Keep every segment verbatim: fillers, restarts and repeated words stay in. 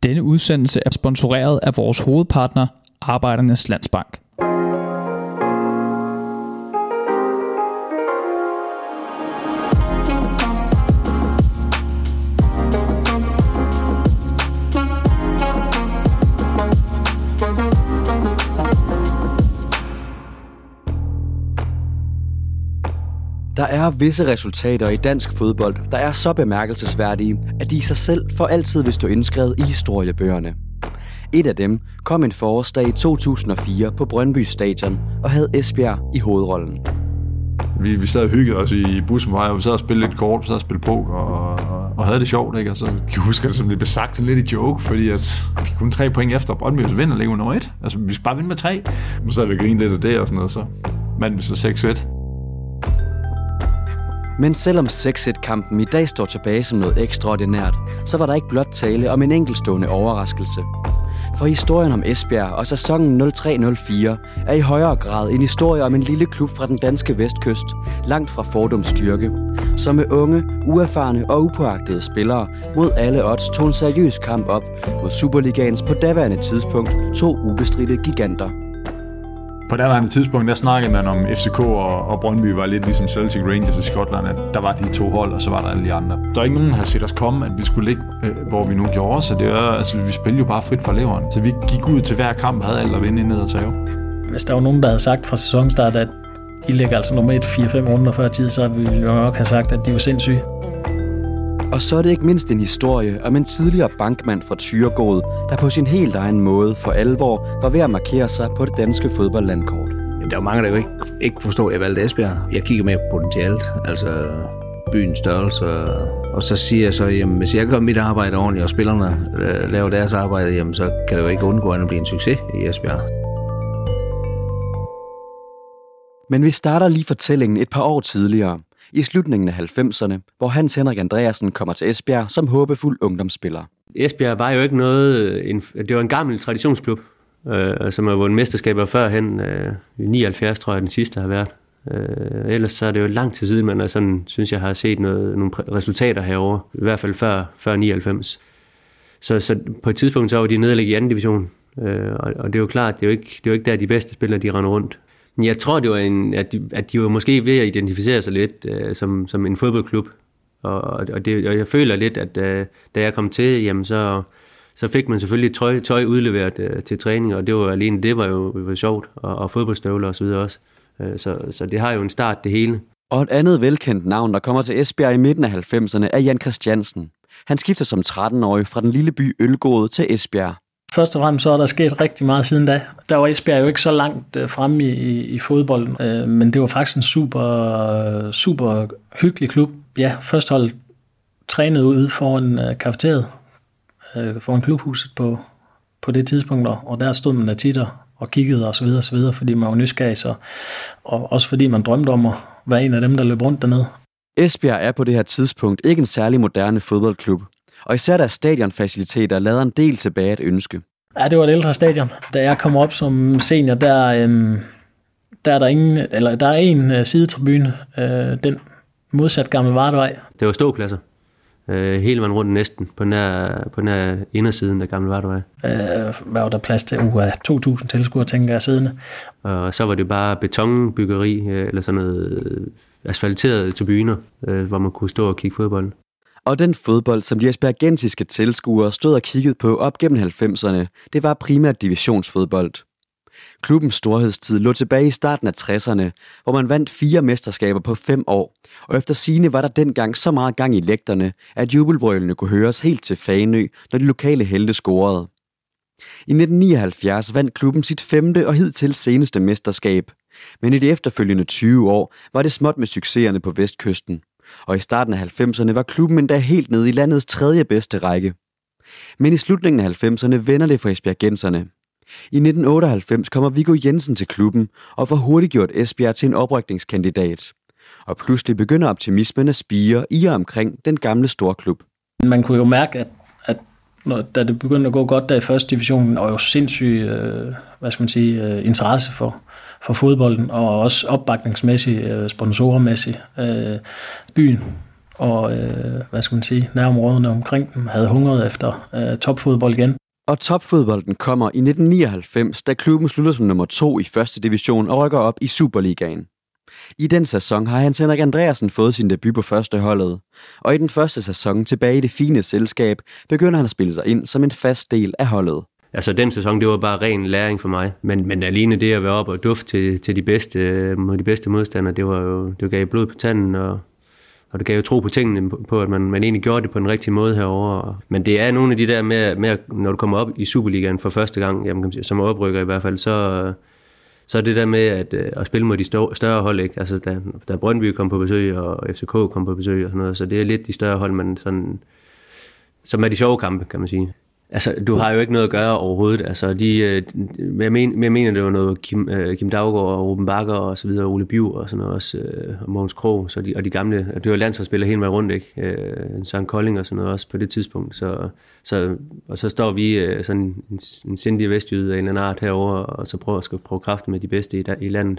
Denne udsendelse er sponsoreret af vores hovedpartner, Arbejdernes Landsbank. Der er visse resultater i dansk fodbold, der er så bemærkelsesværdige, at de i sig selv for altid vil stå indskrevet i historiebøgerne. Et af dem kom en forårsdag i to tusind og fire på Brøndby Stadion og havde Esbjerg i hovedrollen. Vi, vi sad og hyggede os i bussen på vej, og vi sad og spillede lidt kort, vi sad og spillede poker og, og, og havde det sjovt, ikke? Og så kan jeg huske, at det blev sagt sådan lidt i joke, fordi at vi kunne tre point efter Brøndby, så vinder ligger nummer et. Altså, vi skal bare vinde med tre. Nu sad vi og grinede lidt af det og sådan noget, så vandt vi så seks et. Men selvom seks et-kampen i dag står tilbage som noget ekstraordinært, så var der ikke blot tale om en enkeltstående overraskelse. For historien om Esbjerg og sæsonen nul tre nul fire er i højere grad en historie om en lille klub fra den danske vestkyst, langt fra fordums styrke, som med unge, uerfarne og upåagtede spillere mod alle odds tog en seriøs kamp op mod Superligaens på daværende tidspunkt to ubestridte giganter. På daværende tidspunkt, der snakkede man om F C K og, og Brøndby var lidt ligesom Celtic Rangers i Skotland, at der var de to hold, og så var der alle de andre. Der er ikke nogen, der har set os komme, at vi skulle ligge, øh, hvor vi nu gjorde, så det er, altså, vi spillede jo bare frit fra leveren. Så vi gik ud til hver kamp og havde alt at vinde ned og tage. Hvis der var nogen, der havde sagt fra sæsonstart, at I ligger altså nummer et fire fem runder før tid, så ville vi jo nok have sagt, at de var sindssyge. Og så er det ikke mindst en historie om en tidligere bankmand fra Thyregod, der på sin helt egen måde for alvor var ved at markere sig på det danske fodboldlandkort. Jamen, der er mange, der jo ikke, ikke forstår, at jeg valgte Esbjerg. Jeg kigger med på potentialet, altså byens størrelse, og så siger jeg så, jamen hvis jeg gør mit arbejde ordentligt, og spillerne laver deres arbejde, jamen så kan det jo ikke undgå at blive en succes i Esbjerg. Men vi starter lige fortællingen et par år tidligere, i slutningen af halvfemserne, hvor Hans Henrik Andreasen kommer til Esbjerg som håbefuld ungdomsspiller. Esbjerg var jo ikke noget, en, det var en gammel traditionsklub, øh, som har vundet mesterskaber førhen. Øh, nioghalvfjerds tror jeg den sidste har været. Øh, ellers så er det jo lang tid siden, man er sådan, synes jeg har set noget, nogle resultater herovre, i hvert fald før, før nioghalvfems. Så, så på et tidspunkt så var de nederlag i anden division, øh, og, og det er jo klart, det er jo ikke, det er jo ikke der de bedste spillere, de render rundt. Men jeg tror, det var en, at, de, at de var måske ved at identificere sig lidt øh, som, som en fodboldklub. Og, og, det, og jeg føler lidt, at øh, da jeg kom til, jamen så, så fik man selvfølgelig tøj, tøj udleveret øh, til træning, og det var alene det var jo var sjovt, og, og fodboldstøvler og så videre også. Øh, så, så det har jo en start, det hele. Og et andet velkendt navn, der kommer til Esbjerg i midten af halvfemserne, er Jan Christiansen. Han skifter som tretten-årig fra den lille by Ølgod til Esbjerg. Først og fremmest så er der sket rigtig meget siden da. Der var Esbjerg jo ikke så langt øh, fremme i, i, i fodbolden, øh, men det var faktisk en super, super hyggelig klub. Ja, førsteholdet trænede ude foran øh, kafeteriet, øh, foran klubhuset på, på det tidspunkt, og der stod man der tit og kiggede og så videre, og så videre, fordi man var nysgerrig, så, og også fordi man drømte om at være en af dem, der løb rundt dernede. Esbjerg er på det her tidspunkt ikke en særlig moderne fodboldklub, og især deres stadionfaciliteter lader en del tilbage at ønske. Ja, det var et ældre stadion. Da jeg kom op som senior, der, øhm, der er der ingen, eller der er en øh, sidetribune, øh, den modsat Gamle Vardevej. Det var ståpladser. Øh, hele vejen rundt næsten på den her, på den her indersiden af Gamle Vardevej. Øh, hvad var der plads til? Uh, to tusind tilskuere, tænker jeg, siddende. Og så var det bare betonbyggeri, øh, eller sådan noget øh, asfalterede tribuner, øh, hvor man kunne stå og kigge fodbold. Og den fodbold, som de esbjergensiske tilskuere stod og kiggede på op gennem halvfemserne, det var primært divisionsfodbold. Klubbens storhedstid lå tilbage i starten af tresserne, hvor man vandt fire mesterskaber på fem år, og efter sigende var der dengang så meget gang i lægterne, at jubelbrølene kunne høres helt til Fanø, når de lokale helte scorede. I nitten nioghalvfjerds vandt klubben sit femte og hidtil seneste mesterskab, men i de efterfølgende tyve år var det småt med succeserne på vestkysten. Og i starten af halvfemserne var klubben endda helt nede i landets tredje bedste række. Men i slutningen af halvfemserne vender det for esbjergenserne. I nitten otteoghalvfems kommer Viggo Jensen til klubben og får hurtigt gjort Esbjerg til en oprykningskandidat. Og pludselig begynder optimismen at spire i og omkring den gamle storklub. Man kunne jo mærke, at, at når, da det begyndte at gå godt der i første division, og jo sindssyg øh, hvad skal man sige, øh, interesse for, for fodbolden, og også opbakningsmæssigt, øh, sponsormæssigt. Øh, byen og øh, hvad skal man sige, nærområderne omkring dem havde hungret efter øh, topfodbold igen. Og topfodbolden kommer i nitten nioghalvfems, da klubben slutter som nummer to i første division og rykker op i Superligaen. I den sæson har Hans Henrik Andreasen fået sin debut på første holdet, og i den første sæson tilbage i det fine selskab begynder han at spille sig ind som en fast del af holdet. Altså den sæson, det var bare ren læring for mig, men, men alene det at være op og dufte til, til de bedste, mod de bedste modstandere, det var jo, det gav blod på tanden, og, og det gav jo tro på tingene, på at man, man egentlig gjorde det på den rigtige måde herovre. Men det er nogle af de der med, med når du kommer op i Superligaen for første gang, jamen, som oprykker i hvert fald, så, så er det der med at, at spille mod de større, større hold, ikke? Altså da, da Brøndby kom på besøg, og F C K kom på besøg og sådan noget, så det er lidt de større hold, man sådan, som er de sjove kampe, kan man sige. Altså, du har jo ikke noget at gøre overhovedet. Altså, de, jeg, men, jeg mener, det var noget Kim, Kim Daugaard og Ruben Bakker og så videre, Ole Biv og sådan noget også, og Mogens Krog, så de, og de gamle, det var landsholdsspillere hele vejen rundt, ikke? Søren Kolding og sådan noget også på det tidspunkt. Så, så, og så står vi sådan en, en sindig vestjyde af en eller anden art herovre, og så prøver at prøve kræften med de bedste i, i landet.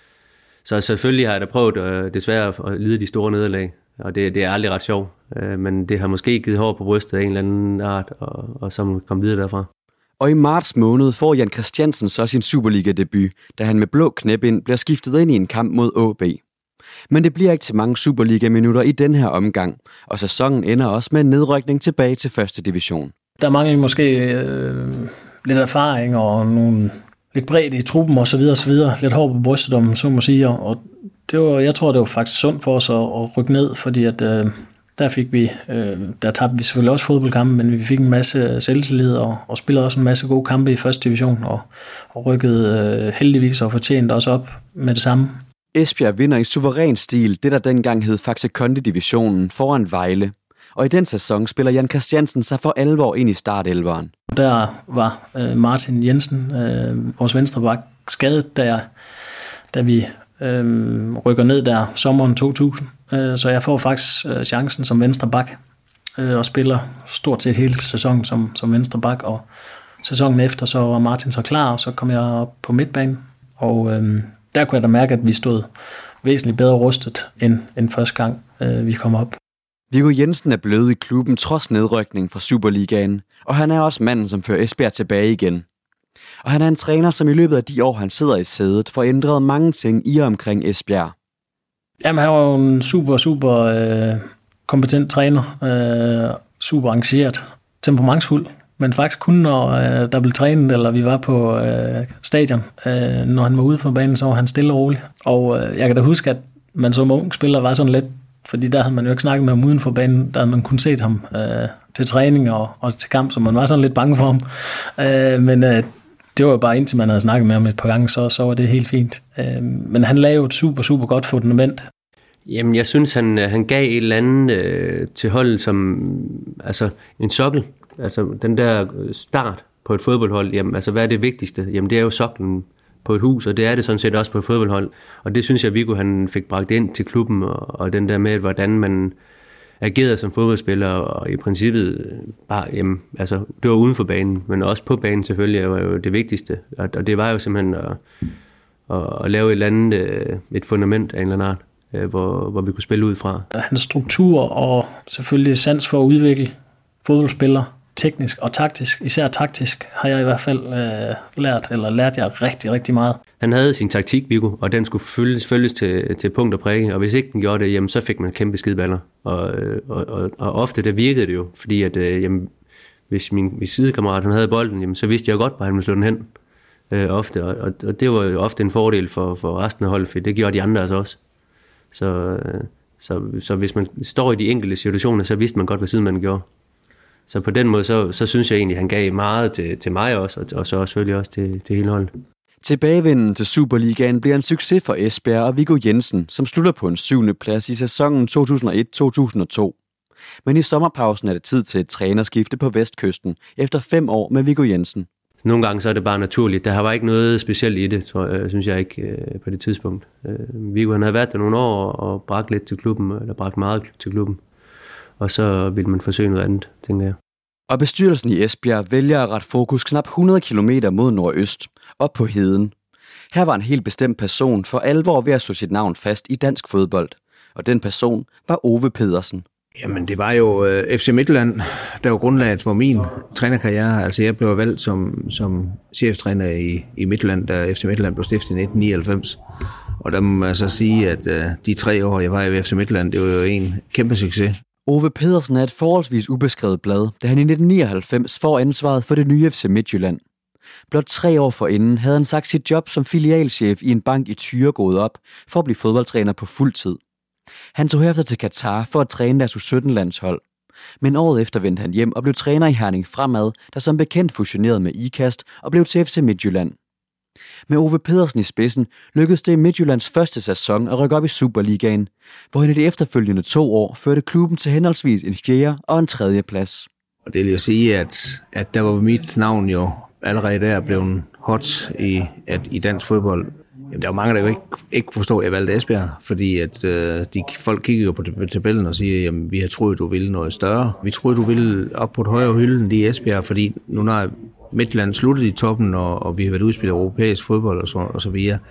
Så selvfølgelig har jeg da prøvet øh, desværre at lide de store nederlag, og det, det er aldrig ret sjovt, øh, men det har måske givet hår på brystet af en eller anden art, og, og så må vi komme videre derfra. Og i marts måned får Jan Christiansen så sin Superliga-debut, da han med blå knæbind bliver skiftet ind i en kamp mod A B. Men det bliver ikke til mange Superliga-minutter i den her omgang, og sæsonen ender også med en nedrykning tilbage til første division. Der mangler måske øh, lidt erfaring og nogle lidt bredt i truppen og så videre og så videre, lidt hår på brystet, om så må sige, og det var, jeg tror, det var faktisk sundt for os at, at rykke ned, fordi at, øh, der fik vi, øh, der tabte vi selvfølgelig også fodboldkampe, men vi fik en masse selvtillid og, og spillede også en masse gode kampe i første division, og, og rykkede øh, heldigvis og fortjent også op med det samme. Esbjerg vinder i suveræn stil, det der dengang hed Faxe Kondi-divisionen, foran Vejle. Og i den sæson spiller Jan Christiansen sig for alvor ind i startelveren. Der var øh, Martin Jensen, øh, vores venstreback, skadet, da, da vi øh, rykker ned der sommeren to tusind. Øh, så jeg får faktisk øh, chancen som venstreback øh, og spiller stort set hele sæsonen som, som venstreback. Og sæsonen efter så var Martin så klar, og så kom jeg op på midtbanen. Og øh, der kunne jeg da mærke, at vi stod væsentligt bedre rustet end, end første gang øh, vi kom op. Viggo Jensen er blevet i klubben trods nedrykning fra Superligaen, og han er også manden, som fører Esbjerg tilbage igen. Og han er en træner, som i løbet af de år, han sidder i sædet, får ændret mange ting i og omkring Esbjerg. Jamen, han var jo en super, super øh, kompetent træner, øh, super engageret, temperamentsfuld, men faktisk kun når øh, der blev trænet, eller vi var på øh, stadion, øh, når han var ude for banen, så var han stille og rolig. Og øh, jeg kan da huske, at man som ung spiller var sådan lidt, fordi der havde man jo ikke snakket med ham uden for banen, der havde man kun set ham øh, til træning og, og til kamp, så man var sådan lidt bange for ham. Øh, men øh, det var jo bare indtil man havde snakket med ham et par gange, så, så var det helt fint. Øh, men han lavede jo et super, super godt fundament. Jamen, jeg synes, han, han gav et eller andet øh, til holdet som altså en sokkel. Altså den der start på et fodboldhold, jamen, altså hvad er det vigtigste? Jamen, det er jo soklen på et hus, og det er det sådan set også på et fodboldhold. Og det synes jeg, Viggo han fik bragt ind til klubben, og, og den der med, hvordan man agerede som fodboldspiller, og i princippet bare, jamen, altså, det var uden for banen, men også på banen selvfølgelig, var jo det vigtigste. Og, og det var jo simpelthen at, at, at lave et eller andet, et fundament af en eller anden art, hvor, hvor vi kunne spille ud fra. Hans struktur og selvfølgelig sans for at udvikle fodboldspillere, teknisk og taktisk, især taktisk, har jeg i hvert fald øh, lært, eller lært jeg rigtig, rigtig meget. Han havde sin taktik, Viggo, og den skulle følges, følges til, til punkt og præge, og hvis ikke den gjorde det, jamen, så fik man kæmpe skideballer. Og, og, og, og ofte der virkede det jo, fordi at, øh, jamen, hvis min, min sidekammerat han havde bolden, jamen, så vidste jeg godt, hvor han ville slå den hen. Øh, ofte, og, og det var jo ofte en fordel for, for resten af holdet, for det gjorde de andre altså også. Så, øh, så, så hvis man står i de enkelte situationer, så vidste man godt, hvad sidemanden gjorde. Så på den måde, så, så synes jeg egentlig, at han gav meget til, til mig også, og, og så selvfølgelig også til, til hele holdet. Tilbagevenden til Superligaen bliver en succes for Esbjerg og Viggo Jensen, som slutter på en syvende plads i sæsonen to tusind og et til to tusind og to. Men i sommerpausen er det tid til et trænerskifte på Vestkysten, efter fem år med Viggo Jensen. Nogle gange så er det bare naturligt. Der var ikke noget specielt i det, tror jeg, synes jeg ikke på det tidspunkt. Viggo han havde været der nogle år og bragt lidt til klubben, eller bragt meget til klubben. Og så vil man forsøge noget andet, tænker jeg. Og bestyrelsen i Esbjerg vælger at rette fokus knap hundrede kilometer mod nordøst, op på heden. Her var en helt bestemt person for alvor ved at slå sit navn fast i dansk fodbold. Og den person var Ove Pedersen. Jamen, det var jo øh, F C Midtjylland, der var grundlaget for min trænerkarriere. Altså, jeg blev valgt som, som cheftræner i, i Midtjylland, da F C Midtjylland blev stiftet i nitten nioghalvfems. Og der må man så sige, at øh, de tre år, jeg var i F C Midtjylland, det var jo en kæmpe succes. Ove Pedersen er et forholdsvis ubeskrevet blad, da han i nitten nioghalvfems får ansvaret for det nye F C Midtjylland. Blot tre år forinden havde han sagt sit job som filialchef i en bank i Thyregod op for at blive fodboldtræner på fuld tid. Han tog herefter til Katar for at træne deres U sytten-landshold. Men året efter vendte han hjem og blev træner i Herning Fremad, der som bekendt fusionerede med IKAST og blev til F C Midtjylland. Med Ove Pedersen i spidsen lykkedes det i Midtjyllands første sæson at rykke op i Superligaen, hvor han i de efterfølgende to år førte klubben til henholdsvis en fjerde og en tredje plads. Og det vil jo sige, at, at der var mit navn jo allerede der blevet hot i, at, i dansk fodbold. Jamen, der var mange, der jo ikke, ikke forstår, at jeg valgte Esbjerg, fordi at, øh, de, folk kigger jo på tabellen og siger, jamen, vi har troet, du ville noget større. Vi troede, du ville op på et højere hylde end i Esbjerg, fordi nu når Midtjylland sluttede i toppen, og, og vi har været udspillet europæisk fodbold og så, og så videre.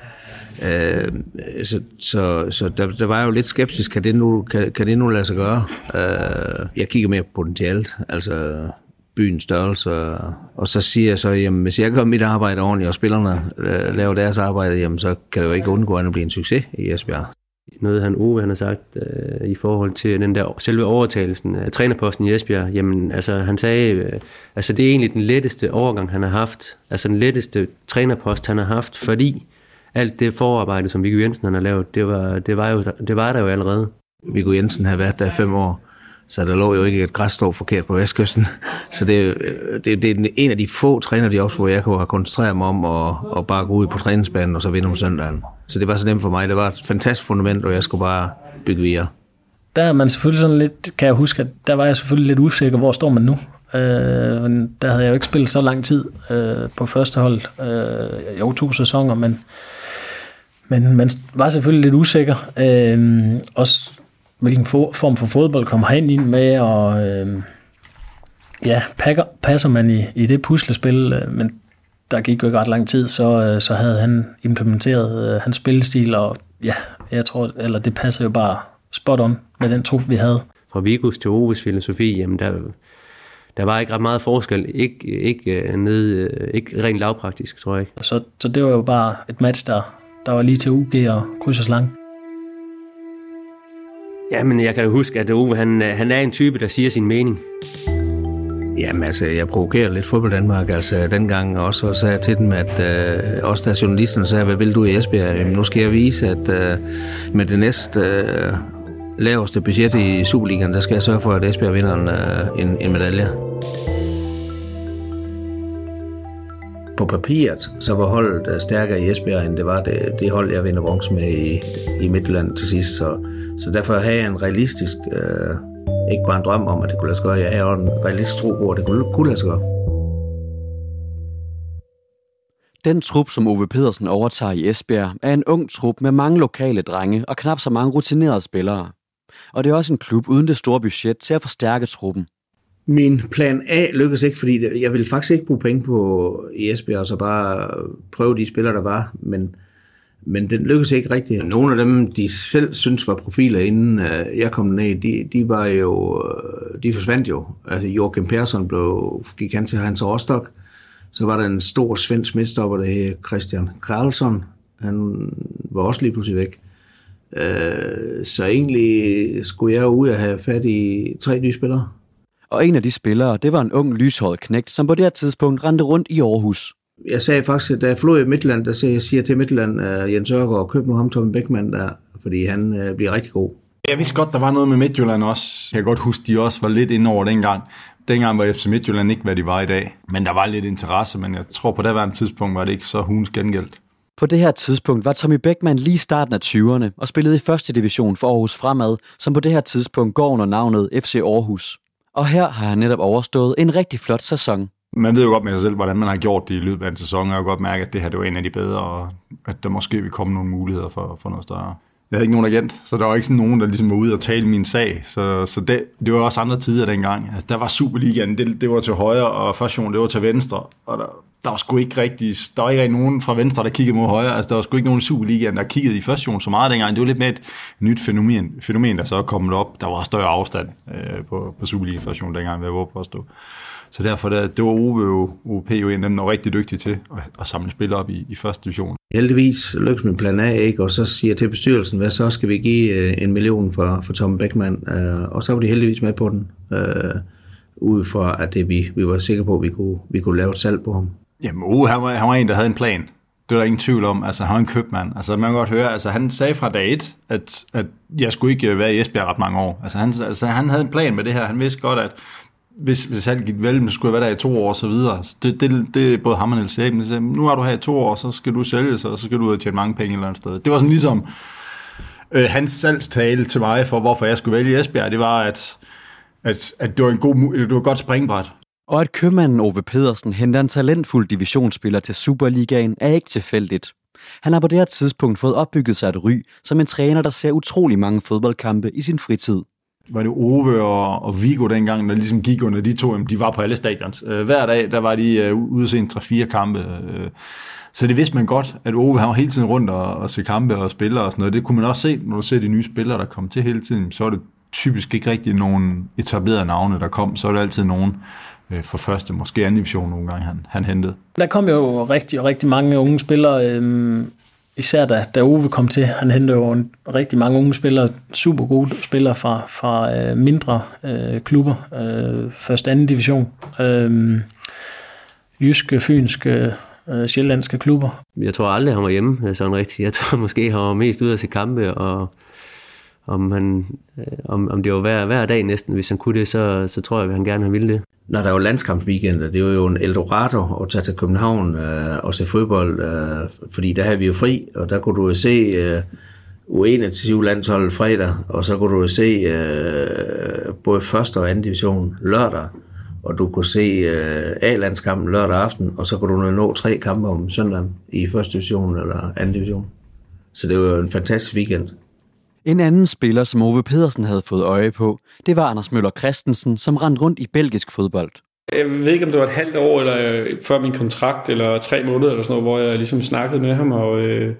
Øh, så så, så der, der var jo lidt skeptisk, kan det nu, kan, kan det nu lade sig gøre? Øh, jeg kigger mere på potentialet, altså byens størrelse, og så siger jeg så, jamen hvis jeg gør mit arbejde ordentligt, og spillerne øh, laver deres arbejde, jamen så kan det jo ikke undgå at blive en succes i Esbjerg. Noget han Ove han har sagt øh, i forhold til den der selve overtagelsen af trænerposten i Esbjerg, jamen altså han sagde, øh, altså det er egentlig den letteste overgang han har haft, altså den letteste trænerpost han har haft, fordi alt det forarbejde som Viggo Jensen han har lavet, det var det var jo det var der jo allerede. Viggo Jensen har været der i fem år. Så der lå jo ikke et græsstrå forkert på Vestkysten. Så det, det, det er en af de få trænerjobs, hvor jeg kunne have koncentreret mig om at, at bare gå ud på træningsbanen og så vinde om søndagen. Så det var så nemt for mig. Det var et fantastisk fundament, og jeg skulle bare bygge videre. Der er man selvfølgelig sådan lidt, kan jeg huske, at der var jeg selvfølgelig lidt usikker, hvor står man nu? Øh, der havde jeg jo ikke spillet så lang tid øh, på første hold. Øh, jo, to sæsoner, men, men man var selvfølgelig lidt usikker. Øh, også hvilken form for fodbold kommer han ind med, og øh, ja, pakker, passer man i, i det puslespil, øh, men der gik jo ikke ret lang tid, så, øh, så havde han implementeret øh, hans spillestil, og ja, jeg tror, eller det passer jo bare spot on med den trup, vi havde. Fra Viggos til Oves filosofi, jamen der, der var ikke ret meget forskel, ikke, ikke, ned, ikke rent lavpraktisk, tror jeg ikke. Så, så det var jo bare et match, der, der var lige til U G og kryds og slang. Ja, men jeg kan jo huske, at Ove, han, han er en type, der siger sin mening. Jamen altså, jeg provokerer lidt fodbold Danmark. Altså dengang også og sagde jeg til dem, at øh, også der journalisterne sagde, hvad vil du i Esbjerg? Jamen, nu skal jeg vise, at øh, med det næste øh, laveste budget i Superligaen, der skal jeg sørge for, at Esbjerg vinder en, øh, en, en medalje. På papiret, så var holdet stærkere i Esbjerg, end det var det, det hold, jeg vinder bronze med i, i Midtjylland til sidst. Så, så derfor havde jeg en realistisk, øh, ikke bare en drøm om, at det kunne lade sig gøre. Jeg havde en realistisk tro på, at det kunne, kunne lade sig gøre. Den trup, som Ove Pedersen overtager i Esbjerg, er en ung trup med mange lokale drenge og knap så mange rutinerede spillere. Og det er også en klub uden det store budget til at forstærke truppen. Min plan A lykkedes ikke, fordi jeg ville faktisk ikke bruge penge på i Esbjerg, og så bare prøve de spillere, der var, men, men den lykkedes ikke rigtigt. Nogle af dem, de selv synes var profiler, inden jeg kom ned, de, de var jo, de forsvandt jo. Altså Joachim Persson blev, gik han til Hans Rostock, så var der en stor svensk midtstopper, der hed Christian Karlsson, han var også lige pludselig væk. Så egentlig skulle jeg ud og have fat i tre nye spillere. Og en af de spillere, det var en ung lyshåret knægt, som på det her tidspunkt rendte rundt i Aarhus. Jeg sagde faktisk, da jeg fløj i Midtjylland, der sagde jeg siger til Midtjylland, uh, Jens Ørgaard, køb nu ham Tommy Beckmann der, fordi han uh, bliver rigtig god. Jeg vidste godt, der var noget med Midtjylland også. Jeg kan godt huske, de også var lidt inde over dengang. Dengang var F C Midtjylland ikke, hvad de var i dag. Men der var lidt interesse, men jeg tror på det her tidspunkt var det ikke så huns gengældt. På det her tidspunkt var Tommy Beckmann lige i starten af tyverne og spillede i første division for Aarhus Fremad, som på det her tidspunkt går under navnet F C Aarhus. Og her har han netop overstået en rigtig flot sæson. Man ved jo godt med sig selv, hvordan man har gjort det i løbet af en sæson, og jeg har godt mærke, at det her det var en af de bedre, og at der måske vil komme nogle muligheder for, for noget større. Jeg havde ikke nogen agent, så der var ikke sådan nogen, der ligesom var ude og tale min sag. Så, så det, det var også andre tider dengang. Altså, der var Superligaen, det, det var til højre, og første division, det var til venstre. Og der, der var sgu ikke rigtig, der var ikke rigtig nogen fra venstre, der kiggede mod højre. Altså, der var sgu ikke nogen i Superligaen, der kiggede i første division så meget dengang. Det var lidt mere et nyt fænomen, fænomen der så er kommet op. Der var større afstand øh, på, på Superligaen første division dengang, hvad jeg var påstå. Så derfor, det, det var Ove jo, O P jo en af dem, der var rigtig dygtig til at, at samle spillere op i, i første division. Heldigvis lykkes min plan A, ikke? Og så siger jeg til bestyrelsen, hvad så skal vi give øh, en million for, for Tom Beckmann, øh, og så var de heldigvis med på den, øh, ud fra at det, vi, vi var sikre på, at vi kunne, vi kunne lave et salg på ham. Jamen Ove, han var, han var en, der havde en plan. Det var der ingen tvivl om. Altså, han var en købmand. Altså, man kan godt høre, altså, han sagde fra dag et, at, at jeg skulle ikke være i Esbjerg ret mange år. Altså, han, altså, han havde en plan med det her. Han vidste godt, at hvis, hvis han gik vel, så skulle jeg være der i to år og så videre. Det, det, det er både ham og Niels Eben. Så, nu er du her i to år, så skal du sælges, og så skal du ud og tjene mange penge et eller andet sted. Det var sådan ligesom øh, hans salgstale til mig for, hvorfor jeg skulle vælge Esbjerg. Det var, at, at, at det var en god, det var et godt springbræt. Og at købmanden Ove Pedersen henter en talentfuld divisionsspiller til Superligaen er ikke tilfældigt. Han har på det her tidspunkt fået opbygget sig et ry som en træner, der ser utrolig mange fodboldkampe i sin fritid. Var det Ove og, og Viggo dengang, der ligesom gik under de to, de var på alle stadions. Øh, hver dag, der var de øh, ude at se en tre-fire kampe. Øh, så det vidste man godt, at Ove han var hele tiden rundt og, og se kampe og spillere og sådan noget. Det kunne man også se, når du ser de nye spillere, der kom til hele tiden. Så var det typisk ikke rigtig nogen etablerede navne, der kom. Så var det altid nogen øh, for første, måske anden division nogle gange, han, han hentede. Der kom jo rigtig, rigtig mange unge spillere, øh, især da, da Ove kom til. Han hentede jo en, rigtig mange unge spillere, super gode spillere fra, fra øh, mindre øh, klubber, øh, første anden division, øh, jyske, fynske, øh, sjællandske klubber. Jeg tror aldrig, han var hjemme sådan rigtigt. Jeg tror måske, han var mest ude at se kampe, og om, han, om, om det var hver, hver dag næsten, hvis han kunne det, så, så tror jeg, at han gerne ville det. Når der var landskampsweekender, det var jo en Eldorado at tage til København øh, og se fodbold, øh, fordi der havde vi jo fri, og der kunne du jo se øh, U enogtyve-landsholdet fredag, og så kunne du jo se øh, både første og anden division lørdag, og du kunne se øh, A-landskampen lørdag aften, og så kunne du nå tre kampe om søndagen i første division eller anden division. Så det var jo en fantastisk weekend. En anden spiller, som Ove Pedersen havde fået øje på, det var Anders Møller Christensen, som rendte rundt i belgisk fodbold. Jeg ved ikke, om det var et halvt år, eller før min kontrakt, eller tre måneder, eller sådan noget, hvor jeg ligesom snakkede med ham, og, øh,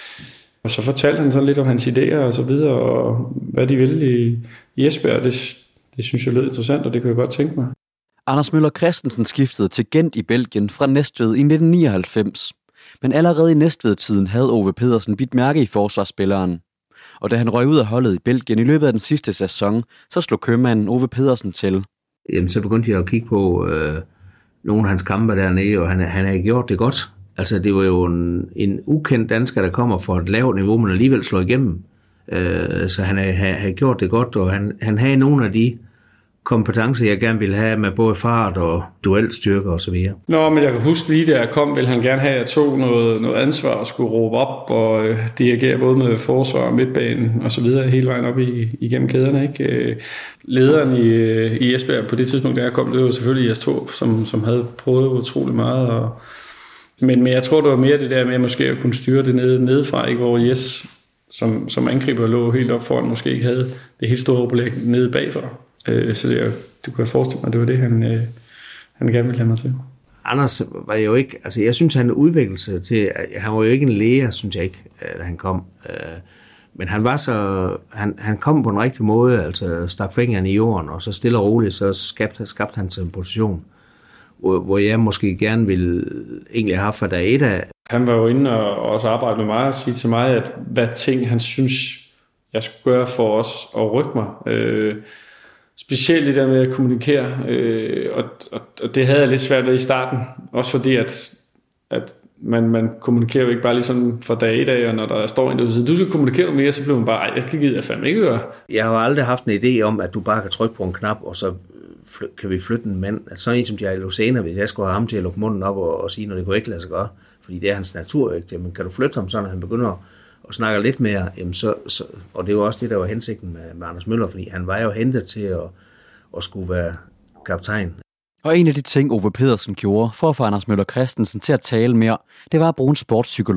og så fortalte han sådan lidt om hans idéer og så videre, og hvad de ville i, i Esbjerg. Det, det synes jeg lød interessant, og det kunne jeg godt tænke mig. Anders Møller Christensen skiftede til Gent i Belgien fra Næstved i nitten nioghalvfems. Men allerede i Næstved-tiden havde Ove Pedersen bidt mærke i forsvarsspilleren. Og da han røg ud af holdet i Belgien i løbet af den sidste sæson, så slog købmanden Ove Pedersen til. Jamen, så begyndte jeg at kigge på øh, nogle af hans kampe dernede, og han, han havde gjort det godt. Altså, det var jo en, en ukendt dansker, der kommer fra et lavt niveau, men alligevel slår igennem. Øh, så han havde, havde gjort det godt, og han, han havde nogle af de kompetencer, jeg gerne ville have med både fart og duelstyrke og så videre. Nå, men jeg kan huske lige, da jeg kom, ville han gerne have, at jeg tog noget, noget ansvar og skulle råbe op og øh, dirigere både med forsvar og midtbanen og så videre hele vejen op i, igennem kæderne. Ikke? Øh, lederen i, i Esbjerg på det tidspunkt, da jeg kom, det var selvfølgelig Jes Torp, som, som havde prøvet utrolig meget. Og, men, men jeg tror, det var mere det der med måske at kunne styre det nede, nedefra, ikke? Hvor Jes som, som angriber lå helt op foran, måske ikke havde det helt store overblik nede bagfra. Så det, det kunne jeg forestille mig, det var det, han, øh, han gerne ville have mig til. Anders var jo ikke, altså jeg synes, han udviklede sig til, han var jo ikke en læger, synes jeg ikke, da han kom. Men han var så, han, han kom på en rigtig måde, altså stak fingeren i jorden, og så stille og roligt, så skabte, skabte han sig en position, hvor, hvor jeg måske gerne ville egentlig have haft fra dag et af. Han var jo inde og også arbejde med mig og sige til mig, at hvad ting han synes, jeg skulle gøre for os at rykke mig. Øh, Specielt det der med at kommunikere, øh, og, og, og det havde jeg lidt svært ved i starten. Også fordi, at, at man, man kommunikerer jo ikke bare ligesom fra dag i dag, og når der står en, der siger, du skal kommunikere mere, så bliver man bare, ej, jeg kan give det fandme ikke gøre. Jeg har jo aldrig haft en idé om, at du bare kan trykke på en knap, og så fly- kan vi flytte en mand. Altså sådan en som Jair Lucena, hvis jeg skulle have ham til at lukke munden op og, og sige, når det kunne ikke lade sig gøre, fordi det er hans natur, ikke? Men kan du flytte ham sådan, at han begynder at og snakker lidt mere, jamen så, så, og det var også det, der var hensigten med, med Anders Møller, fordi han var jo hentet til at, at skulle være kaptajn. Og en af de ting, Ove Pedersen gjorde for at få Anders Møller Christensen til at tale mere, det var at bruge en sportspsykolog.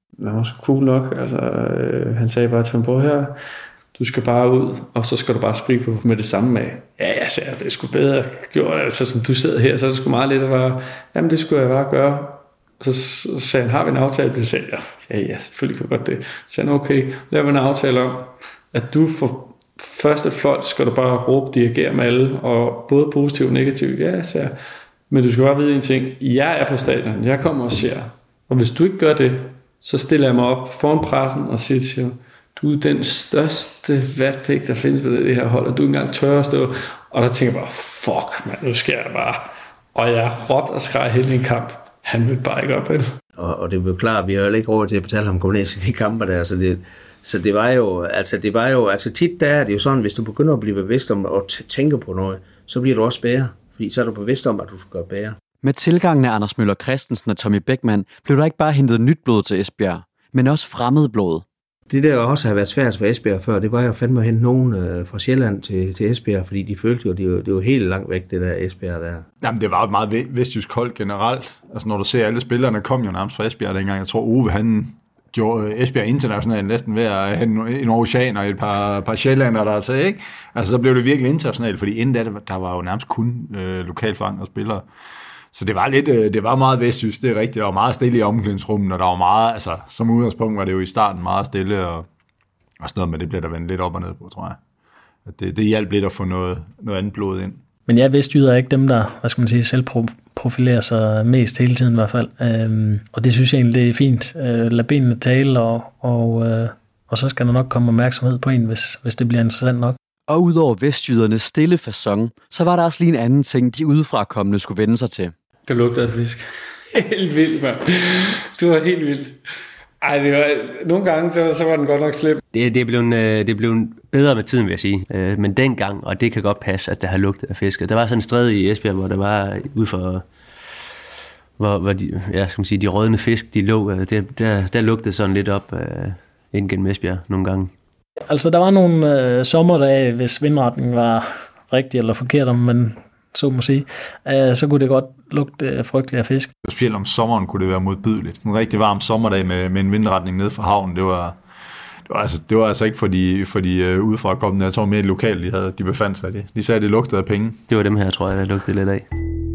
han var så cool nok. Altså, øh, han sagde bare til ham på her, du skal bare ud, og så skal du bare skrive på med det samme med. Ja, ja, så det er sgu bedre gjort. Altså, som du sidder her, så er det sgu meget let at være, jamen det skulle jeg bare gøre. Så sagde han, har vi en aftale? Det sagde jeg, ja, ja, selvfølgelig kan vi godt det. Så sagde han, okay, laver en aftale om, at du for første fløjt skal du bare råbe, dirigere med alle, og både positivt og negativt. Ja, så jeg, men du skal bare vide en ting. Jeg er på stadion, jeg kommer og ser. Og hvis du ikke gør det, så stiller jeg mig op foran pressen og siger til ham, du er den største vatpik, der findes på det her hold, og du er ikke engang tør at stå. Og der tænker jeg bare, fuck mand, nu skal jeg bare. Og jeg råbte og skreg hele en kamp. Han ville bare ikke op ind. Og, og det var klart, vi har jo ikke råd til at betale ham komme ned til de kamper der, så det, så det var jo, altså det var jo, altså tit der er det jo sådan, hvis du begynder at blive bevidst om at tænke på noget, så bliver du også bedre, fordi så er du bevidst om, at du skal gøre bedre. Med tilgangen af Anders Møller Christensen og Tommy Bechmann blev der ikke bare hentet nyt blod til Esbjerg, men også fremmed blod. Det der også har været svært for Esbjerg før, det var jo fandme at hente nogen øh, fra Sjælland til, til Esbjerg, fordi de følte jo, det var, det var helt langt væk, det der Esbjerg der. Jamen, det var jo meget vestjysk hold generelt. Altså, når du ser, alle spillerne kom jo nærmest fra Esbjerg dengang. Jeg tror, Ove, han gjorde Esbjerg internationalt næsten ved at hente en ocean og et par, par sjællander der til, ikke? Altså, så blev det virkelig internationalt, fordi inden da, der var jo nærmest kun øh, lokalt forankrede spillere. Så det var lidt, det var meget vestjysk, det er rigtigt, og meget stille i omklædningsrummet, og der var meget, altså som udgangspunkt var det jo i starten meget stille, og, og sådan noget, men det blev der vendt lidt op og ned på, tror jeg. Det, det hjalp lidt at få noget, noget andet blod ind. Men jeg vestjyder er ikke dem, der, hvad skal man sige, selv profilerer sig mest hele tiden i hvert fald, øhm, og det synes jeg egentlig, det er fint. Øh, lad benene tale, og, og, øh, og så skal der nok komme opmærksomhed på en, hvis, hvis det bliver interessant nok. Og udover vestjydernes stille facon, så var der også lige en anden ting, de udefrakommende skulle vende sig til. Det lugter af fisk. Helt vildt, mand. Det var helt vildt. Ej, det var, nogle gange, så, så var den godt nok slem. Det, det, er blevet, det er blevet bedre med tiden, vil jeg sige. Men dengang, og det kan godt passe, at der har lugtet af fisk. Der var sådan en stræde i Esbjerg, hvor der var ude for, hvor, hvor de, ja, skal man sige, de rådne fisk, de lå. Der, der, der lugtede sådan lidt op uh, ind gennem Esbjerg nogle gange. Altså, der var nogle øh, sommerdage, hvis vindretningen var rigtig eller forkert, om man så må sige, øh, så kunne det godt lugte øh, frygtelig af fisk. Specielt om sommeren kunne det være modbydeligt. En rigtig varm sommerdag med, med en vindretning ned fra havnen, det var, det var, altså, det var altså ikke for de, for de uh, udefrakommende. Jeg tror mere lokalt, de, havde, de befandt sig i det. De sagde, at det lugtede af penge. Det var dem her, tror jeg, der lugtede lidt af.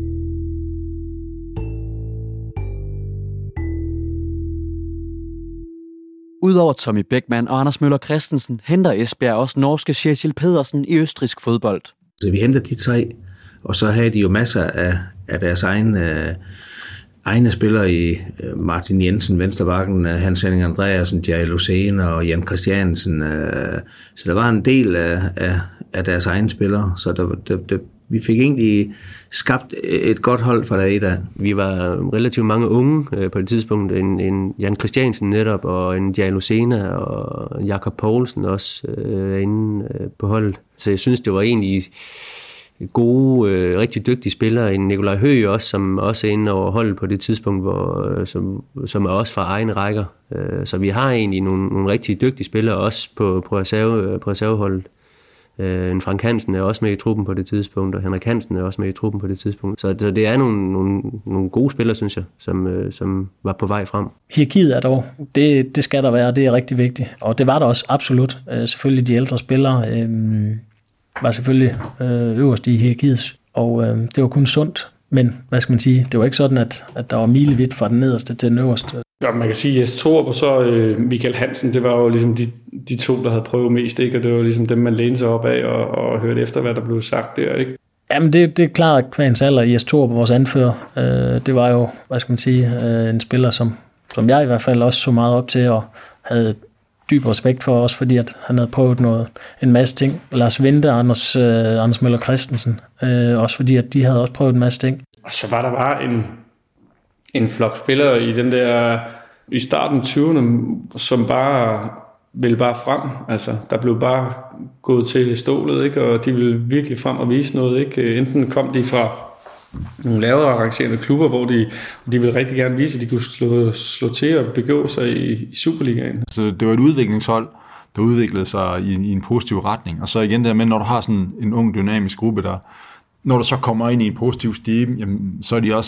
Udover Tommy Bechmann og Anders Møller Christensen, henter Esbjerg også norske Kjetil Pedersen i østrigsk fodbold. Så vi henter de tre, og så havde de jo masser af, af deres egne, øh, egne spillere i øh, Martin Jensen, Venstrebakken, øh, Hans Henning Andreasen, Jerry Lucene og Jan Christiansen. Øh, så der var en del af, af, af deres egne spillere, så der, der, der, vi fik egentlig skabt et godt hold fra dag af. Vi var relativt mange unge øh, på det tidspunkt. En, en Jan Christiansen netop, og en Jerry Lucene og Jakob Poulsen også øh, inde øh, på holdet. Så jeg synes, det var egentlig gode, øh, rigtig dygtige spillere. En Nikolaj Høgh også, som også er inde over holdet på det tidspunkt, hvor, øh, som, som er også fra egne rækker. Øh, så vi har egentlig nogle, nogle rigtig dygtige spillere også på, på, reserve, på reserveholdet. Øh, en Frank Hansen er også med i truppen på det tidspunkt, og Henrik Hansen er også med i truppen på det tidspunkt. Så, så det er nogle, nogle, nogle gode spillere, synes jeg, som, øh, som var på vej frem. Hierarkiet er dog, det, det skal der være, det er rigtig vigtigt. Og det var der også absolut. Øh, selvfølgelig de ældre spillere øh, var selvfølgelig øh, øverst i hierarkiet, og øh, det var kun sundt. Men, hvad skal man sige, det var ikke sådan, at, at der var milevidt fra den nederste til den øverste. Ja, man kan sige, Jes Thorup og så øh, Michael Hansen, det var jo ligesom de, de to, der havde prøvet mest, ikke? Og det var ligesom dem, man lænede sig op af og, og hørte efter, hvad der blev sagt der, ikke? Jamen, det, det er klart, at kvægens alder, Jes Thorup, vores anfører, øh, det var jo, hvad skal man sige, øh, en spiller, som, som jeg i hvert fald også så meget op til, og havde dyb respekt for os, fordi at han havde prøvet noget, en masse ting. Lars Vente og Anders, øh, Anders Møller Christensen, øh, også fordi at de havde også prøvet en masse ting. Og så var der bare en, en flok spillere i den der, i starten af tyverne, som bare ville bare frem. Altså, der blev bare gået til stålet, ikke? Og de ville virkelig frem og vise noget, ikke? Enten kom de fra nogle lavere arrangerende klubber, hvor de, de ville rigtig gerne vise, at de kunne slå, slå til og begå sig i, i Superligaen. Så det var et udviklingshold, der udviklede sig i, i en positiv retning. Og så igen der med, når du har sådan en ung, dynamisk gruppe, der, når du så kommer ind i en positiv stime, jamen, så er de også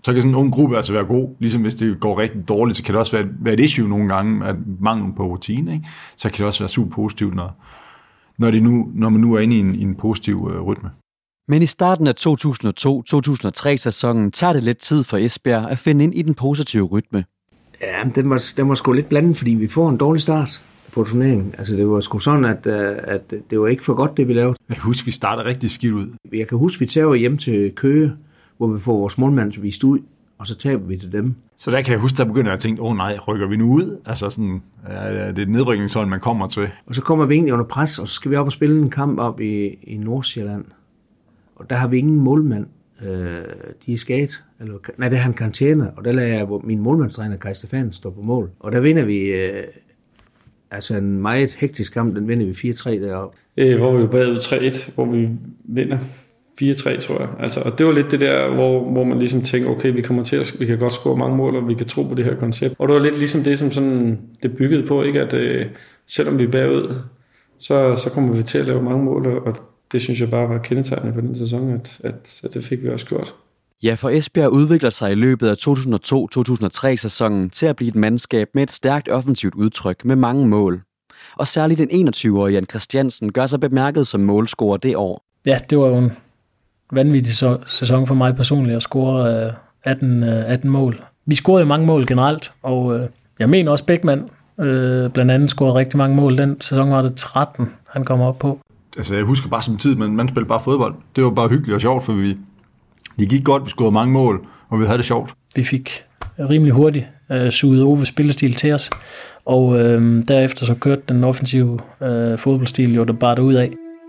Så kan sådan en ung gruppe altså være god, ligesom hvis det går rigtig dårligt, så kan det også være, være et issue nogle gange, at manglen på rutine, ikke? Så kan det også være super positivt, når, når, det nu, når man nu er inde i en, i en positiv øh, rytme. Men i starten af to tusind og to til to tusind og tre sæsonen tager det lidt tid for Esbjerg at finde ind i den positive rytme. Ja, den var, den var sgu lidt blandet, fordi vi får en dårlig start på turneringen. Altså det var sgu sådan, at, at det var ikke for godt, det vi lavede. Jeg kan huske, vi startede rigtig skidt ud. Jeg kan huske, vi tager hjem til Køge, hvor vi får vores målmand vist ud, og så taber vi til dem. Så der kan jeg huske, der begynder jeg at tænke, åh oh, nej, rykker vi nu ud? Altså sådan, ja, det er et nedrykningshold, man kommer til. Og så kommer vi egentlig under pres, og så skal vi op og spille en kamp op i, i Nordsjælland. Og der har vi ingen målmand. Øh, de er skadet. Eller, nej, det er han karantæne, og der lader jeg min målmandstræner, Kai Stefan, stå på mål. Og der vinder vi, øh, altså en meget hektisk kamp, den vinder vi fire tre deroppe. Øh, hvor vi jo bagud tre et, hvor vi vinder fire tre, tror jeg. Altså, og det var lidt det der, hvor, hvor man ligesom tænker, okay, vi kommer til at, vi kan godt score mange mål, og vi kan tro på det her koncept. Og det var lidt ligesom det, som sådan, det byggede på, ikke? At øh, selvom vi er bagud, så, så kommer vi til at lave mange mål, og det synes jeg bare var kendetegnende for den sæson, at, at, at det fik vi også gjort. Ja, for Esbjerg udvikler sig i løbet af to tusind og to til to tusind og tre sæsonen til at blive et mandskab med et stærkt offensivt udtryk med mange mål. Og særligt den enogtyve-årige Jan Christiansen gør sig bemærket som målscorer det år. Ja, det var jo en vanvittig sæson for mig personligt at score atten, atten mål. Vi scorede mange mål generelt, og jeg mener også Bækman blandt andet scorede rigtig mange mål. Den sæson var det tretten, han kom op på. Altså jeg husker bare som tid, men man spillede bare fodbold. Det var bare hyggeligt og sjovt, for vi det gik godt, vi scorede mange mål, og vi havde det sjovt. Vi fik rimelig hurtigt øh, suget Oves spillestil til os, og øh, derefter så kørte den offensive øh, fodboldstil jo det bare derudad.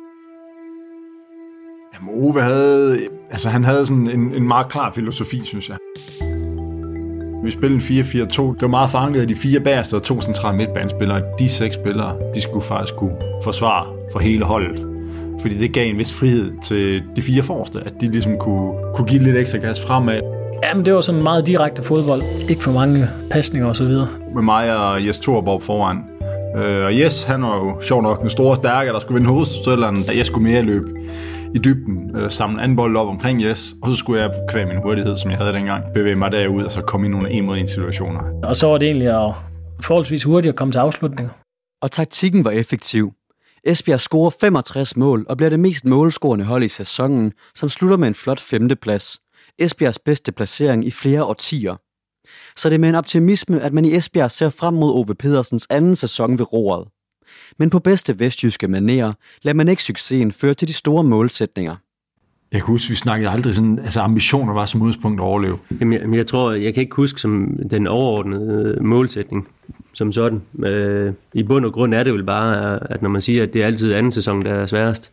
Jamen Ove havde, altså han havde sådan en, en meget klar filosofi, synes jeg. Vi spillede en fire fire to. Det var meget forankret af de fire bagerste og to centrale midtbanespillere. De seks spillere, de skulle faktisk kunne forsvare for hele holdet. Fordi det gav en vis frihed til de fire forreste, at de ligesom kunne, kunne give lidt ekstra gas fremad. Jamen det var sådan meget direkte fodbold. Ikke for mange pasninger og så videre. Med mig og Jes Thorborg foran. Og Jes, han var jo sjov nok den store stærke, der skulle vinde hovedstødleren. Jeg skulle mere løbe i dybden, samle anden bold op omkring Jes, og så skulle jeg kvæge min hurtighed, som jeg havde dengang, bevæge mig derud og så komme i nogle en mod en situationer. Og så var det egentlig at forholdsvis hurtigt at komme til afslutninger. Og taktikken var effektiv. Esbjerg scorer femogtres mål og bliver det mest målscorende hold i sæsonen, som slutter med en flot femteplads. Esbjergs bedste placering i flere årtier. Så det er med en optimisme, at man i Esbjerg ser frem mod Ove Pedersens anden sæson ved roret. Men på bedste vestjyske manér lader man ikke succesen føre til de store målsætninger. Jeg kan huske, vi snakkede aldrig sådan, altså ambitioner var som udgangspunkt at overleve. Jamen, jeg, jeg tror, jeg kan ikke huske som den overordnede målsætning som sådan. Øh, I bund og grund er det vel bare, at når man siger, at det er altid anden sæson, der er sværest.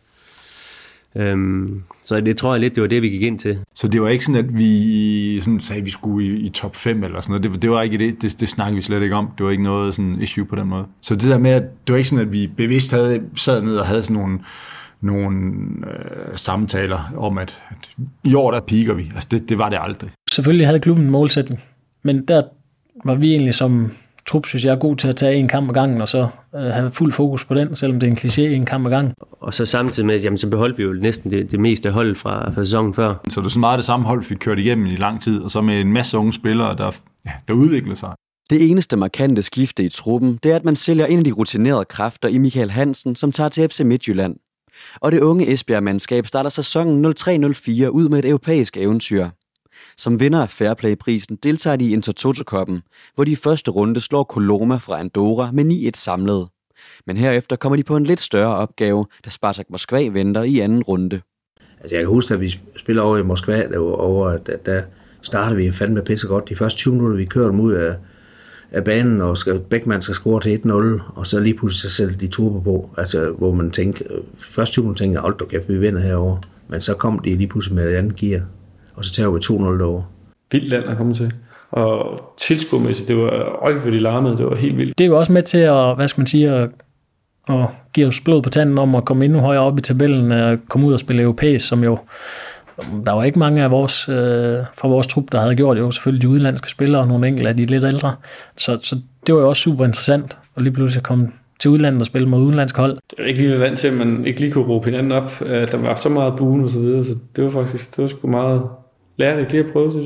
Øhm, så det tror jeg lidt, det var det, vi gik ind til. Så det var ikke sådan, at vi sådan sagde, at vi skulle i, i top fem eller sådan noget. Det, det var ikke det, det, det snakkede vi slet ikke om. Det var ikke noget sådan issue på den måde. Så det der med, at det var ikke sådan, at vi bevidst havde sad ned og havde sådan nogle, nogle øh, samtaler om, at, at i år der piker vi. Altså det, det var det aldrig. Selvfølgelig havde klubben en målsætning, men der var vi egentlig som trup, synes jeg, er god til at tage en kamp ad gangen, og så øh, have fuld fokus på den, selvom det er en kliché, en kamp ad gangen. Og så samtidig med, jamen, så beholdt vi jo næsten det, det meste af holdet fra, fra sæsonen før. Så det er så meget det samme hold, vi fik kørt igennem i lang tid, og så med en masse unge spillere, der, ja, der udvikler sig. Det eneste markante skifte i truppen, det er, at man sælger en af de rutinerede kræfter i Michael Hansen, som tager til F C Midtjylland. Og det unge Esbjerg-mandskab starter sæsonen nul tre nul fire ud med et europæisk eventyr. Som vinder af Fairplay-prisen deltager de i Intertoto-cuppen, hvor de i første runde slår Coloma fra Andorra med ni et samlet. Men herefter kommer de på en lidt større opgave, da Spartak Moskva venter i anden runde. Altså jeg kan huske, at vi spiller over i Moskva, der var over, at der starter vi fandme pisse godt. De første tyve minutter, vi kører dem ud af, af banen, og skal, Bækman skal score til et nul, og så lige pludselig så sætter de turbo på, altså, hvor man tænker, første tyve minutter tænker, hold da kæft, vi vinder herovre. Men så kom de lige pludselig med et andet gear, og så tager vi to nul derovre. Vildt land at komme til. Og tilskuermæssigt, det var øje for de larmede, det var helt vildt. Det er jo også med til at, hvad skal man sige, at, at give os blod på tanden om at komme endnu højere op i tabellen, og komme ud og spille europæisk, som jo, der var ikke mange af vores, øh, fra vores trup, der havde gjort jo selvfølgelig de udenlandske spillere, og nogle enkelte af de lidt ældre. Så, så det var jo også super interessant, at lige pludselig komme til udlandet og spille mod udenlandsk hold. Det var ikke lige vant til, at man ikke lige kunne råbe hinanden op. Der var så meget buen og så videre, så det var faktisk, det var sgu meget lærerigt lige at prøve, synes jeg.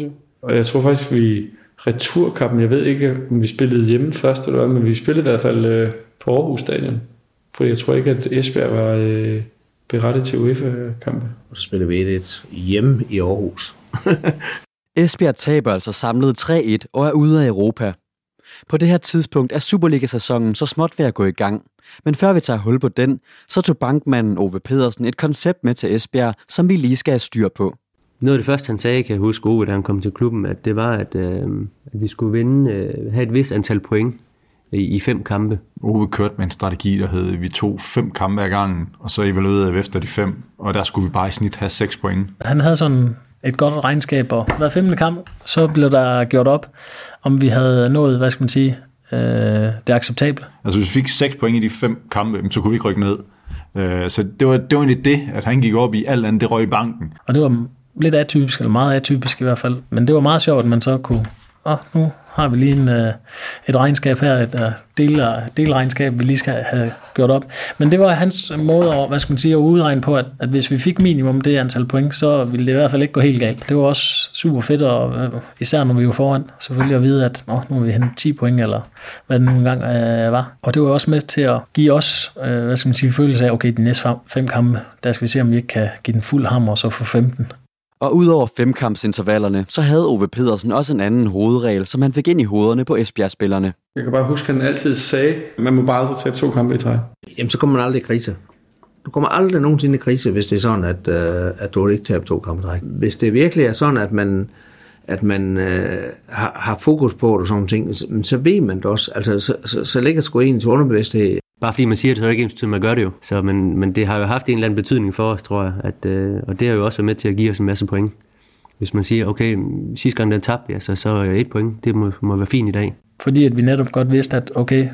Og jeg tror faktisk, vi returkampen, jeg ved ikke, om vi spillede hjemme først eller hvad, men vi spillede i hvert fald øh, på Aarhus Stadion. Fordi jeg tror ikke, at Esbjerg var øh, berettet til UEFA-kampe. Og så spillede vi et hjemme i Aarhus. Esbjerg taber altså samlet tre et og er ude af Europa. På det her tidspunkt er Superliga-sæsonen så småt ved at gå i gang. Men før vi tager hul på den, så tog bankmanden Ove Pedersen et koncept med til Esbjerg, som vi lige skal have styr på. Noget af det første, han sagde, kan jeg huske, Ove, da han kom til klubben, at det var, at, øh, at vi skulle vinde, øh, have et vis antal point i, i fem kampe. Ove kørte med en strategi, der hed, vi tog fem kampe ad gangen, og så evaluerede vi efter de fem, og der skulle vi bare i snit have seks point. Han havde sådan et godt regnskab, og hver femte kamp, så blev der gjort op, om vi havde nået, hvad skal man sige, øh, det acceptable. Altså hvis vi fik seks point i de fem kampe, så kunne vi ikke rykke ned. Øh, så det var, det var egentlig det, at han gik op i alt andet, det røg i banken. Og det var lidt atypisk, eller meget atypisk i hvert fald, men det var meget sjovt, at man så kunne, åh, oh, nu har vi lige en, et regnskab her, et del, delregnskab, vi lige skal have gjort op. Men det var hans måde at, hvad skal man sige, at udregne på, at, at hvis vi fik minimum det antal point, så ville det i hvert fald ikke gå helt galt. Det var også super fedt, og især når vi var foran, selvfølgelig at vide, at nå, nu må vi hente ti point, eller hvad det nu engang øh, var. Og det var også med til at give os, øh, hvad skal man sige, følelse af, okay, de næste fem, fem kampe, der skal vi se, om vi ikke kan give den fuld hammer, og så få femten. Og udover femkampsintervallerne, så havde Ove Pedersen også en anden hovedregel, som han fik ind i hovederne på Esbjerg-spillerne. Jeg kan bare huske, at han altid sagde, at man må bare aldrig tabe to kampe i træk. Jamen, så kommer man aldrig i krise. Du kommer aldrig nogensinde i krise, hvis det er sådan, at, øh, at du ikke taber to kampe i træk. Hvis det virkelig er sådan, at man, at man øh, har, har fokus på det og sådan ting, så, så ved man det også. Altså, så, så, så ligger sgu en til underbevidsthed. Bare fordi man siger det, så er det ikke ens, man gør det jo. Så, men, men det har jo haft en eller anden betydning for os, tror jeg. At, øh, og det har jo også været med til at give os en masse point. Hvis man siger, okay, sidste gang den tabte, ja, så, så er et point. Det må, må være fint i dag. Fordi at vi netop godt vidste, at okay,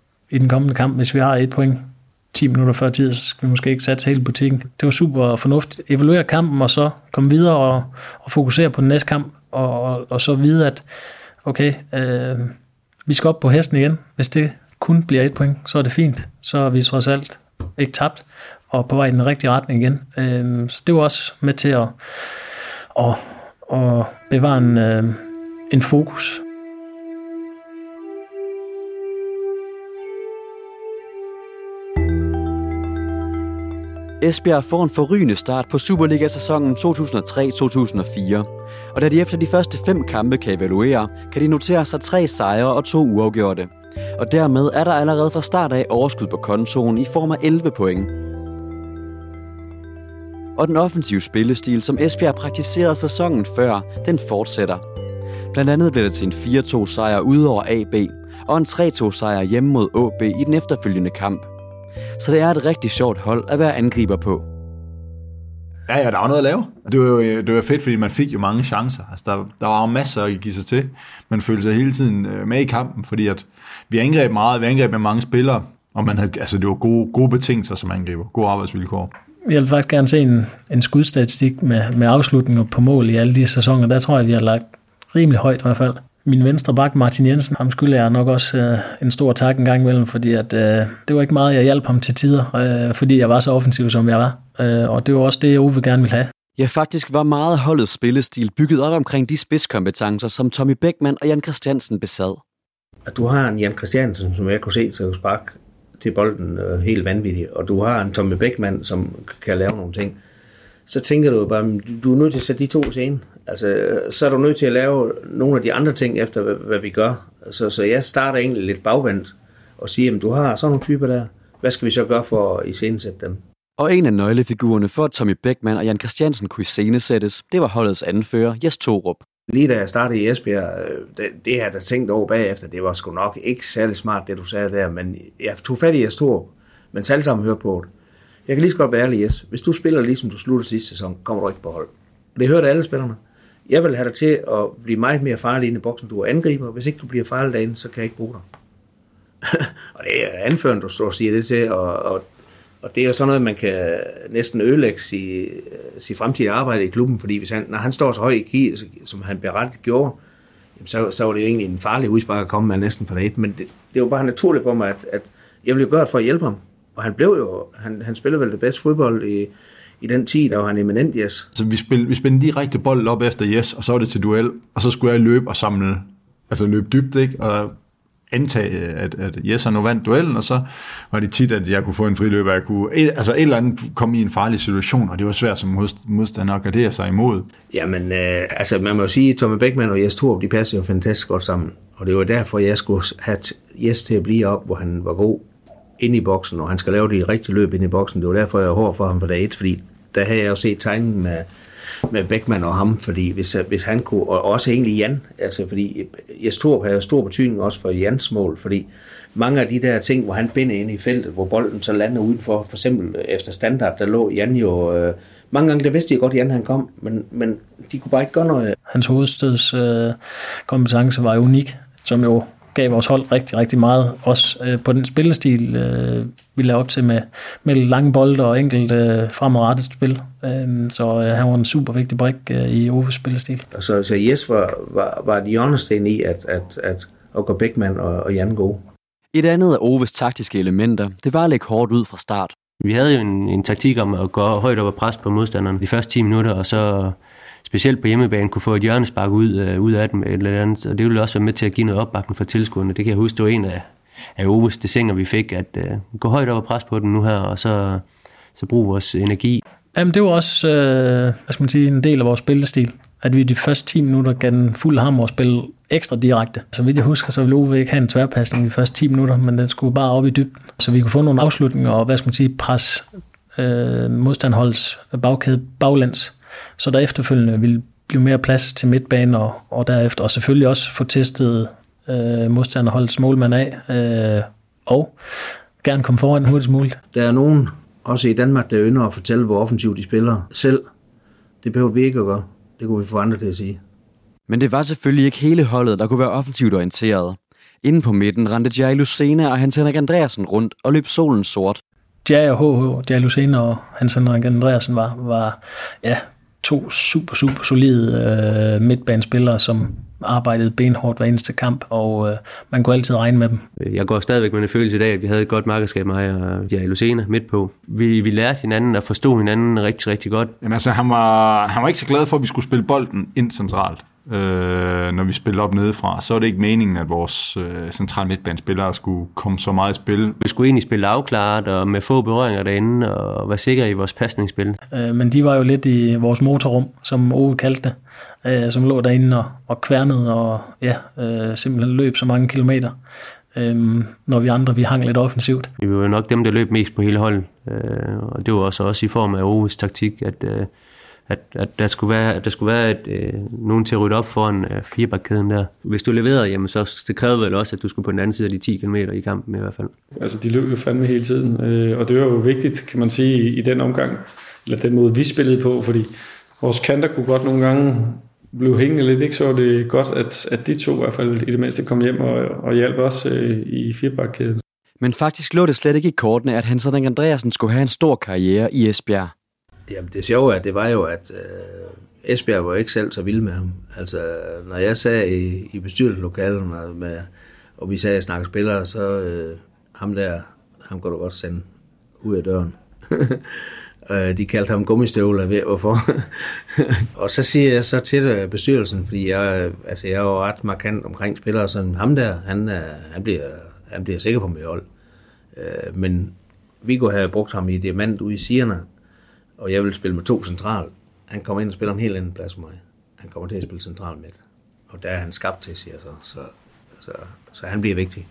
i den kommende kamp, hvis vi har et point ti minutter før tid, så skal vi måske ikke satse hele butikken. Det var super fornuftigt. Evaluere kampen, og så komme videre og, og fokusere på den næste kamp, og, og, og så vide, at okay, øh, vi skal op på hesten igen. Hvis det kun bliver et point, så er det fint. Så er vi trods alt ikke tabt, og på vej i den rigtige retning igen. Øh, så det var også med til at, at, at bevare en, øh, en fokus. Esbjerg får en forrygende start på Superliga-sæsonen to tusind og tre til to tusind og fire. Og da de efter de første fem kampe kan evaluere, kan de notere sig tre sejre og to uafgjorte. Og dermed er der allerede fra start af overskud på kontoen i form af elleve point. Og den offensive spillestil, som Esbjerg praktiserede sæsonen før, den fortsætter. Blandt andet blev det til en fire to sejr ude over A B, og en tre to sejr hjemme mod A B i den efterfølgende kamp. Så det er et rigtig sjovt hold at være angriber på. Ja, ja, der var noget at lave. Det var jo det var fedt, fordi man fik jo mange chancer. Altså, der, der var jo masser at give sig til. Man følte sig hele tiden med i kampen, fordi at vi angreb meget, vi angreb med mange spillere, og man havde, altså, det var gode, gode betingelser som angriber, gode arbejdsvilkår. Jeg vil faktisk gerne se en, en skudstatistik med, med afslutninger på mål i alle de sæsoner. Der tror jeg, vi har lagt rimelig højt i hvert fald. Min venstre bak, Martin Jensen, ham skylder jeg nok også øh, en stor tak en gang imellem, fordi at, øh, det var ikke meget, jeg hjalp ham til tider, øh, fordi jeg var så offensiv, som jeg var. Øh, og det var også det, jeg Ove gerne ville have. Ja, faktisk var meget holdets spillestil bygget op omkring de spidskompetencer, som Tommy Beckmann og Jan Christiansen besad. At du har en Jan Christiansen, som jeg kunne se til at sparke til bolden øh, helt vanvittigt, og du har en Tommy Beckmann, som kan lave nogle ting, så tænker du bare, du er nødt til at sætte de to scene. Altså, så er du nødt til at lave nogle af de andre ting efter, hvad, hvad vi gør. Så, så jeg starter egentlig lidt bagvendt og siger, at du har sådan nogle typer der. Hvad skal vi så gøre for at iscenesætte dem? Og en af nøglefigurerne for, at Tommy Beckmann og Jan Christiansen kunne iscenesættes, det var holdets anfører, Jes Torup. Lige da jeg startede i Esbjerg, det, det her, der tænkte over bagefter, det var sgu nok ikke særlig smart, det du sagde der, men jeg tog fat i Jes Torup, men alle sammen hørte på det. Jeg kan lige så godt være ærlig, Jes. Hvis du spiller ligesom du slutter sidste sæson, kommer du ikke på hold. Det hørte alle spillerne. Jeg vil have dig til at blive meget mere farlig inde i boksen, du er angriber. Hvis ikke du bliver farlig derinde, så kan jeg ikke bruge dig. Og det er anførende, du står og siger det til, og, og, og det er jo sådan noget, man kan næsten ødelægge sit, sit fremtidige arbejde i klubben, fordi hvis han, når han står så højt i ki, som han berettigt gjorde, så, så var det jo egentlig en farlig udspark at komme med næsten for det. Men det, det var bare naturligt for mig, at, at jeg ville gøre det for at hjælpe ham. Og han blev jo, han, han spillede vel det bedste fodbold i, i den tid, der var han eminent, Jes. Så vi spillede, vi spillede direkte bold op efter Jes, og så var det til duel, og så skulle jeg løbe og samle, altså løbe dybt, ikke? Og antage, at, at Jes han nu vandt duellen, og så var det tit, at jeg kunne få en friløb, og jeg kunne, altså et eller andet komme i en farlig situation, og det var svært som modstander at gardere sig imod. Jamen, øh, altså man må jo sige, at Tommy Beckmann og Jes Thorup, de passer jo fantastisk godt sammen, og det var derfor, jeg skulle have Jes til at blive op, hvor han var god inde i boksen, og han skal lave de rigtige løb inde i boksen. Det var derfor, jeg var hård for ham på dag et, fordi der havde jeg jo set tegningen med, med Beckmann og ham, fordi hvis, hvis han kunne, og også egentlig Jan, altså fordi Jes Thorup havde stor betydning også for Jans mål, fordi mange af de der ting, hvor han binder ind i feltet, hvor bolden så lander udenfor, for eksempel efter standard, der lå Jan jo, øh, mange gange der vidste jeg godt, at Jan han kom, men, men de kunne bare ikke gøre noget. Hans hovedstøds øh, kompetence var unik, som jo gav vores hold rigtig, rigtig meget, også øh, på den spillestil, øh, vi lavede op til med, med lange bolde og enkelt øh, fremadrettet spil. Øh, så øh, han var en super vigtig brik øh, i Oves spillestil. Så, så Jes var, var, var de hjørnesten i, at, at, at, at gå Beckmann og, og Jan gode. Et andet af Oves taktiske elementer, det var at lægge hårdt ud fra start. Vi havde jo en, en taktik om at gå højt op og presse på modstanderen de første ti minutter, og så specielt på hjemmebane kunne få et hjørnespark ud, øh, ud af dem eller andet, og det ville også være med til at give noget opbakning for tilskuerne. Det kan jeg huske, det var en af, af Oves desinger, vi fik, at øh, gå højt op og presse på den nu her, og så, så bruge vores energi. Jamen det var også øh, hvad skal man sige, en del af vores spillestil, at vi de første ti minutter gav den fuld hammer og spille ekstra direkte. Så vidt jeg husker, så ville Ove ikke have en tværpasning de første ti minutter, men den skulle bare op i dybden, så vi kunne få nogle afslutninger og hvad skal man sige, pres øh, modstandholdets bagkæde baglæns, så der efterfølgende ville blive mere plads til midtbanen og, og derefter, og selvfølgelig også få testet øh, modstanderholdets målmand af, øh, og gerne komme foran hurtigst muligt. Der er nogen, også i Danmark, der ynder at fortælle, hvor offensivt de spiller selv. Det behøver vi ikke at gøre. Det kunne vi få andre til at sige. Men det var selvfølgelig ikke hele holdet, der kunne være offensivt orienteret. Inden på midten rendte Jerry Lucena og Hans Henrik Andreasen rundt og løb solen sort. Jerry og H H, Jerry Lucena og Hans Henrik Andreasen var, var ja, to super, super solide øh, midtbanespillere, som arbejdede benhårdt hver eneste kamp, og øh, man kunne altid regne med dem. Jeg går stadigvæk med en følelse i dag, at vi havde et godt markedskab, mig og Jerry Lucena midt på. Vi, vi lærte hinanden og forstod hinanden rigtig, rigtig godt. Jamen altså, han var, han var ikke så glad for, at vi skulle spille bolden ind centralt, øh, når vi spillede op nedefra. Så var det ikke meningen, at vores øh, centrale midtbanespillere skulle komme så meget i spil. Vi skulle egentlig spille afklaret og med få berøringer derinde og være sikre i vores pasningsspil. Øh, men de var jo lidt i vores motorrum, som Ove kaldte det, øh, som lå derinde og, og kværnede og ja, øh, simpelthen løb så mange kilometer, øh, når vi andre vi hang lidt offensivt. Vi var jo nok dem, der løb mest på hele holdet, øh, og det var også, også i form af Oves taktik, at øh, At, at der skulle være, at der skulle være et, øh, nogen til at rydde op foran øh, firebakkæden der. Hvis du leverede, jamen, så det krævede vel også, at du skulle på den anden side af de ti kilometer i kampen i hvert fald. Altså, de løb jo fandme hele tiden, øh, og det var jo vigtigt, kan man sige, i, i den omgang, eller den måde, vi spillede på, fordi vores kanter kunne godt nogle gange blive hængende lidt, ikke? Så var det godt, at, at de to i hvert fald i det mindste kom hjem og, og hjalp os øh, i firebakkæden. Men faktisk lå det slet ikke i kortene, at Hans Henrik Andreasen skulle have en stor karriere i Esbjerg. Jamen det sjove er, det var jo, at øh, Esbjerg var ikke selv så vild med ham. Altså, når jeg sagde i, i bestyrelseslokalerne, med, og vi sagde, at jeg snakkede spillere, så øh, ham der, ham kunne du godt sende ud af døren. De kaldte ham gummistøvler, ved hvorfor. Og så siger jeg så til bestyrelsen, fordi jeg, altså jeg er jo ret markant omkring spillere, sådan ham der, han, han, bliver, han bliver sikker på mit hold. Men vi kunne have brugt ham i diamant ude i sigerne, og jeg vil spille med to central. Han kommer ind og spiller en helt anden plads for mig. Han kommer til at spille central midt. Og der er han skabt til, siger jeg så. Så, så, så han bliver vigtig.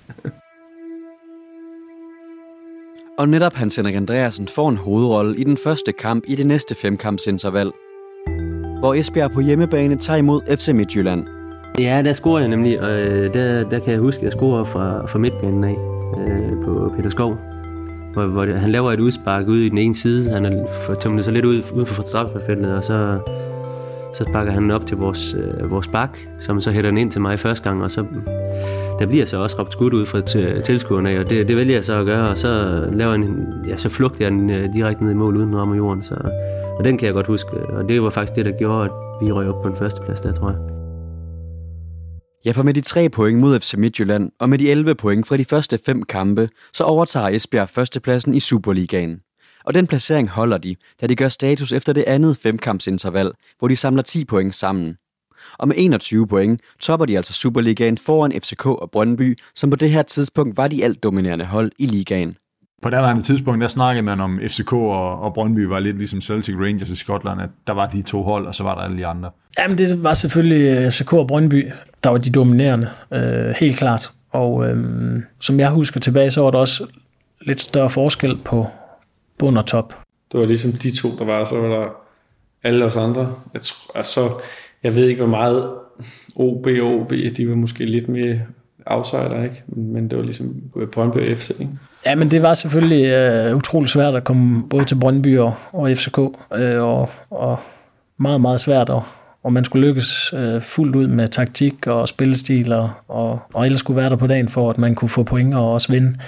Og netop Hans Henrik Andreasen får en hovedrolle i den første kamp i det næste femkampsinterval, hvor Esbjerg på hjemmebane tager imod F C Midtjylland. Ja, der scorer jeg nemlig, og der, der kan jeg huske, at jeg scorer fra, fra midtbanen af øh, på Peter Skov. Hvor, hvor han laver et udspark ude i den ene side. Han har tømmet så lidt ud, ud for straffefeltet, og så, så sparker han op til vores, øh, vores bak, som så hætter den ind til mig første gang, og så der bliver så også råbt skud ud fra tilskuerne, og det, det vælger jeg så at gøre, og så laver en, ja, så flugter jeg den uh, direkte ned i mål uden rammer jorden, så, og den kan jeg godt huske, og det var faktisk det, der gjorde, at vi røg op på den første plads der, tror jeg. Ja, for med de tre point mod F C Midtjylland, og med de elleve point fra de første fem kampe, så overtager Esbjerg førstepladsen i Superligaen. Og den placering holder de, da de gør status efter det andet femkampsinterval, hvor de samler ti point sammen. Og med enogtyve point topper de altså Superligaen foran F C K og Brøndby, som på det her tidspunkt var de alt dominerende hold i ligaen. På det her tidspunkt, der snakkede man om F C K og, og Brøndby var lidt ligesom Celtic Rangers i Skotland, at der var de to hold, og så var der alle de andre. Jamen det var selvfølgelig F C K og Brøndby, der var de dominerende, øh, helt klart. Og øh, som jeg husker tilbage, så var der også lidt større forskel på bund og top. Det var ligesom de to, der var, så var der alle os andre. Jeg, tror, altså, jeg ved ikke, hvor meget O B og O B, de var måske lidt mere outsider, ikke? Men det var ligesom Brøndby og F C, ikke? Ja, men det var selvfølgelig øh, utroligt svært at komme både til Brøndby og, og F C K, øh, og, og meget, meget svært, og, og man skulle lykkes øh, fuldt ud med taktik og spillestil, og, og, og ellers skulle være der på dagen for, at man kunne få point og også vinde.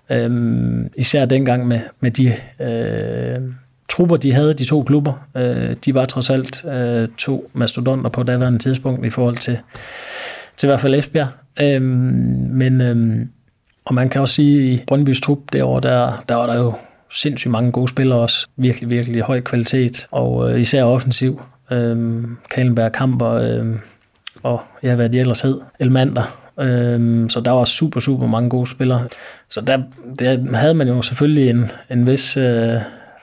Øhm, især dengang med, med de øh, trupper, de havde, de to klubber. Øh, de var trods alt øh, to mastodonter på daværende tidspunkt i forhold til, til i hvert fald Esbjerg. Øhm, men øhm, og man kan også sige, at i Brøndbys trup derovre, der, der var der jo sindssygt mange gode spillere også. Virkelig, virkelig høj kvalitet, og øh, især offensiv. Øhm, Kalenberg, Kamper, øhm, og ja, hvad de ellers hed, Elmander. Øhm, så der var super, super mange gode spillere. Så der, der havde man jo selvfølgelig en, en vis øh,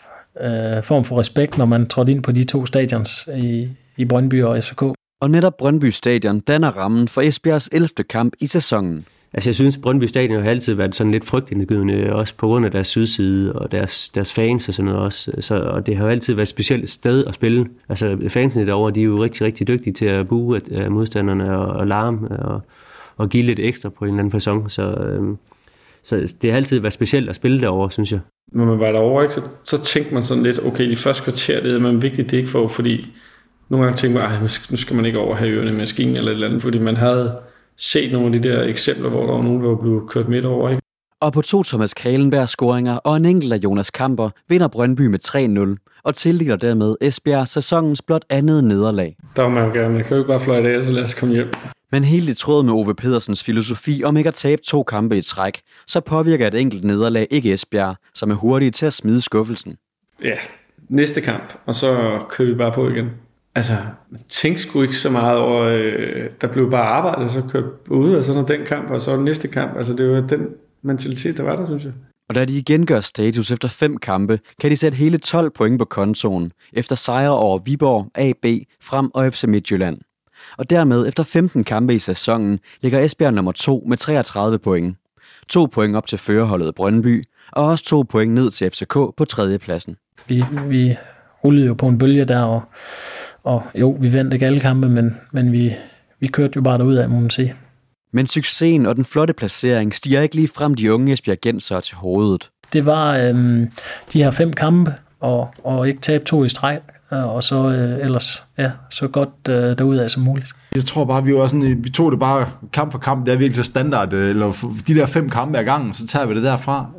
øh, form for respekt, når man trådte ind på de to stadions i, i Brøndby og F C K. Og netop Brøndby Stadion danner rammen for Esbjergs ellevte kamp i sæsonen. Altså jeg synes, Brøndby Stadion har altid været sådan lidt frygtindgydende, også på grund af deres sydside og deres, deres fans og sådan noget også. Så, og det har jo altid været et specielt sted at spille. Altså fansene derovre, de er jo rigtig, rigtig dygtige til at buge af modstanderne og, og larme og, og give lidt ekstra på en eller anden facon. Så, øhm, så det har altid været specielt at spille derovre, synes jeg. Når man var derovre, ikke, så, så tænkte man sådan lidt, okay, de første kvarter, det er man vigtigt, det ikke for, fordi nogle gange tænkte man, nu skal man ikke over have ørerne i maskinen eller et eller andet, fordi man havde set nogle af de der eksempler, hvor der var nogen, der var blevet kørt midt over, ikke? Og på to Thomas Kalenberg scoringer og en enkelt af Jonas Kamper vinder Brøndby med tre nul og tildeler dermed Esbjerg sæsonens blot andet nederlag. Der var man jo gerne, man kan jo ikke bare fløjte af, så lad os komme hjem. Men helt i tråd med Ove Pedersens filosofi om ikke at tabe to kampe i træk, så påvirker et enkelt nederlag ikke Esbjerg, som er hurtige til at smide skuffelsen. Ja, næste kamp, og så kører vi bare på igen. Altså, man tænkte sgu ikke så meget over, øh, der blev bare arbejdet, så kørte ud, og så når den kamp, og så den næste kamp. Altså, det var den mentalitet, der var der, synes jeg. Og da de igen gør status efter fem kampe, kan de sætte hele tolv point på kontoen, efter sejre over Viborg, A B, Frem og F C Midtjylland. Og dermed, efter femten kampe i sæsonen, ligger Esbjerg nummer to med treogtredive point. To point op til førerholdet Brøndby, og også to point ned til F C K på tredjepladsen. Vi, vi rullede jo på en bølge der, og Og jo, vi vandt ikke alle kampe, men, men vi, vi kørte jo bare derudad, må man sige. Men succesen og den flotte placering stiger ikke lige frem de unge esbjergensere til hovedet. Det var øhm, de her fem kampe, og, og ikke tabe to i streg, og så øh, ellers ja, så godt øh, derudad som muligt. Jeg tror bare, vi var sådan, vi tog det bare kamp for kamp, det er virkelig så standard, eller de der fem kampe ad gangen, så tager vi det derfra.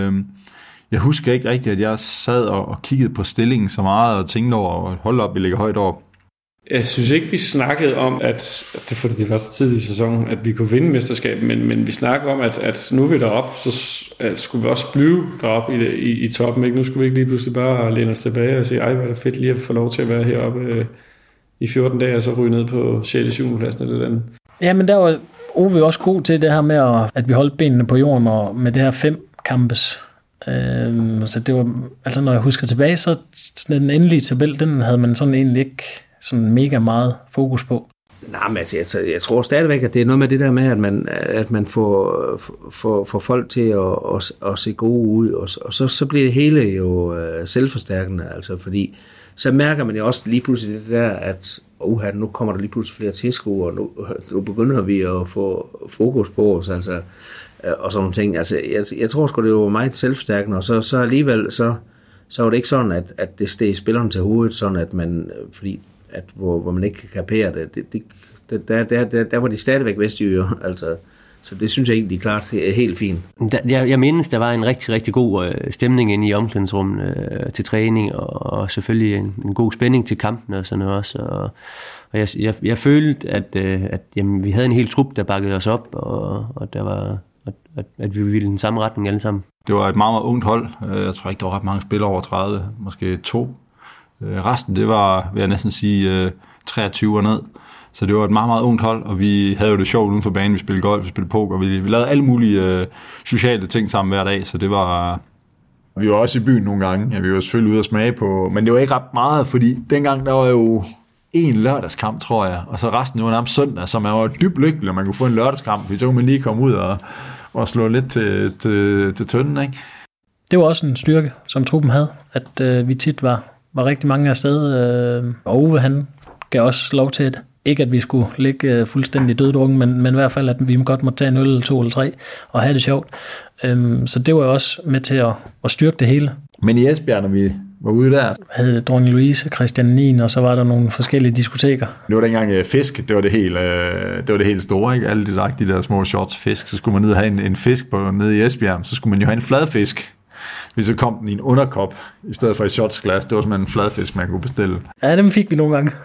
Jeg husker ikke rigtigt, at jeg sad og kiggede på stillingen så meget, og tænkte over, hold op, vi ligger højt op. Jeg synes ikke, vi snakkede om, at det, fordi det var så tidligt i sæsonen, at vi kunne vinde mesterskabet, men, men vi snakkede om, at, at nu er vi deroppe, så skulle vi også blive deroppe i, i, i toppen. Ikke? Nu skulle vi ikke lige pludselig bare læne os tilbage og sige, ej, hvor er det fedt lige at få lov til at være heroppe øh, i fjorten dage, og så ryge ned på sjette syvende pladsen eller andet. Ja, men der var Ove også god til det her med, at, at vi holdt benene på jorden, og med det her fem kampes. Øhm, så det var, altså når jeg husker tilbage, så den endelige tabel, den havde man sådan egentlig ikke sådan mega meget fokus på. Nej, men altså, jeg, jeg tror stadigvæk, at det er noget med det der med, at man, at man får, får, får folk til at, at, at se gode ud, og, og så, så bliver det hele jo uh, selvforstærkende, altså fordi så mærker man jo også lige pludselig det der, at uh, nu kommer der lige pludselig flere tilskuere, og nu, nu begynder vi at få fokus på os, altså, og sådan nogle ting. Altså, jeg, jeg tror sgu, det var meget selvforstærkende, og så, så alligevel, så, så var det ikke sådan, at, at det steg spilleren til hovedet, sådan at man, fordi at hvor, hvor man ikke kan kapere det, det, det der, der, der, der var de stadigvæk vestjyder, altså, så det synes jeg egentlig klart er helt fint. Jeg, jeg mindes, der var en rigtig, rigtig god øh, stemning inde i omklædningsrummet øh, til træning, og, og selvfølgelig en, en god spænding til kampen og sådan noget også, og, og jeg, jeg, jeg følte, at, øh, at jamen, vi havde en hel trup, der bakkede os op, og, og der var at, at, at vi ville i den samme retning alle sammen. Det var et meget, meget ungt hold. Jeg tror ikke, der var ret mange spillere over tredive, måske to. Resten, det var, vil jeg næsten sige, treogtyve og ned. Så det var et meget, meget ungt hold, og vi havde jo det sjovt uden for banen. Vi spillede golf, vi spillede poker, vi, vi lavede alle mulige uh, sociale ting sammen hver dag, så det var... Vi var også i byen nogle gange, ja, vi var selvfølgelig ude at smage på, men det var ikke ret meget, fordi dengang der var jo en lørdagskamp, tror jeg, og så resten var nærmest søndag, så man var dybt lykkelig, at man kunne få en lørdagskamp, fordi så kunne man lige komme ud og, og slå lidt til, til, til tønden, ikke? Det var også en styrke, som truppen havde, at øh, vi tit var, var rigtig mange af sted, øh, og Ove, han gav også lov til det. Ikke at vi skulle ligge uh, fuldstændig døddrunken, men, men i hvert fald, at vi godt måtte tage en øl eller to eller tre og have det sjovt. Um, så det var jo også med til at, at styrke det hele. Men i Esbjerg, når vi var ude der? Havde Dronning Louise, Christian Nien, og så var der nogle forskellige diskoteker. Det var dengang uh, fisk, det var det helt, uh, det var det helt store, ikke? Alle de der, de der små shorts fisk, så skulle man ned og have en, en fisk på, nede i Esbjerg, så skulle man jo have en fladfisk. Hvis så kom den i en underkop, i stedet for et shotsglas. Det var simpelthen en fladfisk, man kunne bestille. Ja, dem fik vi nogle gange.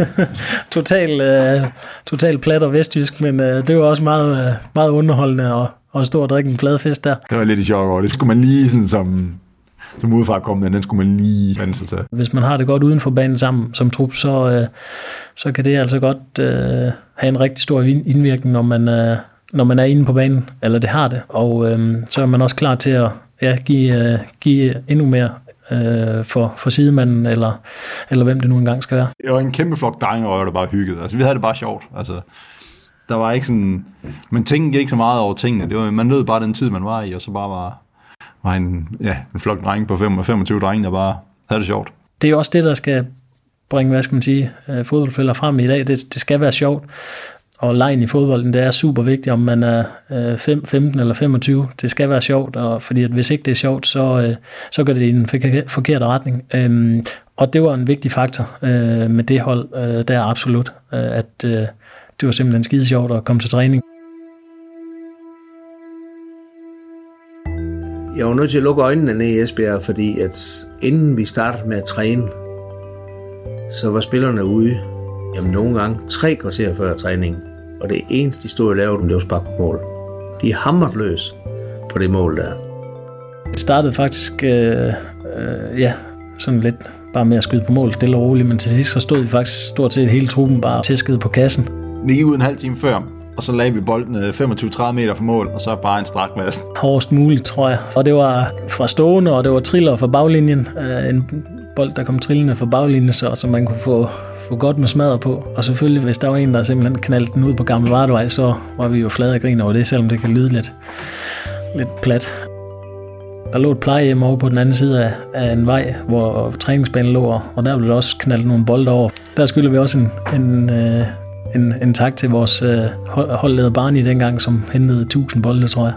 total, uh, total plat og vestjysk, men uh, det var også meget, uh, meget underholdende og, og stå og drikke en fladfisk der. Det var lidt i chok over. Det skulle man lige sådan som, som udefra kommende, den skulle man lige vende sig til. Hvis man har det godt uden for banen sammen som trup, så, uh, så kan det altså godt uh, have en rigtig stor indvirkning, når man, uh, når man er inde på banen, eller det har det. Og uh, så er man også klar til at ja, give, uh, give endnu mere uh, for, for sidemanden, eller, eller hvem det nu engang skal være. Det var en kæmpe flok drenge, og der bare hyggede. Altså, vi havde det bare sjovt. Altså, der var ikke sådan... Man tænkte ikke så meget over tingene. Det var, man nød bare den tid, man var i, og så bare var, var en, ja, en flok drenge på femogtyve drenge, der bare havde det sjovt. Det er også det, der skal bringe, hvad skal man sige, fodboldspillere frem i dag. Det, det skal være sjovt. Og lejen i fodbolden, det er super vigtigt, om man er øh, fem, femten eller femogtyve. Det skal være sjovt, og fordi at hvis ikke det er sjovt, så, øh, så går det i en forkert retning. Øhm, og det var en vigtig faktor øh, med det hold, øh, der absolut, øh, at øh, det var simpelthen skide sjovt at komme til træning. Jeg var nødt til at lukke øjnene ned i Esbjerg, fordi at inden vi startede med at træne, så var spillerne ude. Jamen nogle gange tre kvarter før træningen, og det eneste, de stod og lavede, det var spark på mål. De er hamret løs på det mål der. Det startede faktisk, øh, øh, ja, sådan lidt bare med at skyde på mål, stille og roligt, men til sidst så stod vi faktisk stort set hele truppen bare tæskede på kassen. Vi gik ud en halv time før, og så lagde vi bolden femogtyve til tredive meter fra mål, og så bare en strakmast. Hårdest muligt, tror jeg. Og det var fra stående, og det var triller fra baglinjen. Øh, en bold, der kom trillende fra baglinjen, så, så man kunne få få godt med smadret på. Og selvfølgelig, hvis der var en, der simpelthen knaldte den ud på Gamle Vardevej, så var vi jo flade af grin over det, selvom det kan lyde lidt, lidt plat. Der lå et plejehjem over på den anden side af, af en vej, hvor træningsbanen lå, og der blev der også knaldet nogle bolde over. Der skylder vi også en, en, øh, en, en tak til vores øh, holdleder Barney dengang, som hentede tusind bolde, tror jeg.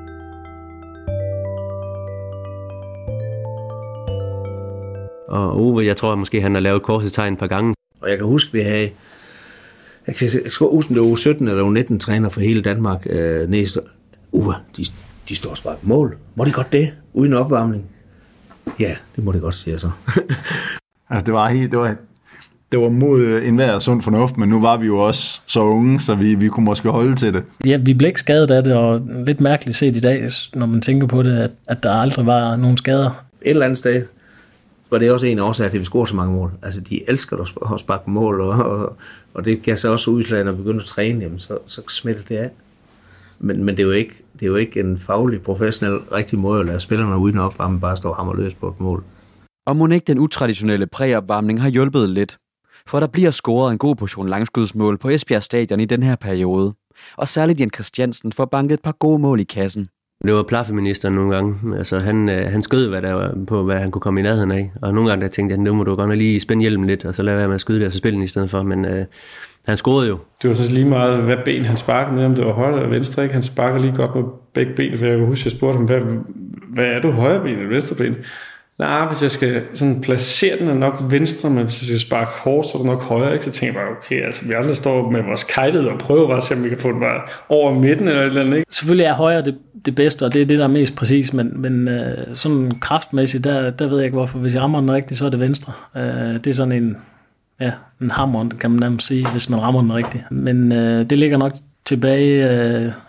Og Ove, jeg tror at måske, han har lavet korsets tegn et par gange. Og jeg kan huske, vi havde... Jeg kan huske, det var U sytten eller U nitten træner for hele Danmark. Øh, næste. Uwe, de, de står og sparer på mål. Må de godt det? Uden opvarmning? Ja, det må det godt, siger jeg så. Altså, det var helt... Det var, det var mod enhver sund fornuft, men nu var vi jo også så unge, så vi, vi kunne måske holde til det. Ja, vi blev ikke skadet af det, og lidt mærkeligt set i dag, når man tænker på det, at, at der aldrig var nogen skader. Et eller andet sted var det også en årsag til, at vi scorer så mange mål. Altså, de elsker at sparke på mål, og, og, og det kan så også udslag, når vi begynder at træne, jamen, så, så smitter det af. Men, men det, er jo ikke, det er jo ikke en faglig, professionel, rigtig måde at lade spillerne uden opvarme bare stå hammerløs på et mål. Og mon ikke den utraditionelle præopvarmning har hjulpet lidt? For der bliver scoret en god portion langskudsmål på Esbjerg Stadion i den her periode. Og særligt Jan Christiansen får banket et par gode mål i kassen. Det var plaffeministeren nogle gange. Altså, han, han skød, hvad der var på, hvad han kunne komme i nærheden af. Og nogle gange der tænkte jeg, nu må du godt lige spænde hjelmen lidt, og så lade være med at skyde det, og så spille den i stedet for. Men øh, han scorede jo. Det var så lige meget, hvad ben han sparkede med, om det var højre eller venstre. Ikke? Han sparker lige godt med begge ben, for jeg kan huske, jeg spurgte ham, hvad, hvad er du, højre ben eller venstre ben? Nej, hvis jeg skal sådan placere den, er nok venstre, men hvis jeg skal sparke hårdt, så er det nok højre. Ikke? Så tænker jeg bare, okay, altså vi andre står med vores kejlede og prøver bare at se, om vi kan få den bare over midten eller et eller andet. Ikke? Selvfølgelig er højre det, det bedste, og det er det, der er mest præcis, men, men øh, sådan kraftmæssigt, der, der ved jeg ikke hvorfor. Hvis jeg rammer den rigtigt, så er det venstre. Øh, det er sådan en, ja, en hammer, kan man nærmest sige, hvis man rammer den rigtigt. Men øh, det ligger nok tilbage øh,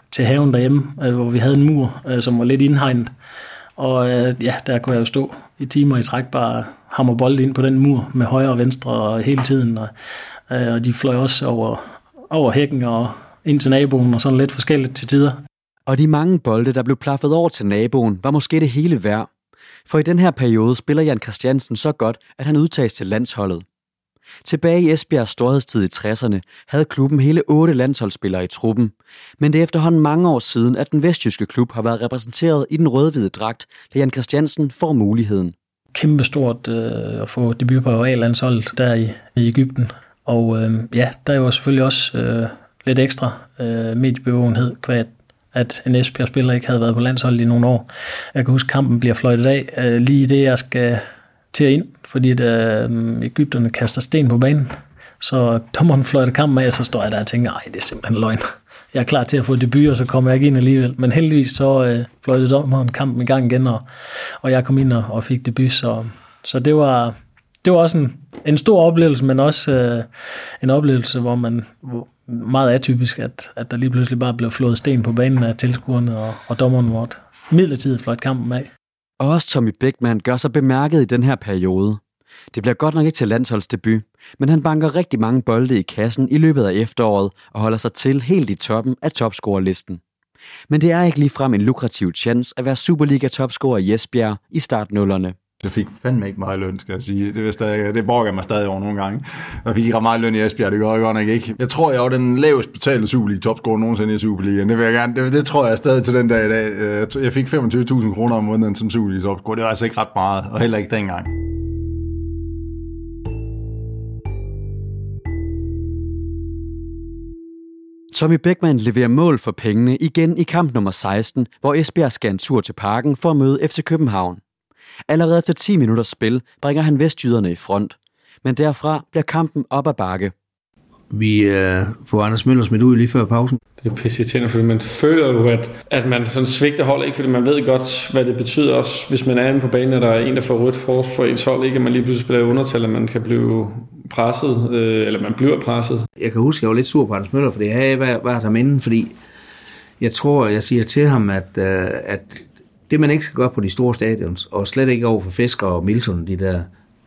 til haven derhjemme, øh, hvor vi havde en mur, øh, som var lidt indhegnet. Og øh, ja, der kunne jeg jo stå i timer i træk, bare hammer bold ind på den mur med højre og venstre og hele tiden. Og, øh, og de fløj også over, over hækken og ind til naboen og sådan lidt forskelligt til tider. Og de mange bolde, der blev plaffet over til naboen, var måske det hele værd. For i den her periode spiller Jan Christiansen så godt, at han udtages til landsholdet. Tilbage i Esbjergs storhedstid i tresserne havde klubben hele otte landsholdsspillere i truppen. Men det er efterhånden mange år siden, at den vestjyske klub har været repræsenteret i den rød-hvide dragt, da Jan Christiansen får muligheden. Kæmpe stort øh, at få debut på A-landsholdet der i, i Egypten. Og øh, ja, der er jo selvfølgelig også øh, lidt ekstra øh, mediebevågenhed, kvad at en Esbjerg-spiller ikke havde været på landsholdet i nogle år. Jeg kan huske, kampen bliver fløjtet af øh, lige det, jeg skal til at ind, fordi da øh, Egypterne kaster sten på banen, så dommeren fløjter kampen af, og så står jeg der og tænker, ej, det er simpelthen løgn. Jeg er klar til at få debut, og så kommer jeg ikke ind alligevel. Men heldigvis så øh, fløjtede dommeren kampen i gang igen, og, og jeg kom ind og, og fik debut, så, så det var, det var også en, en stor oplevelse, men også øh, en oplevelse, hvor man hvor, meget atypisk, at, at der lige pludselig bare blev flået sten på banen af tilskuerne, og, og dommeren måtte midlertidigt fløjte kampen af. Og også Tommy Bechmann gør sig bemærket i den her periode. Det bliver godt nok ikke til landsholdsdebut, men han banker rigtig mange bolde i kassen i løbet af efteråret og holder sig til helt i toppen af topscorerlisten. Men det er ikke ligefrem en lukrativ chance at være Superliga-topscorer i Esbjerg i startnullerne. Jeg fik fandme ikke meget løn, skal jeg sige. Det, stadig, det borger mig stadig over nogle gange. Jeg fik ikke ret meget løn i Esbjerg, det gør jeg godt nok ikke. Jeg tror, jeg var den lavest betalte Superliga-topscorer nogensinde i Superligaen. Det vil jeg gerne. Det, det tror jeg stadig til den dag i dag. Jeg fik femogtyve tusind kroner om måneden som Superliga-topscorer. Det var altså ikke ret meget, og heller ikke dengang. Tommy Bechmann leverer mål for pengene igen i kamp nummer seksten, hvor Esbjerg skal en tur til Parken for at møde F C København. Allerede efter ti minutters spil bringer han vestjyderne i front, men derfra bliver kampen op ad bakke. Vi øh, får Anders Møller smidt ud lige før pausen. Det er pisseirriterende, fordi man føler jo, at, at man sådan svigter hold, ikke? Fordi man ved godt, hvad det betyder også, hvis man er inde på banen, og der er en, der får rødt for, for ens hold, ikke? At man lige pludselig spiller undertal, at man kan blive presset, øh, eller man bliver presset. Jeg kan huske, at jeg var lidt sur på Anders Møller, fordi jeg havde været ham inden, fordi jeg tror, jeg siger til ham, at, øh, at det, man ikke skal gøre på de store stadions, og slet ikke over for Fisker og Milton, de der,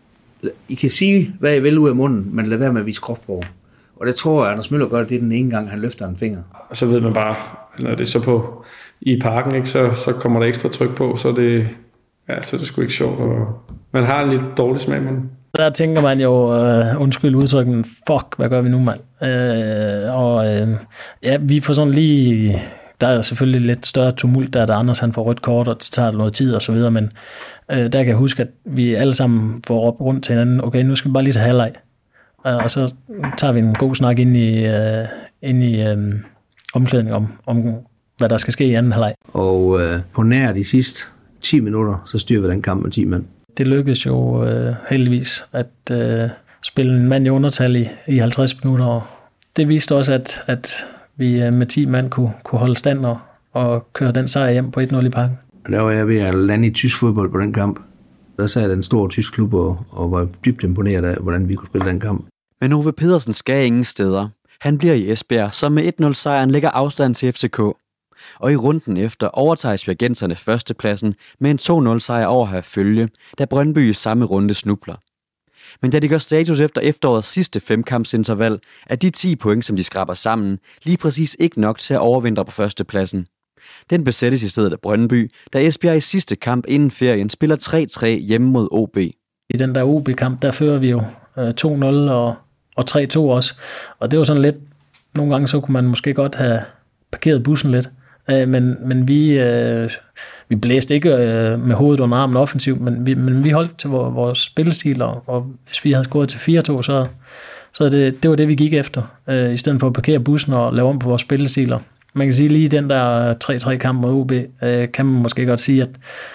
I kan sige, hvad I vil ud af munden, men lad være med at vise kropsprog. Og det tror jeg, Anders Møller gør det den ene gang, han løfter en finger. Og så ved man bare, når det er så på i Parken, ikke, så, så kommer der ekstra tryk på, så det, ja, så er det sgu ikke sjovt. Og man har en lidt dårlig smag, man. Der tænker man jo, øh, undskyld udtrykken, fuck, hvad gør vi nu, mand? Øh, og øh, ja, vi får sådan lige, der er selvfølgelig lidt større tumult, der er Anders, han får rødt kort, og det tager noget tid og så videre, men øh, der kan jeg huske, at vi alle sammen får råbt rundt til hinanden, okay, nu skal vi bare lige tage halvleg. Og så tager vi en god snak ind i, uh, ind i um, omklædning om, om, hvad der skal ske i anden halvleg. Og uh, på nær de sidste ti minutter, så styrer vi den kamp med ti mand. Det lykkedes jo uh, heldigvis at uh, spille en mand i undertal i, i halvtreds minutter. Og det viste også, at, at vi uh, med ti mand kunne, kunne holde stand og, og køre den sejr hjem på et nul i Parken. Der var jeg ved at lande i tysk fodbold på den kamp. Der sad den store tysk klub og, og var dybt imponeret af, hvordan vi kunne spille den kamp. Men Ove Pedersen skal ingen steder. Han bliver i Esbjerg, som med et nul sejren lægger afstand til F C K. Og i runden efter overtager esbjergenserne førstepladsen med en to nul sejr over Herfølge, da Brøndby i samme runde snubler. Men da de gør status efter efterårets sidste femkampsinterval, er de ti point, som de skraber sammen, lige præcis ikke nok til at overvintre på førstepladsen. Den besættes i stedet af Brøndby, da Esbjerg i sidste kamp inden ferien spiller tre tre hjemme mod O B. I den der O B-kamp, der fører vi jo to nul og, og tre to også. Og det var sådan lidt, nogle gange så kunne man måske godt have parkeret bussen lidt. Men, men vi, øh, vi blæste ikke øh, med hovedet under armen offensivt, men vi, men vi holdt til vores, vores spillestil, og, og hvis vi havde scoret til fire to, så, så det, det var det, vi gik efter, øh, i stedet for at parkere bussen og lave om på vores spillestiler. Man kan sige, lige den der tre tre kamp mod O B, øh, kan man måske godt sige, at,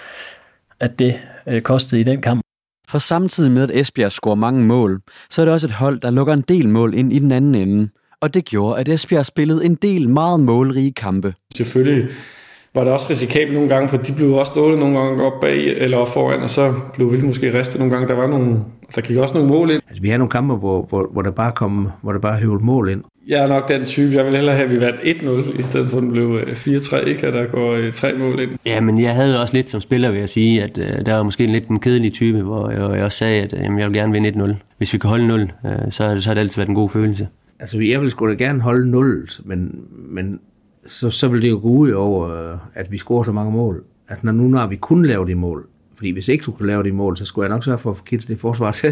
at det øh, kostede i den kamp. For samtidig med, at Esbjerg scorer mange mål, så er det også et hold, der lukker en del mål ind i den anden ende. Og det gjorde, at Esbjerg spillede en del meget målrige kampe. Selvfølgelig var det også risikabelt nogle gange, for de blev også stålet nogle gange op bag eller op foran, og så blev vi måske ristet nogle gange. Der var nogle, der gik også nogle mål ind. Altså, vi havde nogle kampe, hvor, hvor, hvor der bare kom, hvor der bare høvede mål ind. Jeg er nok den type, jeg vil hellere have, at vi vandt et nul, i stedet for at den blev fire tre, ikke? At der går tre mål ind. Ja, men jeg havde også lidt som spiller, vil jeg sige, at uh, der var måske lidt en kedelig type, hvor jeg, jeg også sagde, at jamen, jeg vil gerne vinde et nul. Hvis vi kan holde nul, uh, så, så har det altid været en god følelse. Altså, jeg ville sgu da gerne holde nul, men, men så, så ville det jo gå ud over, at vi scorer så mange mål. At når nu når vi kun lave de mål, fordi hvis ikke du kunne lave de mål, så skulle jeg nok sørge for at få kittet det forsvar til.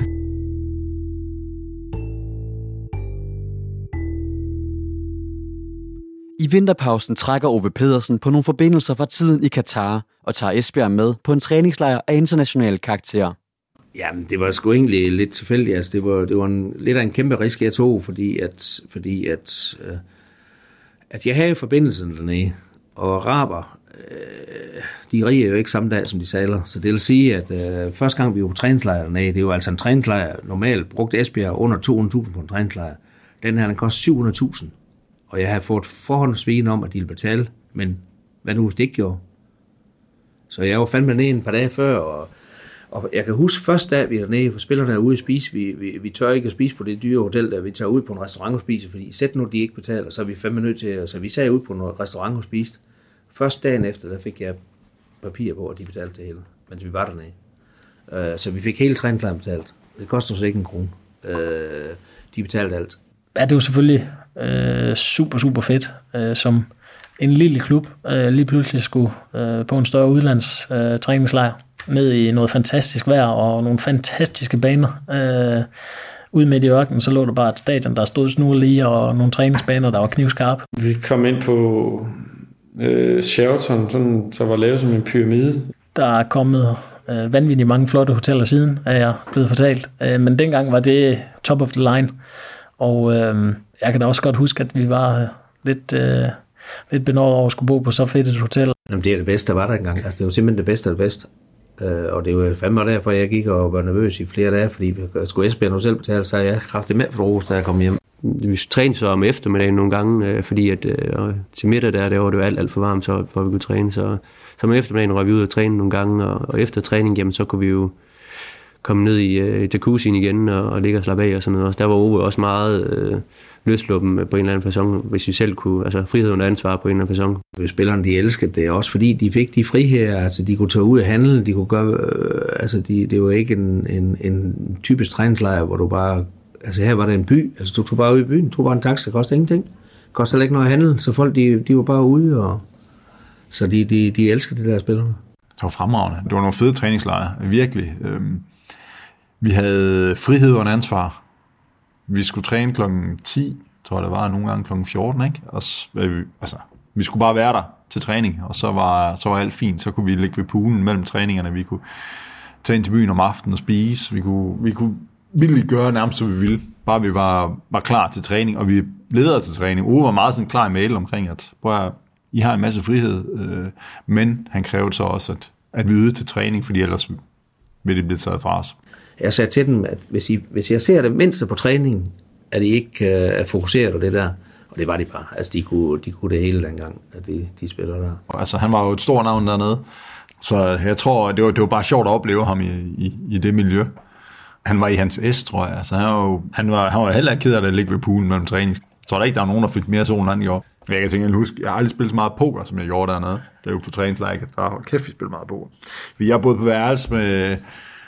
I vinterpausen trækker Ove Pedersen på nogle forbindelser fra tiden i Katar og tager Esbjerg med på en træningslejr af internationale karakterer. Jamen, det var sgu egentlig lidt tilfældigt. Altså, det var, det var en, lidt af en kæmpe risk, jeg tog, fordi at, fordi at, øh, at jeg havde forbindelsen dernede, og araber, øh, de riger jo ikke samme dag, som de sejler. Så det vil sige, at øh, første gang vi var på træningslejr dernede, det var altså en træningslejr, normalt brugte Esbjerg under to hundrede tusind på en træningslejr. Den her, den koster syv hundrede tusind. Og jeg havde fået forhåndsviden om, at de ville betale, men hvad nu hvis det ikke gjorde? Så jeg var fandme nede en par dage før, og, og jeg kan huske første dag, vi er dernede, for spillerne er ude at spise. Vi, vi, vi tør ikke at spise på det dyre hotel, der vi tager ud på en restaurant og spiser, fordi sæt nu, de ikke betaler, så er vi fandme nødt til, så vi sagde ud på en restaurant og spiste. Første dagen efter, der fik jeg papir på, at de betalte det hele, mens vi var dernede. Uh, så vi fik hele træningslejren betalt. Det koster os ikke en krone. Uh, de betalte alt. Ja, det er jo selvfølgelig øh, super, super fedt, øh, som en lille klub øh, lige pludselig skulle øh, på en større udlands øh, træningslejr ned i noget fantastisk vejr og nogle fantastiske baner. Øh, ude midt i ørkenen, så lå der bare et stadion, der stod snurlige, og nogle træningsbaner, der var knivskarpe. Vi kom ind på øh, Sheraton, sådan, der var lavet som en pyramide. Der er kommet øh, vanvittigt mange flotte hoteller siden, er jeg blevet fortalt. Øh, men dengang var det top of the line. Og øh, jeg kan da også godt huske, at vi var øh, lidt, øh, lidt benådet over at skulle bo på så fedt et hotel. Jamen, det er det bedste, der var der engang. Altså, det var simpelthen det bedste af det bedste. Øh, og det var fandme derfor, jeg gik og var nervøs i flere dage, fordi jeg skulle Esbjerg nu selv betale, så jeg kraftigt med for Aarhus, da jeg kom hjem. Vi trænede så om eftermiddagen nogle gange, øh, fordi at, øh, til middag der, der var det jo alt, alt for varmt, så, for at vi kunne træne. Så, så om eftermiddagen røg vi ud og træne nogle gange, og, og efter træning, jamen, så kunne vi jo komme ned i, øh, i jacuzzien igen og, og ligge og slappe af og sådan noget. Der var Ove også meget øh, løsluppen på en eller anden facon, hvis vi selv kunne, altså frihed under ansvar på en eller anden facon. Spillerne, de elskede det også, fordi de fik de friheder, altså de kunne tage ud og handle, de kunne gøre, øh, altså de, det var ikke en, en, en typisk træningslejr, hvor du bare, altså her var det en by, altså du tog bare ud i byen, du tog bare en taxa, det kostede ingenting, det kostede ikke noget at handle, så folk, de, de var bare ude, og så de, de, de elskede det der spillerne. Det var fremragende. Det var nogle fede træningslejre, virkelig. Øhm, vi havde frihed under ansvar. Vi skulle træne klokken ti, tror jeg det var, nogle gange klokken fjorten, ikke? Og vi, altså, vi skulle bare være der til træning, og så var, så var alt fint. Så kunne vi ligge ved poolen mellem træningerne. Vi kunne tage ind til byen om aftenen og spise. Vi kunne, vi kunne vildt gøre nærmest, som vi ville. Bare vi var, var klar til træning, og vi leder til træning. Ove var meget sådan klar i mail omkring, at prøv at, I har en masse frihed, øh, men han krævede så også, at, at vi ydede til træning, fordi ellers ville det blive taget fra os. Jeg sagde til dem, at hvis, I, hvis jeg ser det mindste på træningen, at de ikke øh, er fokuseret på det der. Og det var de bare. Altså, de kunne, de kunne det hele dengang, at de, de spiller der. Altså, han var jo et stort navn dernede. Så jeg tror, det var, det var bare sjovt at opleve ham i, i, i det miljø. Han var i hans S, tror jeg. Altså, han, var jo, han, var, han var heller ikke ked af at ligge ved poolen mellem træning. Jeg tror da ikke, der var nogen, der fik mere sol, end han gjorde. Jeg kan tænke, jeg huske, jeg har aldrig spillet så meget poker, som jeg gjorde dernede. Det er jo på træningslejr. Der var kæft, vi spillede meget poker. Jeg boede på værelse med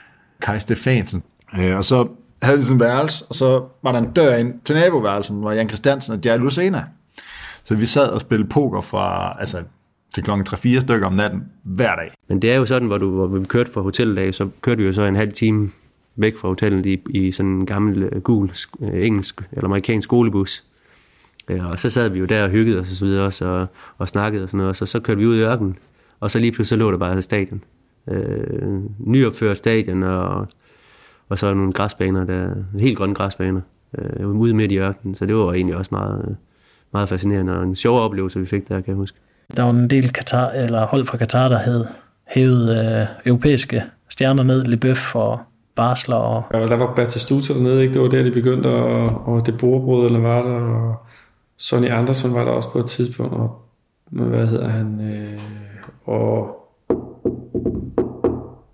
Kai Stefansen. Og så havde vi sådan en værelse, og så var der en dør ind til naboværelsen, hvor Jan Christiansen og Jair Lucena. Så vi sad og spillede poker fra, altså, til klokken tre fire stykker om natten, hver dag. Men det er jo sådan, hvor, du, hvor vi kørte fra hotellet, så kørte vi jo så en halv time væk fra hotellet i, i sådan en gammel uh, gul uh, engelsk eller amerikansk skolebus. Uh, og så sad vi jo der og hyggede os og så videre også, og, og snakkede og sådan noget, og så, så kørte vi ud i ørkenen, og så lige pludselig så lå der bare stadion. Uh, nyopført stadion, og og så nogle græsbaner, der helt grønne græsbaner, øh, ude midt i ørkenen. Så det var egentlig også meget, meget fascinerende, og en sjov oplevelse, vi fik der, kan jeg huske. Der var en del Katar, eller hold fra Katar, der havde hævet øh, europæiske stjerner ned, Leboeuf og Basler. Og ja, der var Batistuta dernede, ikke? Det var der, de begyndte, og, og det Boerbrød, eller var der, og Sonny Andersen var der også på et tidspunkt, og hvad hedder han, øh, og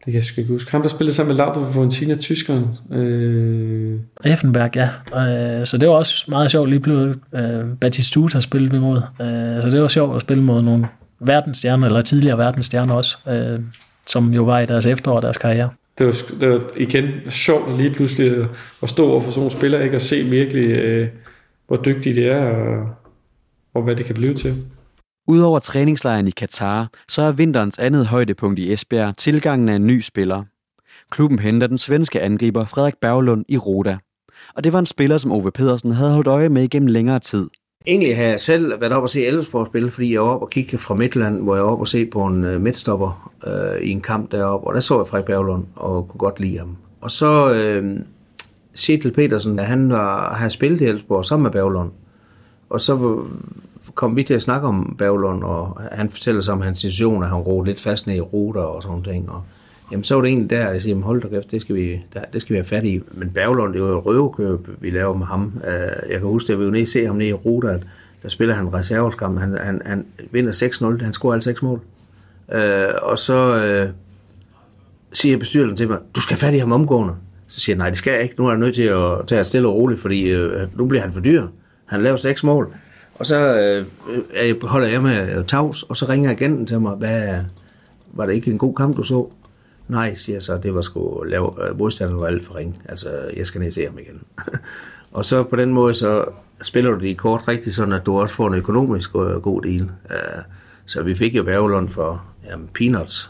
Det kan jeg sgu ikke huske. Ham, der spillede sammen med Laudrup Fiorentina, tyskeren. Øh... Effenberg, ja. Øh, så det var også meget sjovt. Lige blevet øh, Batistuta spillet vi mod. Øh, så det var sjovt at spille mod nogle verdensstjerner, eller tidligere verdensstjerner også, øh, som jo var i deres efterår deres karriere. Det var, det var igen sjovt at lige pludselig at stå over for sådan nogle spillere, ikke? Og se virkelig, øh, hvor dygtige de er, og, og hvad det kan blive til. Udover træningslejren i Katar, så er vinterens andet højdepunkt i Esbjerg tilgangen af en ny spiller. Klubben henter den svenske angriber Frederik Berglund i Roda. Og det var en spiller, som Ove Pedersen havde holdt øje med igennem længere tid. Egentlig har jeg selv været op og se Elfsborg spille, fordi jeg var oppe og kigge fra Midtland, hvor jeg var oppe og se på en uh, midtstopper uh, i en kamp deroppe, og der så jeg Frederik Berglund og kunne godt lide ham. Og så uh, Sietel Petersen, han var, havde spillet i Elfsborg sammen med Berglund, og så kom vi til at snakke om Berglund, og han fortæller sig om hans situation, at han roede lidt fast ned i ruter og sådan ting, og jamen, så var det egentlig der, jeg siger, hold da kæft, det skal vi, der, det skal vi have fat i. Men Berglund, det var jo et røvekøb, vi lavede med ham. Jeg kan huske, at vi jo nede se ham nede i Roda, der spiller han reserveskamp. Han, han, han vinder seks nul, han scorer alle seks mål. Og så øh, siger bestyrelsen til mig, du skal have fat i ham omgående. Så siger jeg, nej, det skal jeg ikke. Nu er jeg nødt til at tage et stille og roligt, fordi øh, nu bliver han for dyr. Han laver seks mål. Og så øh, holder jeg med tavs, og så ringer agenten til mig, hvad, var det ikke en god kamp, du så? Nej, siger jeg så, det var sgu lave, modstanderen var alt for ringe. Altså, jeg skal ned og se ham igen. Og så på den måde, så spiller du de kort rigtigt, sådan at du også får en økonomisk god deal. Så vi fik jo Berglund for jamen, peanuts.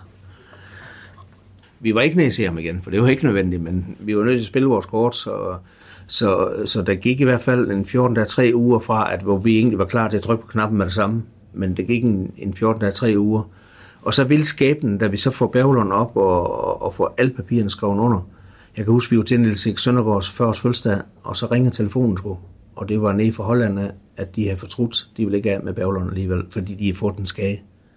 Vi var ikke ned og se ham igen, for det var ikke nødvendigt, men vi var nødt til at spille vores kort, så, så, så der gik i hvert fald en fjorten dage tre uger fra, at hvor vi egentlig var klar til at trykke på knappen med det samme. Men det gik en, en fjorten dage tre uger. Og så vil skæbnen, da vi så får Berglund op og, og får alle papirerne skrevet under. Jeg kan huske, vi var til Niels Erik Søndergaards første fødselsdag, og så ringer telefonen sgu. Og det var nede fra Holland, at de havde fortrudt. De ville ikke af med Berglund alligevel, fordi de havde fået den skage.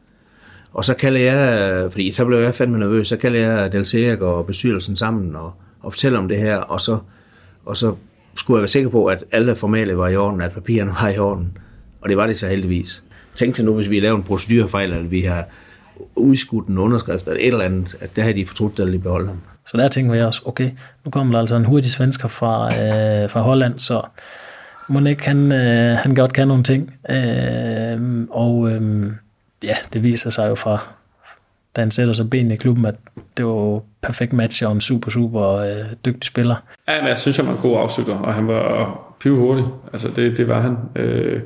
Og så kalder jeg, fordi så blev jeg fandme nervøs, så kalder jeg Niels Erik og bestyrelsen sammen og, og fortæller om det her. Og så, og så skulle jeg være sikker på, at alle formale var i orden, at papirerne var i orden. Og det var det så heldigvis. Tænk til nu, hvis vi laver en procedurefejl, eller vi har udskudt en underskrift eller et eller andet, at der havde de fortrudt, der lige beholdt ham. Så der tænker vi også, okay, nu kommer der altså en hurtig svensker fra, øh, fra Holland, så må ikke han, øh, han godt kan nogle ting. Øh, og øh, ja, det viser sig jo fra, da han sætter sig benene i klubben, at det var perfekt match og en super, super øh, dygtig spiller. Ja, men jeg synes, han var en god afslutter, og han var pivhurtig. Altså, det, det var han. Øh,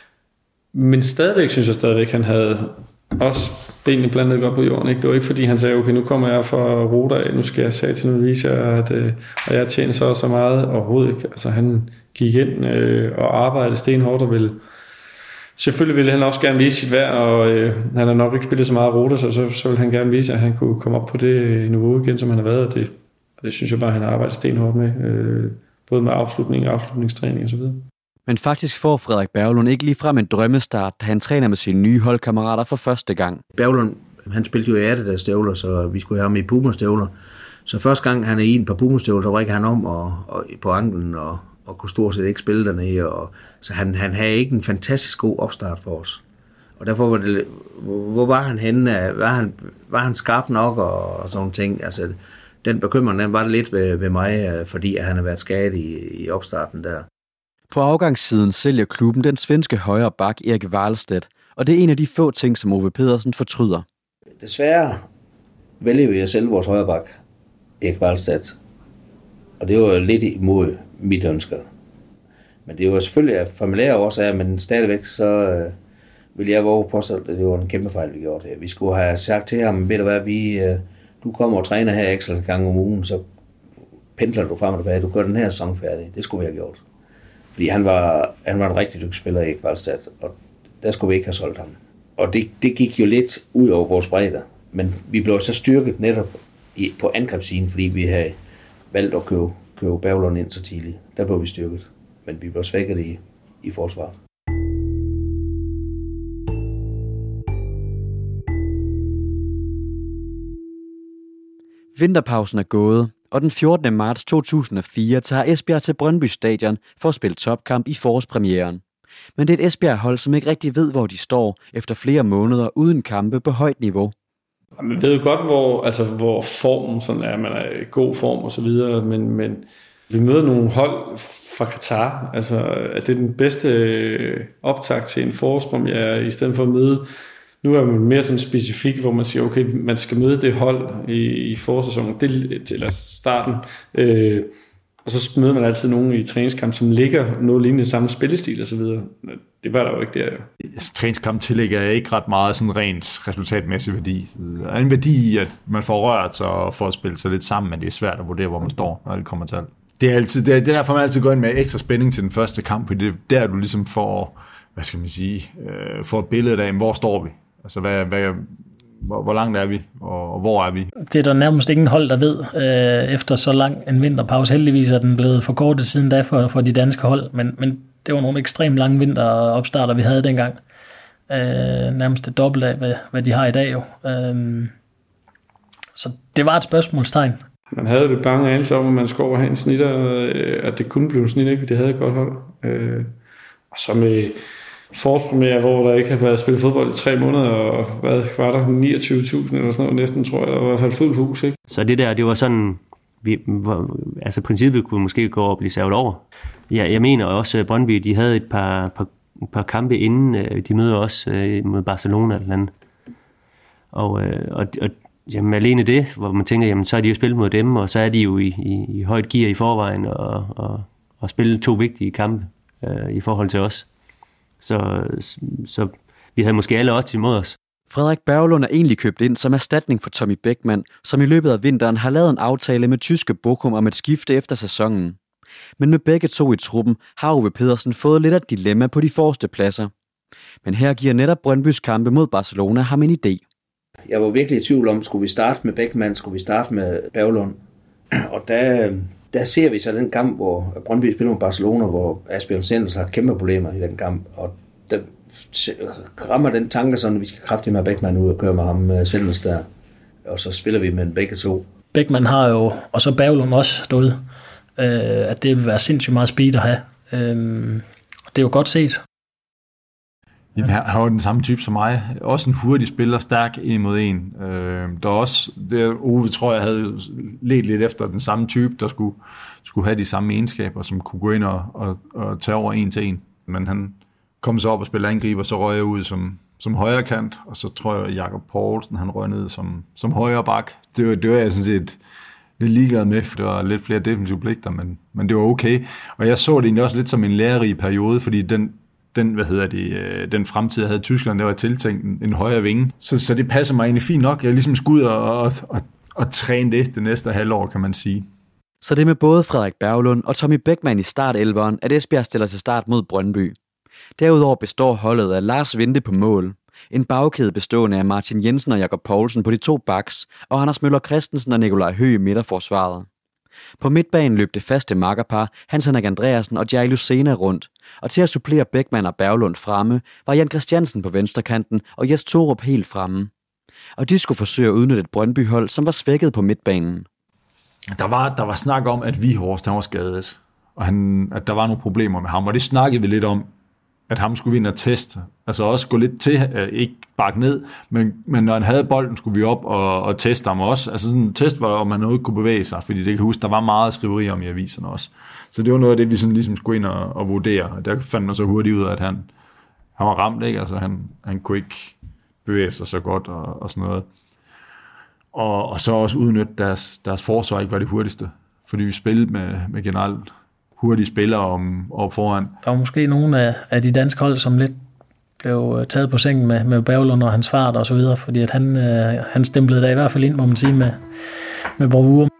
men stadigvæk synes jeg stadigvæk, han havde også benene blandet godt på jorden. Ikke? Det var ikke fordi, han sagde, okay, nu kommer jeg fra Roda, nu skal jeg sige til noget vise, at øh, og jeg tjener så så meget overhovedet ikke. Altså, han gik ind øh, og arbejdede stenhårdt og ville. Selvfølgelig ville han også gerne vise sit værd, og øh, han har nok ikke spillet så meget Roda, så, så, så ville han gerne vise, at han kunne komme op på det niveau igen, som han har været, og det, og det synes jeg bare, han har arbejdet stenhårdt med, øh, både med afslutning, afslutningstræning og så videre. Men faktisk får Frederik Berglund ikke ligefrem en drømmestart, da han træner med sine nye holdkammerater for første gang. Berglund, han spillede jo i Adidas støvler, så vi skulle have ham i Puma støvler. Så første gang han er i en par Puma støvler, så rækker han om og, og, på anklen og, og kunne stort set ikke spille dernede. Og, så han, han havde ikke en fantastisk god opstart for os. Og derfor var det, hvor var han henne? Var han, var han skarp nok og, og sådan ting? Altså, den bekymring, den var det lidt ved, ved mig, fordi han har været skadet i, i opstarten der. På afgangssiden sælger klubben den svenske højre bak Erik Wallstedt, og det er en af de få ting, som Ove Pedersen fortryder. Desværre vælger vi at sælge vores højre bak, Erik Wallstedt, og det var lidt imod mit ønske. Men det var selvfølgelig af familiære årsager, men stadigvæk så øh, vil jeg våge på, at det var en kæmpe fejl, vi gjorde det. Vi skulle have sagt til ham, ved du hvad, vi, øh, du kommer og træner her ekstra en gang om ugen, så pendler du frem og tilbage, du gør den her sæson færdig. Det skulle vi have gjort. Fordi han var, han var en rigtig dygtig spiller i Kvalstad, og der skulle vi ikke have solgt ham. Og det, det gik jo lidt ud over vores bredder, men vi blev så styrket netop i, på angrebssiden, fordi vi havde valgt at købe, købe Berglund ind så tidligt. Der blev vi styrket, men vi blev svækket i, i forsvaret. Vinterpausen er gået, og den fjortende marts to tusind og fire tager Esbjerg til Brøndby Stadion for at spille topkamp i forårspremieren. Men det er et Esbjerg-hold, som ikke rigtig ved, hvor de står efter flere måneder uden kampe på højt niveau. Man ved jo godt, hvor, altså, hvor formen sådan er. Man er i god form og så videre, men, men vi møder nogle hold fra Katar. Altså, er det den bedste optakt til en forårspremiere, i stedet for at møde... Nu er man mere sådan specifik, hvor man siger, okay, man skal møde det hold i, i forårssæsonen, det, eller starten, øh, og så møder man altid nogen i træningskamp, som ligger noget lignende samme spillestil og så videre. Det var der jo ikke der. Træningskamp tillægger jeg ikke ret meget sådan rent resultatmæssig værdi. Der er en værdi i, at man får rørt sig og får spillet sig lidt sammen, men det er svært at vurdere, hvor man står, når det kommer til alt. Det er, altid, det er, det er derfor, man altid går ind med ekstra spænding til den første kamp, fordi det er der, du ligesom får, hvad skal man sige, øh, får et billede af, hvor står vi? Altså, hvad, hvad, hvor, hvor langt er vi, og, og hvor er vi? Det er der nærmest ingen hold, der ved, øh, efter så lang en vinterpause. Heldigvis er den blevet forkortet siden da for, for de danske hold, men, men det var nogle ekstremt lange vinteropstarter, vi havde dengang. Øh, nærmest det dobbelt af, hvad, hvad de har i dag jo. Øh, så det var et spørgsmålstegn. Man havde det bange anelse om, at man skulle over have en snitter, at det kunne blive en snitter, ikke? Det havde et godt hold. Øh, og så med forårspremiere, hvor der ikke har været spillet fodbold i tre måneder, og hvad var der, niogtyve tusind eller sådan noget, næsten, tror jeg, og i hvert fald fuldt hus, ikke? Så det der, det var sådan, vi, hvor, altså princippet kunne måske gå og blive savet over. Jeg, jeg mener også, at Brøndby, de havde et par, par, par kampe inden, de møder også mod Barcelona eller andet. Og, og, og jamen, alene det, hvor man tænker, jamen så er de jo spillet mod dem, og så er de jo i, i, i højt gear i forvejen, og, og, og spillet to vigtige kampe øh, i forhold til os. Så, så vi havde måske alle odds imod os. Frederik Berglund er egentlig købt ind som erstatning for Tommy Bechmann, som i løbet af vinteren har lavet en aftale med tyske Bochum om et skifte efter sæsonen. Men med begge to i truppen har Ove Pedersen fået lidt af et dilemma på de forreste pladser. Men her giver netop Brøndbys kampe mod Barcelona ham en idé. Jeg var virkelig i tvivl om, skulle vi starte med Bechmann, skulle vi starte med Berglund. Og der, der ser vi så den kamp, hvor Brøndby spiller mod Barcelona, hvor Asbjørn Senders har kæmpe problemer i den kamp. Og der rammer den tanke sådan, at vi skal kraftigt med Bechmann ud og køre med ham Senders der. Og så spiller vi med begge to. Bechmann har jo, og så Berglund også stået, øh, at det vil være sindssygt meget speed at have. Øh, det er jo godt set. Jamen, han har jo den samme type som mig. Også en hurtig spiller, stærk en mod en. Øh, der er også, det Ove tror jeg havde let lidt efter den samme type, der skulle, skulle have de samme egenskaber, som kunne gå ind og, og, og tage over en til en. Men han kom så op og spille angriber, så røg jeg ud som, som højre kant, og så tror jeg, at Jakob Poulsen, han røg ned som, som højre bak. Det var, det var jeg sådan set lidt ligeglad med, for det var lidt flere defensive pligter, men, men det var okay. Og jeg så det egentlig også lidt som en lærerig periode, fordi den Den, hvad hedder det, den fremtid, jeg havde i Tyskland, der var tiltænkt en, en højre vinge. Så, så det passer mig egentlig fint nok. Jeg er ligesom skudt og, og, og, og træne det det næste halvår, kan man sige. Så det med både Frederik Berglund og Tommy Bechmann i startelveren, at Esbjerg stiller til start mod Brøndby. Derudover består holdet af Lars Vinde på mål, en bagkæde bestående af Martin Jensen og Jakob Poulsen på de to backs, og Anders Møller Christensen og Nikolaj Høgh i midterforsvaret. På midtbanen løb det faste makkerpar Hans Henrik Andreasen og Jair Lucena rundt, og til at supplere Bechmann og Berglund fremme var Jan Christiansen på venstrekanten og Jes Torup helt fremme. Og de skulle forsøge at udnytte et Brøndby-hold, som var svækket på midtbanen. Der var, der var snak om, at Vihorst han var skadet, og han, at der var nogle problemer med ham, og det snakkede vi lidt om, at ham skulle vi ind og teste. Altså også gå lidt til, ikke bakke ned, men, men når han havde bolden, skulle vi op og, og teste ham også. Altså sådan en test var, om han noget kunne bevæge sig, fordi det kan huske, der var meget skriveri om i aviserne også. Så det var noget af det, vi sådan ligesom skulle ind og, og vurdere. Og der fandt man så hurtigt ud af, at han, han var ramt, ikke? Altså han, han kunne ikke bevæge sig så godt og, og sådan noget. Og, og så også udnytte deres, deres forsvar ikke var det hurtigste, fordi vi spillede med, med generelt hurtige spillere om, op foran. Der var måske nogle af, af de danske hold, som lidt blev taget på sengen med, med Berglund og hans fart og så videre, fordi at han, øh, han stemplede der i hvert fald ind, må man sige, med, med bravur.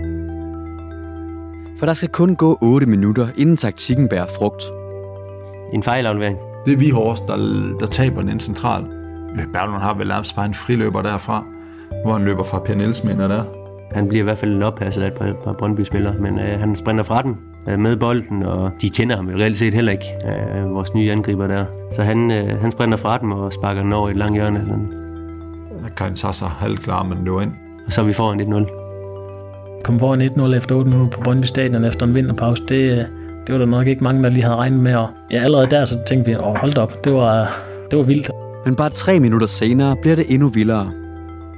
For der skal kun gå otte minutter, inden taktikken bærer frugt. En fejlaflevering. Det er Vihorst, der, der taber den ind centralt. Berglund har vel nærmest bare en friløber derfra, hvor han løber fra Per Nielsen ind og der. Han bliver i hvert fald oppasset af et par, par Brøndby-spillere, men øh, han sprinter fra den øh, med bolden, og de kender ham jo reelt set heller ikke, øh, vores nye angriber der. Så han, øh, han sprinter fra den og sparker den over i et langt hjørne. Karin Sasser halvklar, men løber ind. Og så er vi foran et nul. Kom foran et nul efter otte minutter på Brøndby Stadion efter en vinterpause. Det, det var der nok ikke mange, der lige havde regnet med. Og ja, allerede der så tænkte vi, åh, hold op, det var, det var vildt. Men bare tre minutter senere bliver det endnu vildere.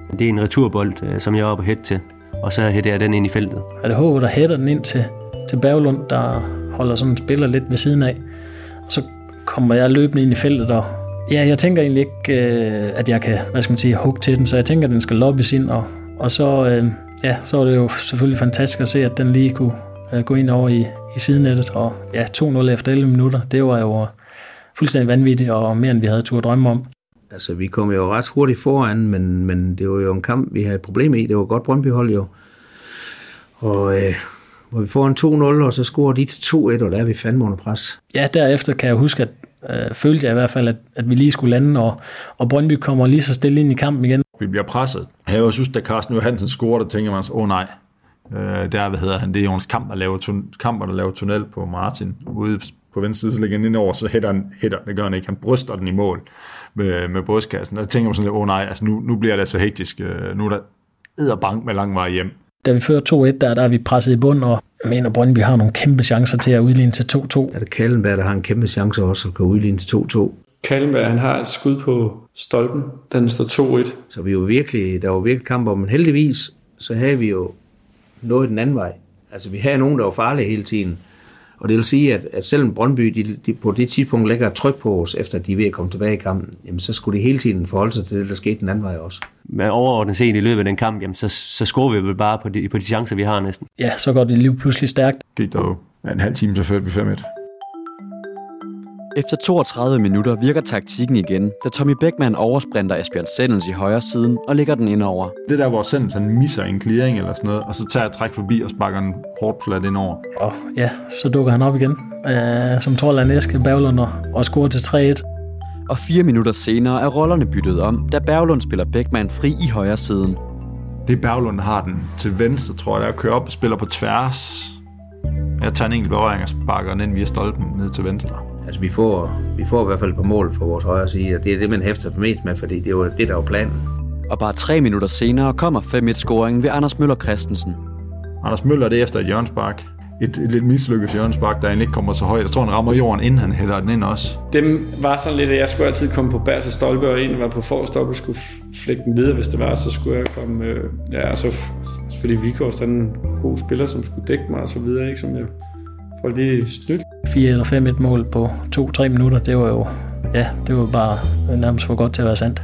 Det er en returbold, som jeg er oppe og hætte til, og så hætter jeg den ind i feltet. Er det H, der hætter den ind til, til Berglund, der holder sådan en spiller lidt ved siden af, og så kommer jeg løbende ind i feltet, og ja, jeg tænker egentlig ikke, øh, at jeg kan, hvad skal man sige, hugge til den, så jeg tænker, at den skal lobbes ind, og, og så, øh, ja, så er det jo selvfølgelig fantastisk at se, at den lige kunne øh, gå ind over i, i sidenettet, og ja, to nul efter elleve minutter, det var jo fuldstændig vanvittigt, og mere end vi havde tur at drømme om. Altså, vi kom jo ret hurtigt foran, men, men det var jo en kamp, vi havde et problem i. Det var godt Brøndby-hold jo. Og øh, hvor vi får en to nul, og så scorer de til to et, og der er vi fandme under pres. Ja, derefter kan jeg huske, at øh, følte jeg i hvert fald, at, at vi lige skulle lande, og, og Brøndby kommer lige så stille ind i kampen igen. Vi bliver presset. Jeg jo synes, da Carsten Johansen scorer, der tænker man, åh oh, nej, øh, der hvad hedder han, det er Jonas Kamp, der laver, tun- Kamper, der laver tunnel på Martin ude på venstre side, så lægger han ind over, så hætter han, hætter, det gør han ikke, han bryster den i mål med, med brystkassen. Der tænker man sådan lidt, åh oh, nej, altså nu, nu bliver det så hektisk, nu er der edderbank med lang vej hjem. Da vi fører to et, der, der er vi presset i bund, og jeg mener, Brøndby har nogle kæmpe chancer til at udligne til to to. Er det Kallenberg, der har en kæmpe chance også at kunne udligne til to to? Kallenberg, han har et skud på stolpen, den står to et. Så vi var virkelig, der var virkelig kamp om, men heldigvis, så havde vi jo noget den anden vej. Altså, vi havde nogen, der var farlige hele tiden. Og det vil sige, at, at selvom Brøndby de, de på det tidspunkt lægger et tryk på os, efter de er ved at komme tilbage i kampen, jamen, så skulle de hele tiden forholde sig til det, der skete den anden vej også. Men overordnet set i løbet af den kamp, jamen, så, så scorer vi vel bare på de, på de chancer, vi har næsten. Ja, så går det lige pludselig stærkt. Gik der jo en halv time, så førte vi fem et. Efter toogtredive minutter virker taktikken igen, da Tommy Bechmann oversprinter Asbjørn Sendels i højre siden og lægger den ind over. Det der, hvor Sendels han misser en clearing eller sådan noget, og så tager jeg træk forbi og sparker den hårdt flat ind over. Og ja, så dukker han op igen, øh, som trold af en æske Berglund og scorer til tre et. Og fire minutter senere er rollerne byttet om, da Berglund spiller Bechmann fri i højre siden. Det er Berglund, der har den til venstre, tror jeg, der kører op og spiller på tværs. Jeg tager en enkelt berøring og sparker den ind via stolpen ned til venstre. Altså, vi får, vi får i hvert fald på mål for vores højre side, og det er det, man hæfter mest med, fordi det er jo det, der var planen. Og bare tre minutter senere kommer fem et-scoringen ved Anders Møller Christensen. Anders Møller, det er efter et hjørnespark. Et, et lidt mislykket hjørnespark, der egentlig ikke kommer så højt. Jeg tror, han rammer jorden, inden han hælder den ind også. Dem var sådan lidt, at jeg skulle altid komme på bær til stolpe, og en var på forstop og skulle flække den videre, hvis det var, så skulle jeg komme... Øh, ja, så fordi Vikors, der er en god spiller, som skulle dække mig og så videre, ikke, som jeg får lige snydt. fire eller fem et mål på to tre minutter, det var jo, ja, det var bare nærmest for godt til at være sandt.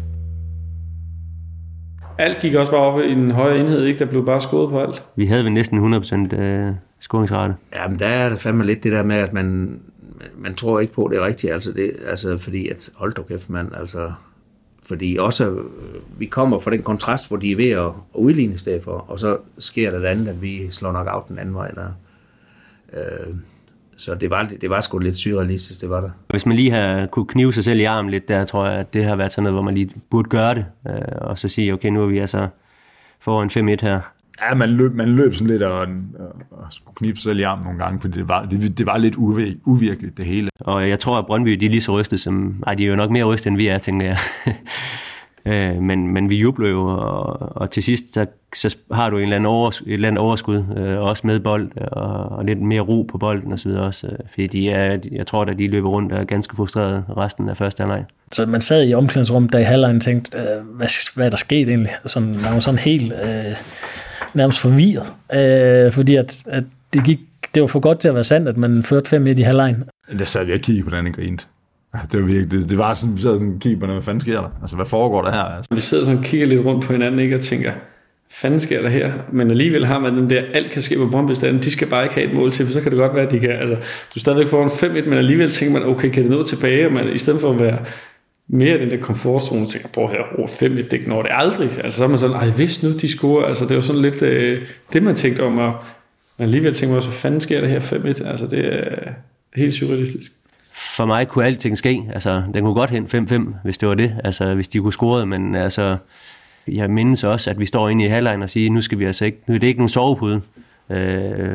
Alt gik også bare op i en højere enhed, ikke? Der blev bare scoret på alt. Vi havde vel næsten hundrede procent øh, scoringsrate. Ja, men der er det fandme lidt det der med, at man, man tror ikke på, det er rigtigt. Altså, det, altså fordi at, hold da kæft, mand, altså... Fordi også, vi kommer fra den kontrast, hvor de er ved at, at udligne i stedet for, og så sker der det andet, at vi slår nok out den anden vej. Der. Øh, så det var, det var sgu lidt surrealistisk, det var der. Hvis man lige har kunne knive sig selv i armen lidt, der tror jeg, at det har været sådan noget, hvor man lige burde gøre det, øh, og så sige, okay, nu er vi altså foran fem et her. Ja, man løb, man løb sådan lidt og, og, og skulle knibe sig selv i armen nogle gange, fordi det var, det, det var lidt uvirkeligt, uvirkeligt, det hele. Og jeg tror, at Brøndby, de er lige så rystet som... Ej, de er jo nok mere rystet, end vi er, tænker jeg. øh, men, men vi jubler jo, og, og til sidst, så, så har du en eller anden overs, et eller andet overskud, øh, også med bold, og, og lidt mere ro på bolden og så videre også. Øh, fordi de er, jeg tror, at de løber rundt og er ganske frustreret resten af første halvleg. Så man sad i omklædningsrummet, der i halvlejen tænkte, øh, hvad, hvad er der sket egentlig? Sådan, man var sådan helt... Øh, nærmest forvirret, øh, fordi at, at det gik, det var for godt til at være sandt, at man førte fem et i halvlejen. Der sad vi og kiggede på den og grinte. Det var virkelig, det, det var sådan, vi sad sådan og kiggede på, hvad fanden sker der? Altså, hvad foregår der her? Altså? Vi sidder sådan og kigger lidt rundt på hinanden, ikke, og tænker, hvad fanden sker der her? Men alligevel har man den der, alt kan ske på Brøndby-stadion, de skal bare ikke have et mål til, for så kan det godt være, at de kan, altså, du stadigvæk får en fem et, men alligevel tænker man, okay, kan det nå tilbage? Og man, i stedet for at være mere den der komfortzone, tænker, prøv her, oh, fem et, det når det aldrig. Altså, så er man sådan, ej, hvis nu de scorer, altså, det var sådan lidt øh, det, man tænkte om, og man alligevel tænker, hvad fanden sker der her fem et? Altså, det er helt surrealistisk. For mig kunne alting ske. Altså, den kunne godt hen fem fem, hvis det var det. Altså, hvis de kunne score, men altså, jeg mindes også, at vi står inde i halvlejen og siger, nu skal vi altså ikke, nu er det ikke nogen sovepude. Øh,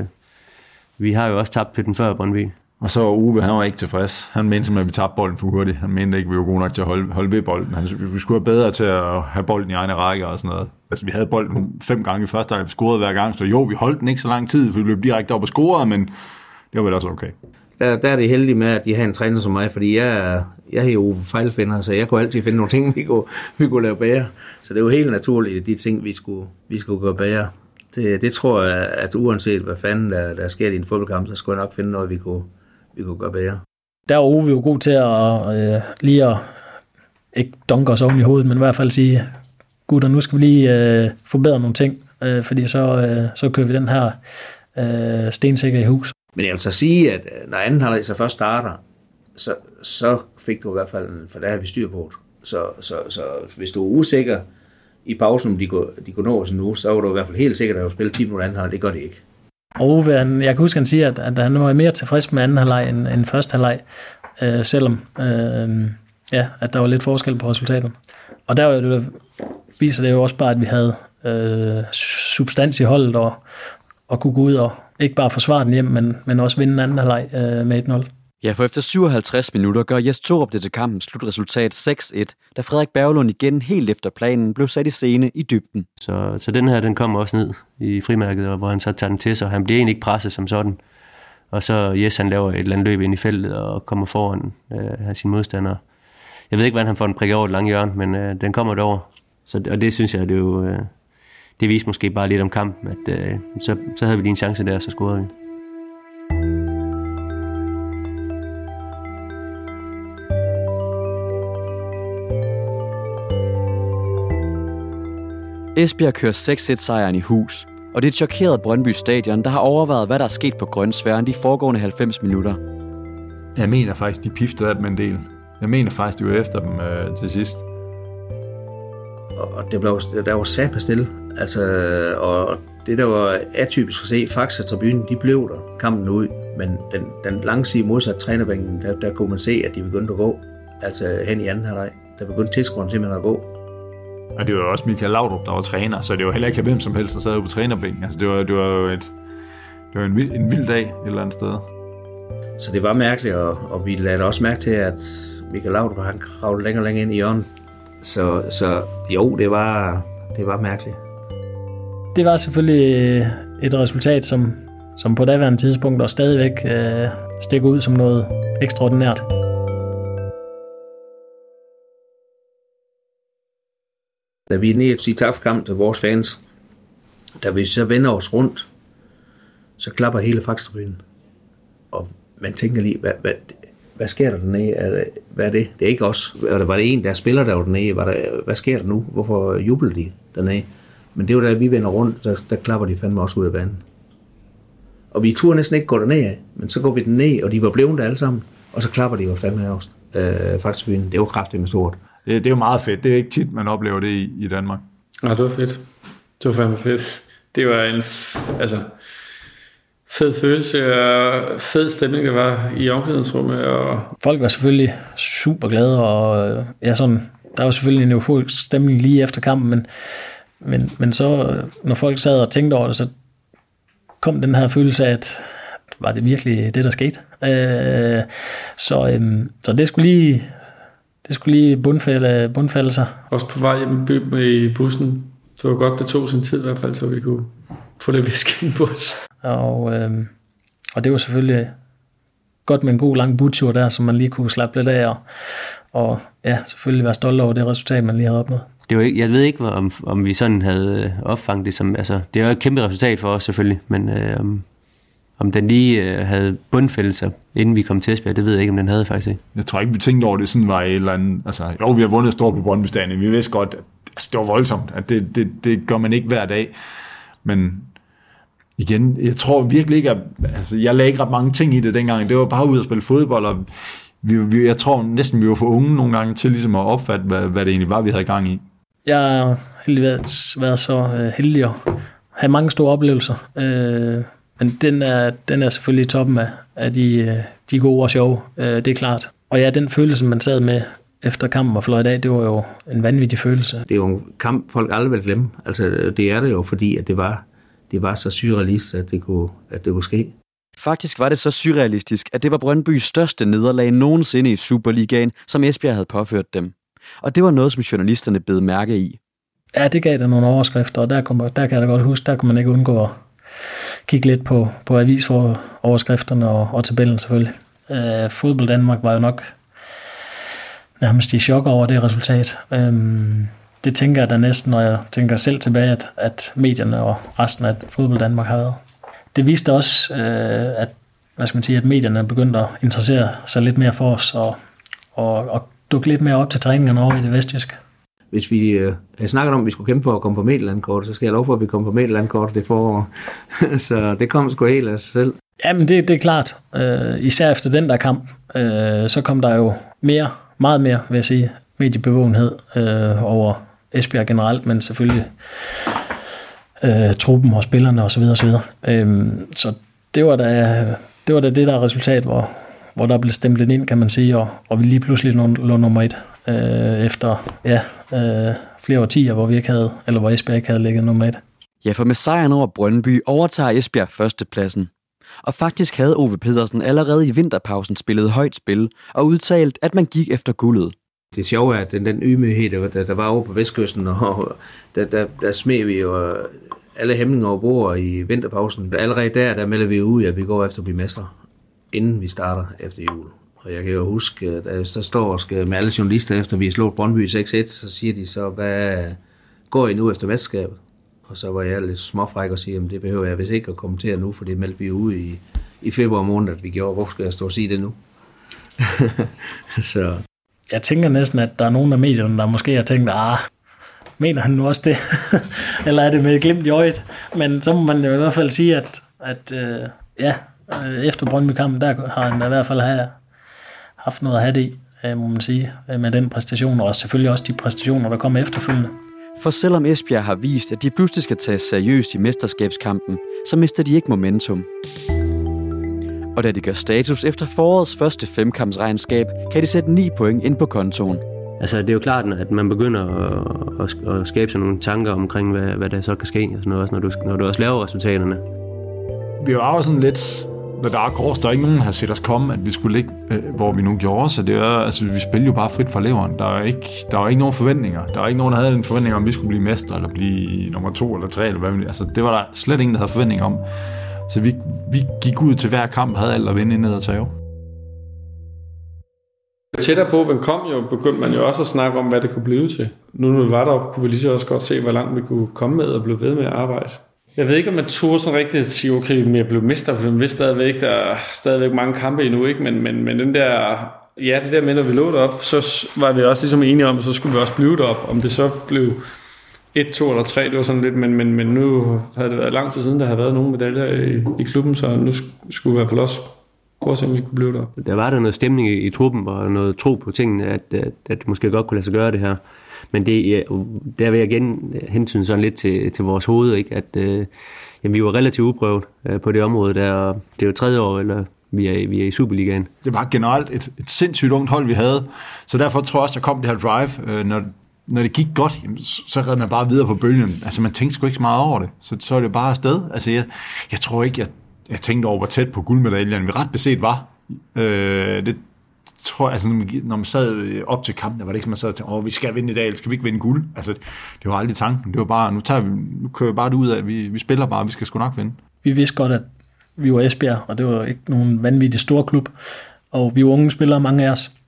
vi har jo også tabt til den før, Brøndby. Og så Uwe, han var ikke tilfreds. Han mente simpelthen, at vi tabte bolden for hurtigt. Han mente ikke, at vi var gode nok til at holde, holde ved bolden. Han, vi skulle være bedre til at have bolden i egne rækker og sådan noget. Altså, vi havde bolden fem gange i første halvleg, vi scorede hver gang. Så jo, vi holdt den ikke så lang tid, for vi løb direkte op og scorede, men det var vel også okay. Der, der er det heldige med, at de har en træner som mig, fordi jeg, jeg er jo fejlfinder, så jeg kunne altid finde nogle ting, vi kunne, vi kunne lave bedre. Så det er jo helt naturligt, de ting, vi skulle, vi skulle gøre bedre. Det, det tror jeg, at uanset hvad fanden der, der sker i en fodboldkamp, så skulle jeg nok finde noget, vi kunne, vi kunne gøre bedre. Der er Ove jo god til at øh, lige at ikke dunke os oven i hovedet, men i hvert fald sige, gutter, nu skal vi lige øh, forbedre nogle ting, øh, fordi så, øh, så kører vi den her øh, stensikker i hus. Men jeg vil så sige, at når anden halvleg så først starter, så, så fik du i hvert fald, for der har vi styr på det. Så, så, så hvis du er usikker i pausen, om de kunne, de kunne nå os nu, så var du i hvert fald helt sikker, at du spille ti minutter anden halvleg. Det gør det ikke. Og jeg kan huske, at han siger, at, at han var mere tilfreds med anden halvleg end, end første halvleg, øh, selvom øh, ja, at der var lidt forskel på resultatet. Og der var det, viser det jo også bare, at vi havde øh, substans i holdet og, og kunne gå ud og ikke bare forsvare den hjem, men, men også vinde anden halvleg øh, med et nul. Ja, for efter syvoghalvtreds minutter gør Jes Torup det til kampens slutresultat seks et, da Frederik Berglund igen helt efter planen blev sat i scene i dybden. Så, så den her, den kommer også ned i frimærket, hvor han så tager den til sig. Han bliver egentlig ikke presset som sådan. Og så Jes, han laver et eller andet løb ind i feltet og kommer foran øh, sin modstander. Jeg ved ikke, hvordan han får den prikket over et langt hjørne, men øh, den kommer derover. Så, og det synes jeg, det, jo, øh, det viser måske bare lidt om kampen, at øh, så, så havde vi lige en chance der, og så scorede vi. Esbjerg kører seks et sejren i hus, og det er et chokeret Brøndby Stadion, der har overvejet, hvad der er sket på grønsværen de foregående halvfems minutter. Jeg mener faktisk, de piftede af dem en del. Jeg mener faktisk, de var efter dem øh, til sidst. Og det blev, der var sat stille. Altså, og det der var atypisk at se, Faxe-tribunen, de blev der kampen ud. Men den, den langsige modsat trænerbænken, der, der kunne man se, at de begyndte at gå. Altså hen i anden halvleg. Der begyndte tilskueren simpelthen at gå. Og det var jo også Michael Laudrup, der var træner, så det var heller ikke hvem som helst, der sad på trænerbænken. Altså, det var, det var jo et, det var en, vild, en vild dag et eller andet sted. Så det var mærkeligt, og, og vi lagde også mærke til, at Michael Laudrup, han kravlede længere og længere ind i hjørnet. Så, så jo, det var, det var mærkeligt. Det var selvfølgelig et resultat, som, som på daværende tidspunkt og stadigvæk øh, stikker ud som noget ekstraordinært. Da vi er nede i et kamp til vores fans, da vi så vender os rundt, så klapper hele Faxe-tribunen. Og man tænker lige, hvad, hvad, hvad sker der dernede? Er det, hvad er det? Det er ikke os. Var det en, der spiller der dernede? Var der, hvad sker der nu? Hvorfor jubler de dernede? Men det var da vi vender rundt, der, der klapper de fandme også ud af banen. Og vi turde næsten ikke gå derned af, men så går vi derned, og de var blevet der alle sammen. Og så klapper de jo fandme af os. Øh, Faxe-tribunen, det var kraftigt med stort. Det, det er jo meget fedt. Det er ikke tit, man oplever det i, i Danmark. Ja, det var fedt. Det var fandme fedt. Det var en f- altså, fed følelse og fed stemning, der var i omklædningsrummet. Og folk var selvfølgelig super glade, og ja, sådan, der var selvfølgelig en euforisk stemning lige efter kampen, men, men, men så, når folk sad og tænkte over det, så kom den her følelse af, at var det virkelig det, der skete? Øh, så, øhm, så det skulle lige... Det skulle lige bundfælde, bundfælde sig. Også på vej hjem i bussen. Det var godt, det tog sin tid i hvert fald, så vi kunne få det væske i en bus. Og, øh, og det var selvfølgelig godt med en god lang budtur der, som man lige kunne slappe lidt af. Og, og ja, selvfølgelig være stolt over det resultat, man lige havde opnået. Det var ikke, jeg ved ikke, om, om vi sådan havde opfanget det som... Altså, det er jo et kæmpe resultat for os selvfølgelig, men... Øh, Om den lige øh, havde bundfældelser, inden vi kom til Esbjerg, det ved jeg ikke, om den havde faktisk ikke. Jeg tror ikke, vi tænkte over det sådan var et eller andet... Altså, jo, vi har vundet stort på Brøndby Stadion. Vi vidste godt, at altså, det var voldsomt. At det, det, det gør man ikke hver dag. Men igen, jeg tror virkelig ikke, at... Altså, jeg lagde ikke ret mange ting i det dengang. Det var bare ud at spille fodbold, og vi, vi, jeg tror næsten, vi var for unge nogle gange til ligesom at opfatte, hvad, hvad det egentlig var, vi havde gang i. Jeg har heldigvis været så heldig at have mange store oplevelser. Øh, Men den er, den er selvfølgelig i toppen af, af de, de gode og sjove, det er klart. Og ja, den følelse, man sad med efter kampen var fløjt af, det var jo en vanvittig følelse. Det er jo en kamp, folk aldrig vil glemme. Altså, det er det jo, fordi at det var, det var så surrealistisk, at det kunne, at det kunne ske. Faktisk var det så surrealistisk, at det var Brøndbys største nederlag nogensinde i Superligaen, som Esbjerg havde påført dem. Og det var noget, som journalisterne bed mærke i. Ja, det gav der nogle overskrifter, og der, kom, der kan jeg da godt huske, der kunne man ikke undgå at kigge lidt på, på avisoverskrifterne og, og tabellen selvfølgelig. Øh, Fodbold Danmark var jo nok nærmest i chok over det resultat. Øhm, det tænker jeg da næsten, når jeg tænker selv tilbage, at, at medierne og resten af Fodbold Danmark har været. Det viste også, øh, at, hvad skal man sige, at medierne begyndte at interessere sig lidt mere for os og, og, og dukke lidt mere op til træningerne over i det vestjyske. Hvis vi øh, snakker om, at vi skulle kæmpe for at komme på Midtjylland-kort, så skal jeg lov for, at vi kommer på Midtjylland-kort det forår. Så det kom sgu helt af sig selv. Jamen, det, det er klart. Øh, især efter den der kamp, øh, så kom der jo mere, meget mere, vil jeg sige, mediebevågenhed øh, over Esbjerg generelt, men selvfølgelig øh, truppen og spillerne osv. osv. Øh, så det var da det, var da det der resultat, hvor, hvor der blev stemplet ind, kan man sige, og, og vi lige pludselig lå nummer et øh, efter ja, øh, flere årtier, hvor vi ikke havde, eller hvor Esbjerg ikke havde ligget nummer et. Ja, for med sejren over Brøndby overtager Esbjerg førstepladsen. Og faktisk havde Ove Pedersen allerede i vinterpausen spillet højt spil og udtalt, at man gik efter guldet. Det sjove er, at den, den ydmyghed, der, der, der var over på Vestkysten, og der, der, der smed vi jo alle hæmninger over bord i vinterpausen. Allerede der, der melder vi ud, at vi går efter at blive mestre, inden vi starter efter jul. Og jeg kan jo huske, at der står og skal med alle journalister, efter vi har slået Brøndby seks et, så siger de så, hvad går I nu efter mesterskabet? Og så var jeg lidt småfræk og sige, at det behøver jeg hvis ikke at kommentere nu, for det meldte vi ud i, i februar måned, at vi gjorde. Hvorfor skal jeg stå og sige det nu? Så. Jeg tænker næsten, at der er nogen af medierne, der måske har tænkt, ah, mener han nu også det? Eller er det med et glimt i øjet? Men så må man jo i hvert fald sige, at, at øh, ja, efter Brøndby-kampen, der har han i hvert fald have, haft noget at have det i, må man sige, med den præstation, og selvfølgelig også de præstationer, der kom efterfølgende. For selvom Esbjerg har vist, at de pludselig skal tages seriøst i mesterskabskampen, så mister de ikke momentum. Og da de gør status efter forårets første femkampsregnskab, kan de sætte ni point ind på kontoen. Altså, det er jo klart, at man begynder at, at, at skabe sådan nogle tanker omkring, hvad, hvad der så kan ske, og sådan noget, når, du, når du også laver resultaterne. Vi var jo sådan lidt the dark horse. Der er ikke nogen, der har set os komme, at vi skulle ligge, øh, hvor vi nu gjorde. Så det er, altså, vi spillede jo bare frit fra leveren. Der er ikke, der var ikke nogen forventninger. Der var ikke nogen, der havde en forventning om, at vi skulle blive mestre, eller blive nummer to eller tre, eller hvad vi, altså, det var der slet ingen, der havde forventning om. Så vi, vi gik ud til hver kamp og havde alt at vinde indad og tage. Tættere på, hvem kom jo, begyndte man jo også at snakke om, hvad det kunne blive til. Nu når vi var deroppe, kunne vi lige så også godt se, hvor langt vi kunne komme med og blive ved med at arbejde. Jeg ved ikke, om man tog sådan rigtigt at sige, okay, men jeg blev mester, for vi vidste stadigvæk, der er stadigvæk mange kampe endnu, ikke? Men, men, men den der, ja, det der med, når vi lå derop, så var vi også ligesom enige om, at så skulle vi også blive derop. Om det så blev et, to eller tre, det var sådan lidt, men, men, men nu havde det været lang tid siden, der havde været nogle medaljer i, i klubben, så nu skulle vi i hvert fald også prøve at se, om vi kunne blive der. Der var der noget stemning i, i truppen, og noget tro på tingene, at, at, at det måske godt kunne lade sig gøre det her. Men det, der vil jeg igen hensyn sådan lidt til, til vores hoved, ikke? At øh, jamen, vi var relativt uprøvet øh, på det område der, og det er jo tredje år, eller vi er, vi er i Superligaen. Det var generelt et, et sindssygt ungt hold, vi havde, så derfor tror jeg også, der kom det her drive. Øh, når, når det gik godt, jamen, så redde man bare videre på bølgen. Altså man tænkte sgu ikke så meget over det, så, så er det bare afsted. Altså jeg, jeg tror ikke, jeg, jeg tænkte over, hvor tæt på guldmedaljerne vi ret beset var. Øh, det tror jeg, altså, når man sad op til kampen, der var det ikke som man sad og tænkte, åh, vi skal vinde i dag, eller skal vi ikke vinde guld? Altså, det var aldrig tanken. Det var bare, nu, tager vi, nu kører vi bare det ud af, at vi, vi spiller bare, vi skal sgu nok vinde. Vi vidste godt, at vi var Esbjerg, og det var ikke nogen vanvittig stor klub, og vi var unge spillere, mange af os.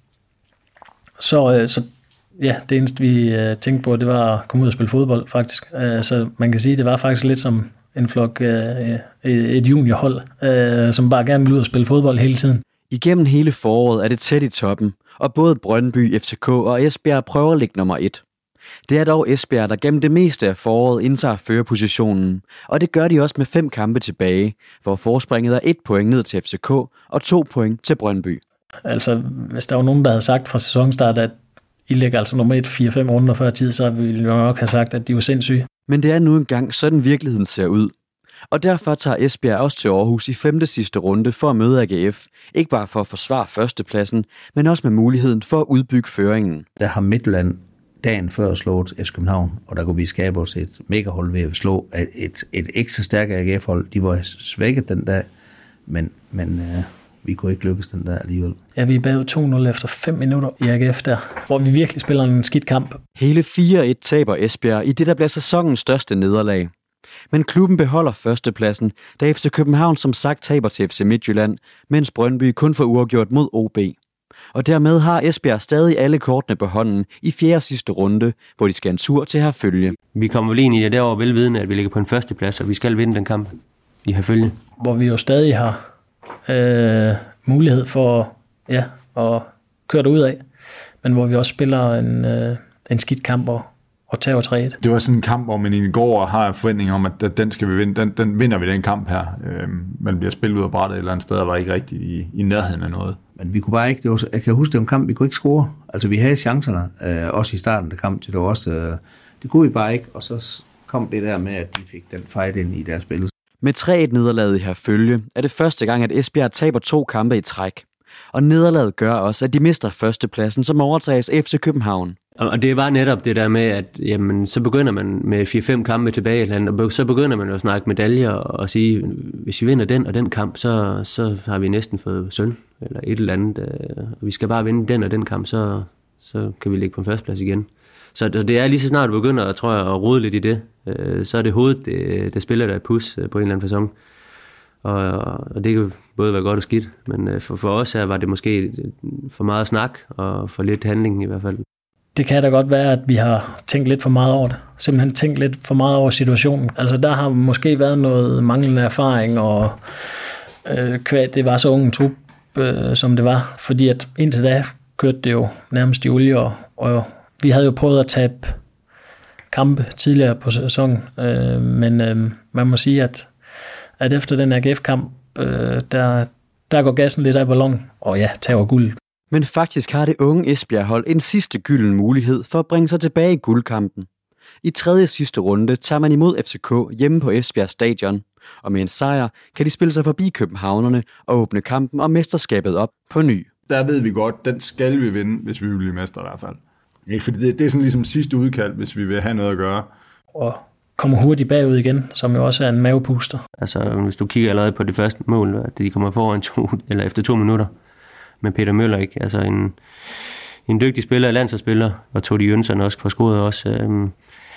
Så, så ja, det eneste, vi tænkte på, det var at komme ud og spille fodbold, faktisk. Så man kan sige, det var faktisk lidt som en flok, et juniorhold, som bare gerne ville ud og spille fodbold hele tiden. Igennem hele foråret er det tæt i toppen, og både Brøndby, F C K og Esbjerg prøver at ligge nummer et. Det er dog Esbjerg, der gennem det meste af foråret indtager førerpositionen, og det gør de også med fem kampe tilbage, hvor forspringet er et point ned til F C K og to point til Brøndby. Altså, hvis der var nogen, der havde sagt fra sæsonstart, at I ligger altså nummer et, fire, fem runder før tid, så ville vi nok have sagt, at de var sindssyge. Men det er nu engang sådan virkeligheden ser ud. Og derfor tager Esbjerg også til Aarhus i femte sidste runde for at møde A G F. Ikke bare for at forsvare førstepladsen, men også med muligheden for at udbygge føringen. Der har Midtjylland dagen før slået F C København, og der kunne vi skabe os et megahold ved at slå et, et, et ekstra stærkt A G F-hold. De var svækket den dag, men, men øh, vi kunne ikke lykkes den der alligevel. Ja, vi er bagud to nul efter fem minutter i A G F der, hvor vi virkelig spiller en skidt kamp. Hele fire et taber Esbjerg i det, der bliver sæsonens største nederlag. Men klubben beholder førstepladsen, da F C København som sagt taber til F C Midtjylland, mens Brøndby kun får uafgjort mod O B. Og dermed har Esbjerg stadig alle kortene på hånden i fjerde sidste runde, hvor de skal en tur til Herfølge. Vi kommer lige ind i det derovre velvidende, at vi ligger på en førsteplads, og vi skal vinde den kamp i Herfølge. Hvor vi jo stadig har øh, mulighed for ja, at køre derud af, men hvor vi også spiller en, øh, en skidt kamp og, og tager tre et. Det var sådan en kamp, hvor man i går har en forventning om, at den skal vi vinde. Den, den vinder vi, den kamp her. Øhm, man bliver spillet ud af brættet et eller andet sted, og var ikke rigtig i, i nærheden af noget. Men vi kunne bare ikke, det var, jeg kan huske, det var en kamp, vi kunne ikke score. Altså vi havde chancerne, øh, også i starten af kampen, det var også, øh, det kunne vi bare ikke, og så kom det der med, at de fik den fight ind i deres spil. Med tre et nederlaget i Herfølge er det første gang, at Esbjerg taber to kampe i træk. Og nederlaget gør også, at de mister førstepladsen, som overtages af F C København. Og det var netop det der med, at jamen, så begynder man med fire fem kampe tilbage i landet, og så begynder man at snakke medaljer og sige, hvis vi vinder den og den kamp, så, så har vi næsten fået sølv eller et eller andet. Og vi skal bare vinde den og den kamp, så, så kan vi ligge på en førsteplads igen. Så det er lige så snart du begynder, tror jeg, at rode lidt i det, så er det hovedet, det, det spiller der et pus på en eller anden facon. Og, og det kan både være godt og skidt, men for, for os her var det måske for meget snak og for lidt handling i hvert fald. Det kan da godt være, at vi har tænkt lidt for meget over det. Simpelthen tænkt lidt for meget over situationen. Altså der har måske været noget manglende erfaring, og øh, kvad det var så ung en trup, øh, som det var. Fordi at indtil da kørte det jo nærmest i olie, og, og vi havde jo prøvet at tabe kampe tidligere på sæsonen. Øh, men øh, man må sige, at, at efter den A G F-kamp, øh, der, der går gassen lidt af ballonen, og ja, tager guld. Men faktisk har det unge Esbjerg-hold en sidste gylden mulighed for at bringe sig tilbage i guldkampen. I tredje sidste runde tager man imod F C K hjemme på Esbjerg Stadion, og med en sejr kan de spille sig forbi københavnerne og åbne kampen om mesterskabet op på ny. Der ved vi godt, den skal vi vinde, hvis vi vil blive mester i hvert fald. Ikke, fordi det, det er sådan ligesom sidste udkald, hvis vi vil have noget at gøre. Og kommer hurtigt bagud igen, som jo også er en mavepuster. Altså hvis du kigger allerede på det første mål, at de kommer foran to, eller efter to minutter, med Peter Møller, ikke? Altså en, en dygtig spiller, landsholdsspiller, og Todi Jønsson også fra scoret også. Øhm,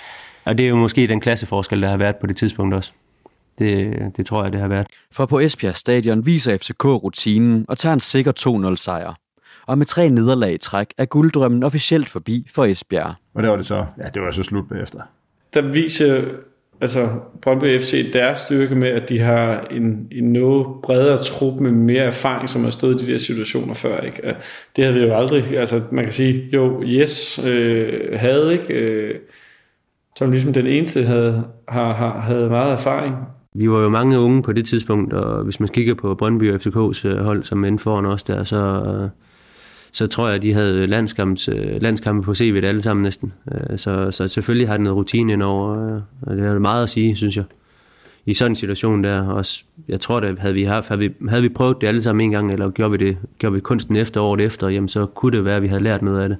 og det er jo måske den klasseforskel, der har været på det tidspunkt også. Det, det tror jeg, det har været. For på Esbjerg Stadion viser F C K rutinen og tager en sikker to nul sejr. Og med tre nederlag i træk er gulddrømmen officielt forbi for Esbjerg. Og der var det så, ja, det var så slut bagefter. Der viser altså Brøndby F C deres styrke med, at de har en, en noget bredere trup med mere erfaring, som har stået i de der situationer før. Ikke? Det havde vi jo aldrig, altså man kan sige, jo, yes, øh, havde ikke, øh, som ligesom den eneste havde, har, har, havde meget erfaring. Vi var jo mange unge på det tidspunkt, og hvis man kigger på Brøndby og F C K's hold, som endte foran os der, så, så tror jeg, at de havde landskampe på C V'et alle sammen næsten. Så, så selvfølgelig har det noget rutine indover, og det har meget at sige, synes jeg. I sådan en situation der også, jeg tror, at havde vi, haft, havde, vi, havde vi prøvet det alle sammen en gang, eller gjorde vi, det, gjorde vi kunsten efter året efter, jamen så kunne det være, at vi havde lært noget af det.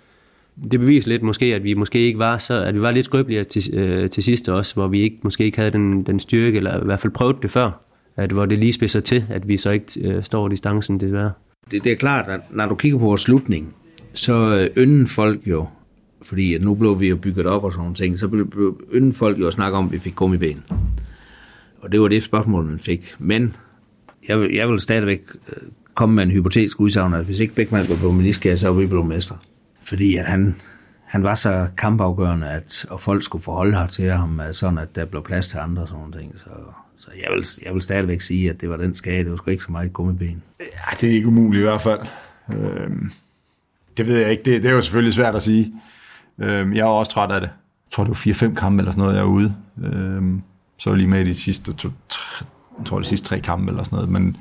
Det beviser lidt måske, at vi måske ikke var så, at vi var lidt skrøbelige til, øh, til sidst også, hvor vi ikke, måske ikke havde den, den styrke, eller i hvert fald prøvet det før, at hvor det lige spidser til, at vi så ikke øh, står distancen, desværre. Det, det er klart, at når du kigger på vores slutning, så ynden folk jo, fordi at nu blev vi jo bygget op og sådan nogle ting, så blev ynden folk jo at snakke om, at vi fik gummiben. Og det var det spørgsmål, man fik. Men jeg vil, jeg vil stadigvæk komme med en hypotetisk udsagn, at hvis ikke Bækman var på meniskære, så var vi blevet mestre. Fordi at han, han var så kampafgørende, at og folk skulle forholde her til ham, sådan at der blev plads til andre og sådan nogle ting. Så, så jeg, vil, jeg vil stadigvæk sige, at det var den skade. Det var sgu ikke så meget gummiben. Ja, det er ikke umuligt i hvert fald. Øhm, det ved jeg ikke. Det, det er jo selvfølgelig svært at sige. Øhm, jeg er også træt af det. Jeg tror, det var fire fem kampe eller sådan noget, jeg er ude. Øhm, så var lige med i de sidste, to, tre, jeg tror, de sidste tre kampe eller sådan noget. Men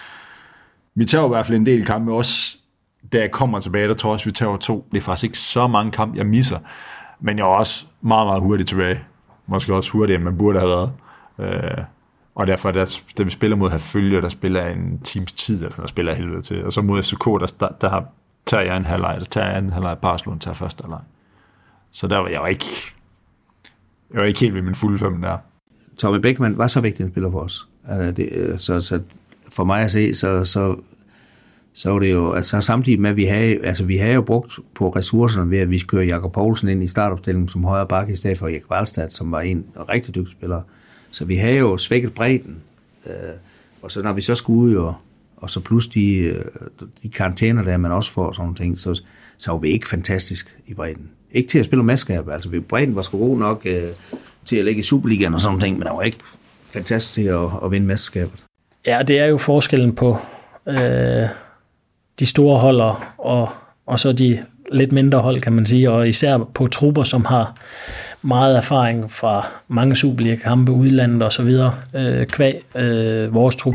vi tager i hvert fald en del kampe også. Da jeg kommer tilbage, der tror jeg også, vi tager to. Det er faktisk ikke så mange kampe, jeg misser. Men jeg er også meget, meget hurtigt tilbage. Måske også hurtigere, end man burde have været. Øh, og derfor, der, da vi spiller mod Herfølge, der spiller jeg en times tid, eller der spiller jeg helvede til. Og så mod F C K, der, der, der har, tager jeg en halvleg, der tager jeg en halvleg, Barcelona tager første halvleg. Så der var jeg jo ikke, jeg var ikke helt ved min fulde fem der. Tommy Bækman var så vigtig en spiller for os. Altså det, så, så for mig at se, så... så så var det jo, altså samtidig med, at vi havde, altså vi havde jo brugt på ressourcerne ved, at vi kører Jakob Poulsen ind i startopstillingen som højre bakke i stedet for Erik Wallstad, som var en rigtig dygtig spiller. Så vi havde jo svækket bredden, øh, og så når vi så skulle ud, og, og så plus de, de karantæner der, man også får og sådan nogle ting, så, så var vi ikke fantastisk i bredden. Ikke til at spille mesterskab, altså bredden var sgu god nok øh, til at ligge i Superligaen og sådan nogle ting, men der var ikke fantastisk til at, at vinde mesterskabet. Ja, det er jo forskellen på øh, de store holder og, og så de lidt mindre hold, kan man sige, og især på trupper, som har meget erfaring fra mange Superliga-kampe, udlandet og så videre, øh, kvæg øh, vores trup.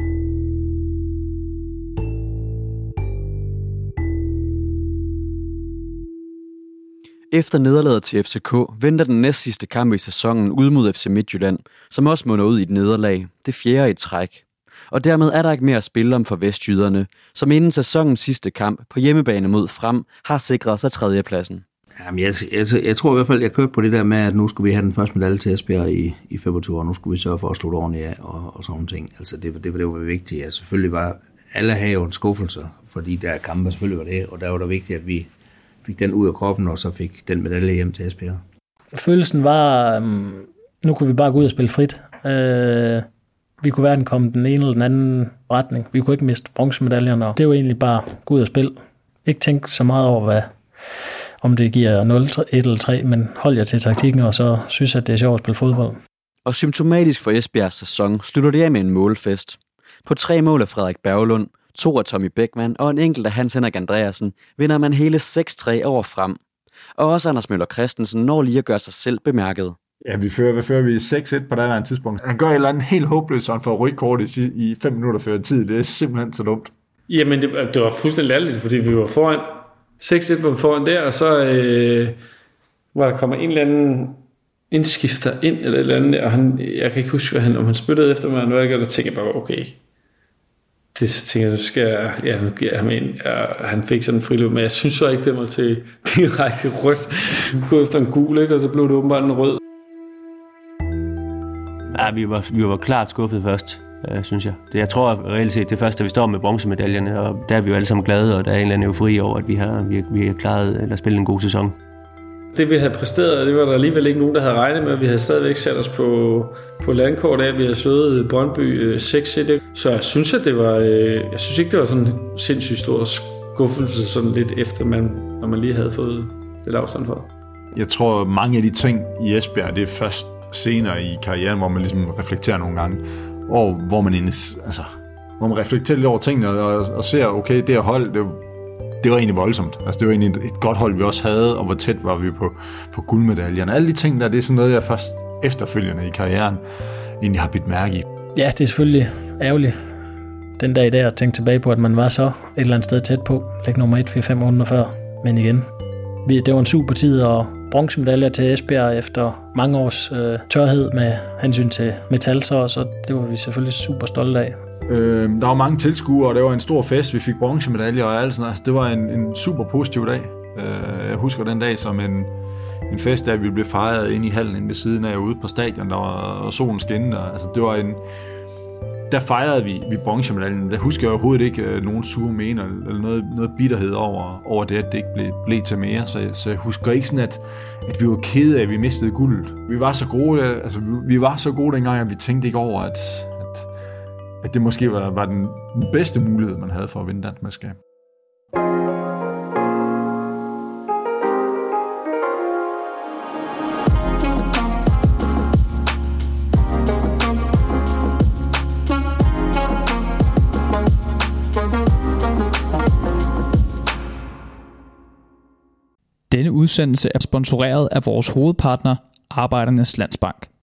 Efter nederlaget til F C K venter den næstsidste kamp i sæsonen ud mod F C Midtjylland, som også munder ud i et nederlag, det fjerde i træk. Og dermed er der ikke mere at spille om for vestjyderne, som inden sæsonens sidste kamp på hjemmebane mod Frem har sikret sig tredjepladsen. Jamen, jeg, jeg, jeg tror i hvert fald, jeg købte på det der med, at nu skulle vi have den første medalje til Esbjerg i, i femogtyve år, nu skulle vi sørge for at slutte ordentligt af og, og sådan nogle ting. Altså det, det, det var vigtigt. Altså, selvfølgelig var alle havde jo en skuffelse, fordi der kampe selvfølgelig var det, og der var det vigtigt, at vi fik den ud af kroppen, og så fik den medalje hjem til Esbjerg. Følelsen var, um, nu kunne vi bare gå ud og spille frit. Uh, vi kunne hverken komme den ene eller den anden retning. Vi kunne ikke miste bronzemedaljerne, og det var egentlig bare gå ud og spille. Ikke tænke så meget over, hvad, om det giver nul, et eller tre, men hold jer til taktikken, og så synes jeg, at det er sjovt at spille fodbold. Og symptomatisk for Esbjergs sæson slutter det af med en målfest. På tre mål af Frederik Berglund, to af Tommy Beckmann og en enkelt af Hans Henrik Andreasen vinder man hele seks tre over Frem. Og også Anders Møller Christensen når lige at gøre sig selv bemærket. Ja, vi fører, vi fører vi seks et på det her tidspunkt. Han gør et eller andet helt håbløst, så han får rødt kort i, i fem minutter før tid. Det er simpelthen så dumt. Jamen, det, det var fuldstændig latterligt, fordi vi var foran seks et, var vi foran der, og så øh, var der kommer en eller anden indskifter ind, eller et eller andet, og han, jeg kan ikke huske, hvad han, om han spyttede efter mig, og der tænkte jeg bare, okay, det tænker jeg, så skal jeg, ja, nu giver jeg ham ind, ja, han fik sådan en friløb, men jeg synes så ikke, det var til direkte rødt, gå efter en gul, ikke? Og så blev det åbenbart en rød. Ja, vi var, vi var klart skuffet først, øh, synes jeg. Det, jeg tror reelt set, det er først, da vi står med bronzemedaljerne, og der er vi jo alle sammen glade, og der er en eller anden eufori over, at vi har, vi, vi har klaret eller spillet en god sæson. Det vi havde præsteret, det var der alligevel ikke nogen, der havde regnet med. Vi havde stadigvæk sat os på, på landkort af, vi havde slået Brøndby seks et. Så jeg synes, at det var, jeg synes ikke, det var sådan en sindssygt stor skuffelse, sådan lidt efter, man, når man lige havde fået lidt afstand for. Jeg tror, mange af de ting i Esbjerg, det er først senere i karrieren, hvor man ligesom reflekterer nogle gange, og hvor man, altså, hvor man reflekterer lidt over tingene, og, og ser, okay, det her hold, det, det var egentlig voldsomt. Altså, det var egentlig et, et godt hold, vi også havde, og hvor tæt var vi på, på guldmedaljerne. Alle de ting der, det er sådan noget, jeg først efterfølgende i karrieren egentlig har bidt mærke i. Ja, det er selvfølgelig ærgerligt den dag i dag at tænke tilbage på, at man var så et eller andet sted tæt på. Læg nummer et, fire, fem måneder før. Men igen, det var en super tid, og bronzemedaljer til Esbjerg efter mange års øh, tørhed med hensyn til metal, så, så det var vi selvfølgelig super stolte af. Øh, der var mange tilskuere, og det var en stor fest. Vi fik bronzemedaljer og alt sådan. Altså, det var en, en super positiv dag. Øh, jeg husker den dag som en, en fest, der vi blev fejret inde i hallen inde ved siden af ude på stadion, der var, og solen skinnede. Altså, det var en... Der fejrede vi, vi bronzemedaljen. Der husker jeg overhovedet ikke uh, nogen sure mener eller noget, noget bitterhed over, over det, at det ikke blev, blev til mere. Så, så jeg husker ikke sådan, at, at vi var kede af, at vi mistede guldet. Vi var så gode, altså, vi, vi var så gode dengang, at vi tænkte ikke over, at, at, at det måske var, var den bedste mulighed, man havde for at vinde dansk mesterskab. Denne udsendelse er sponsoreret af vores hovedpartner, Arbejdernes Landsbank.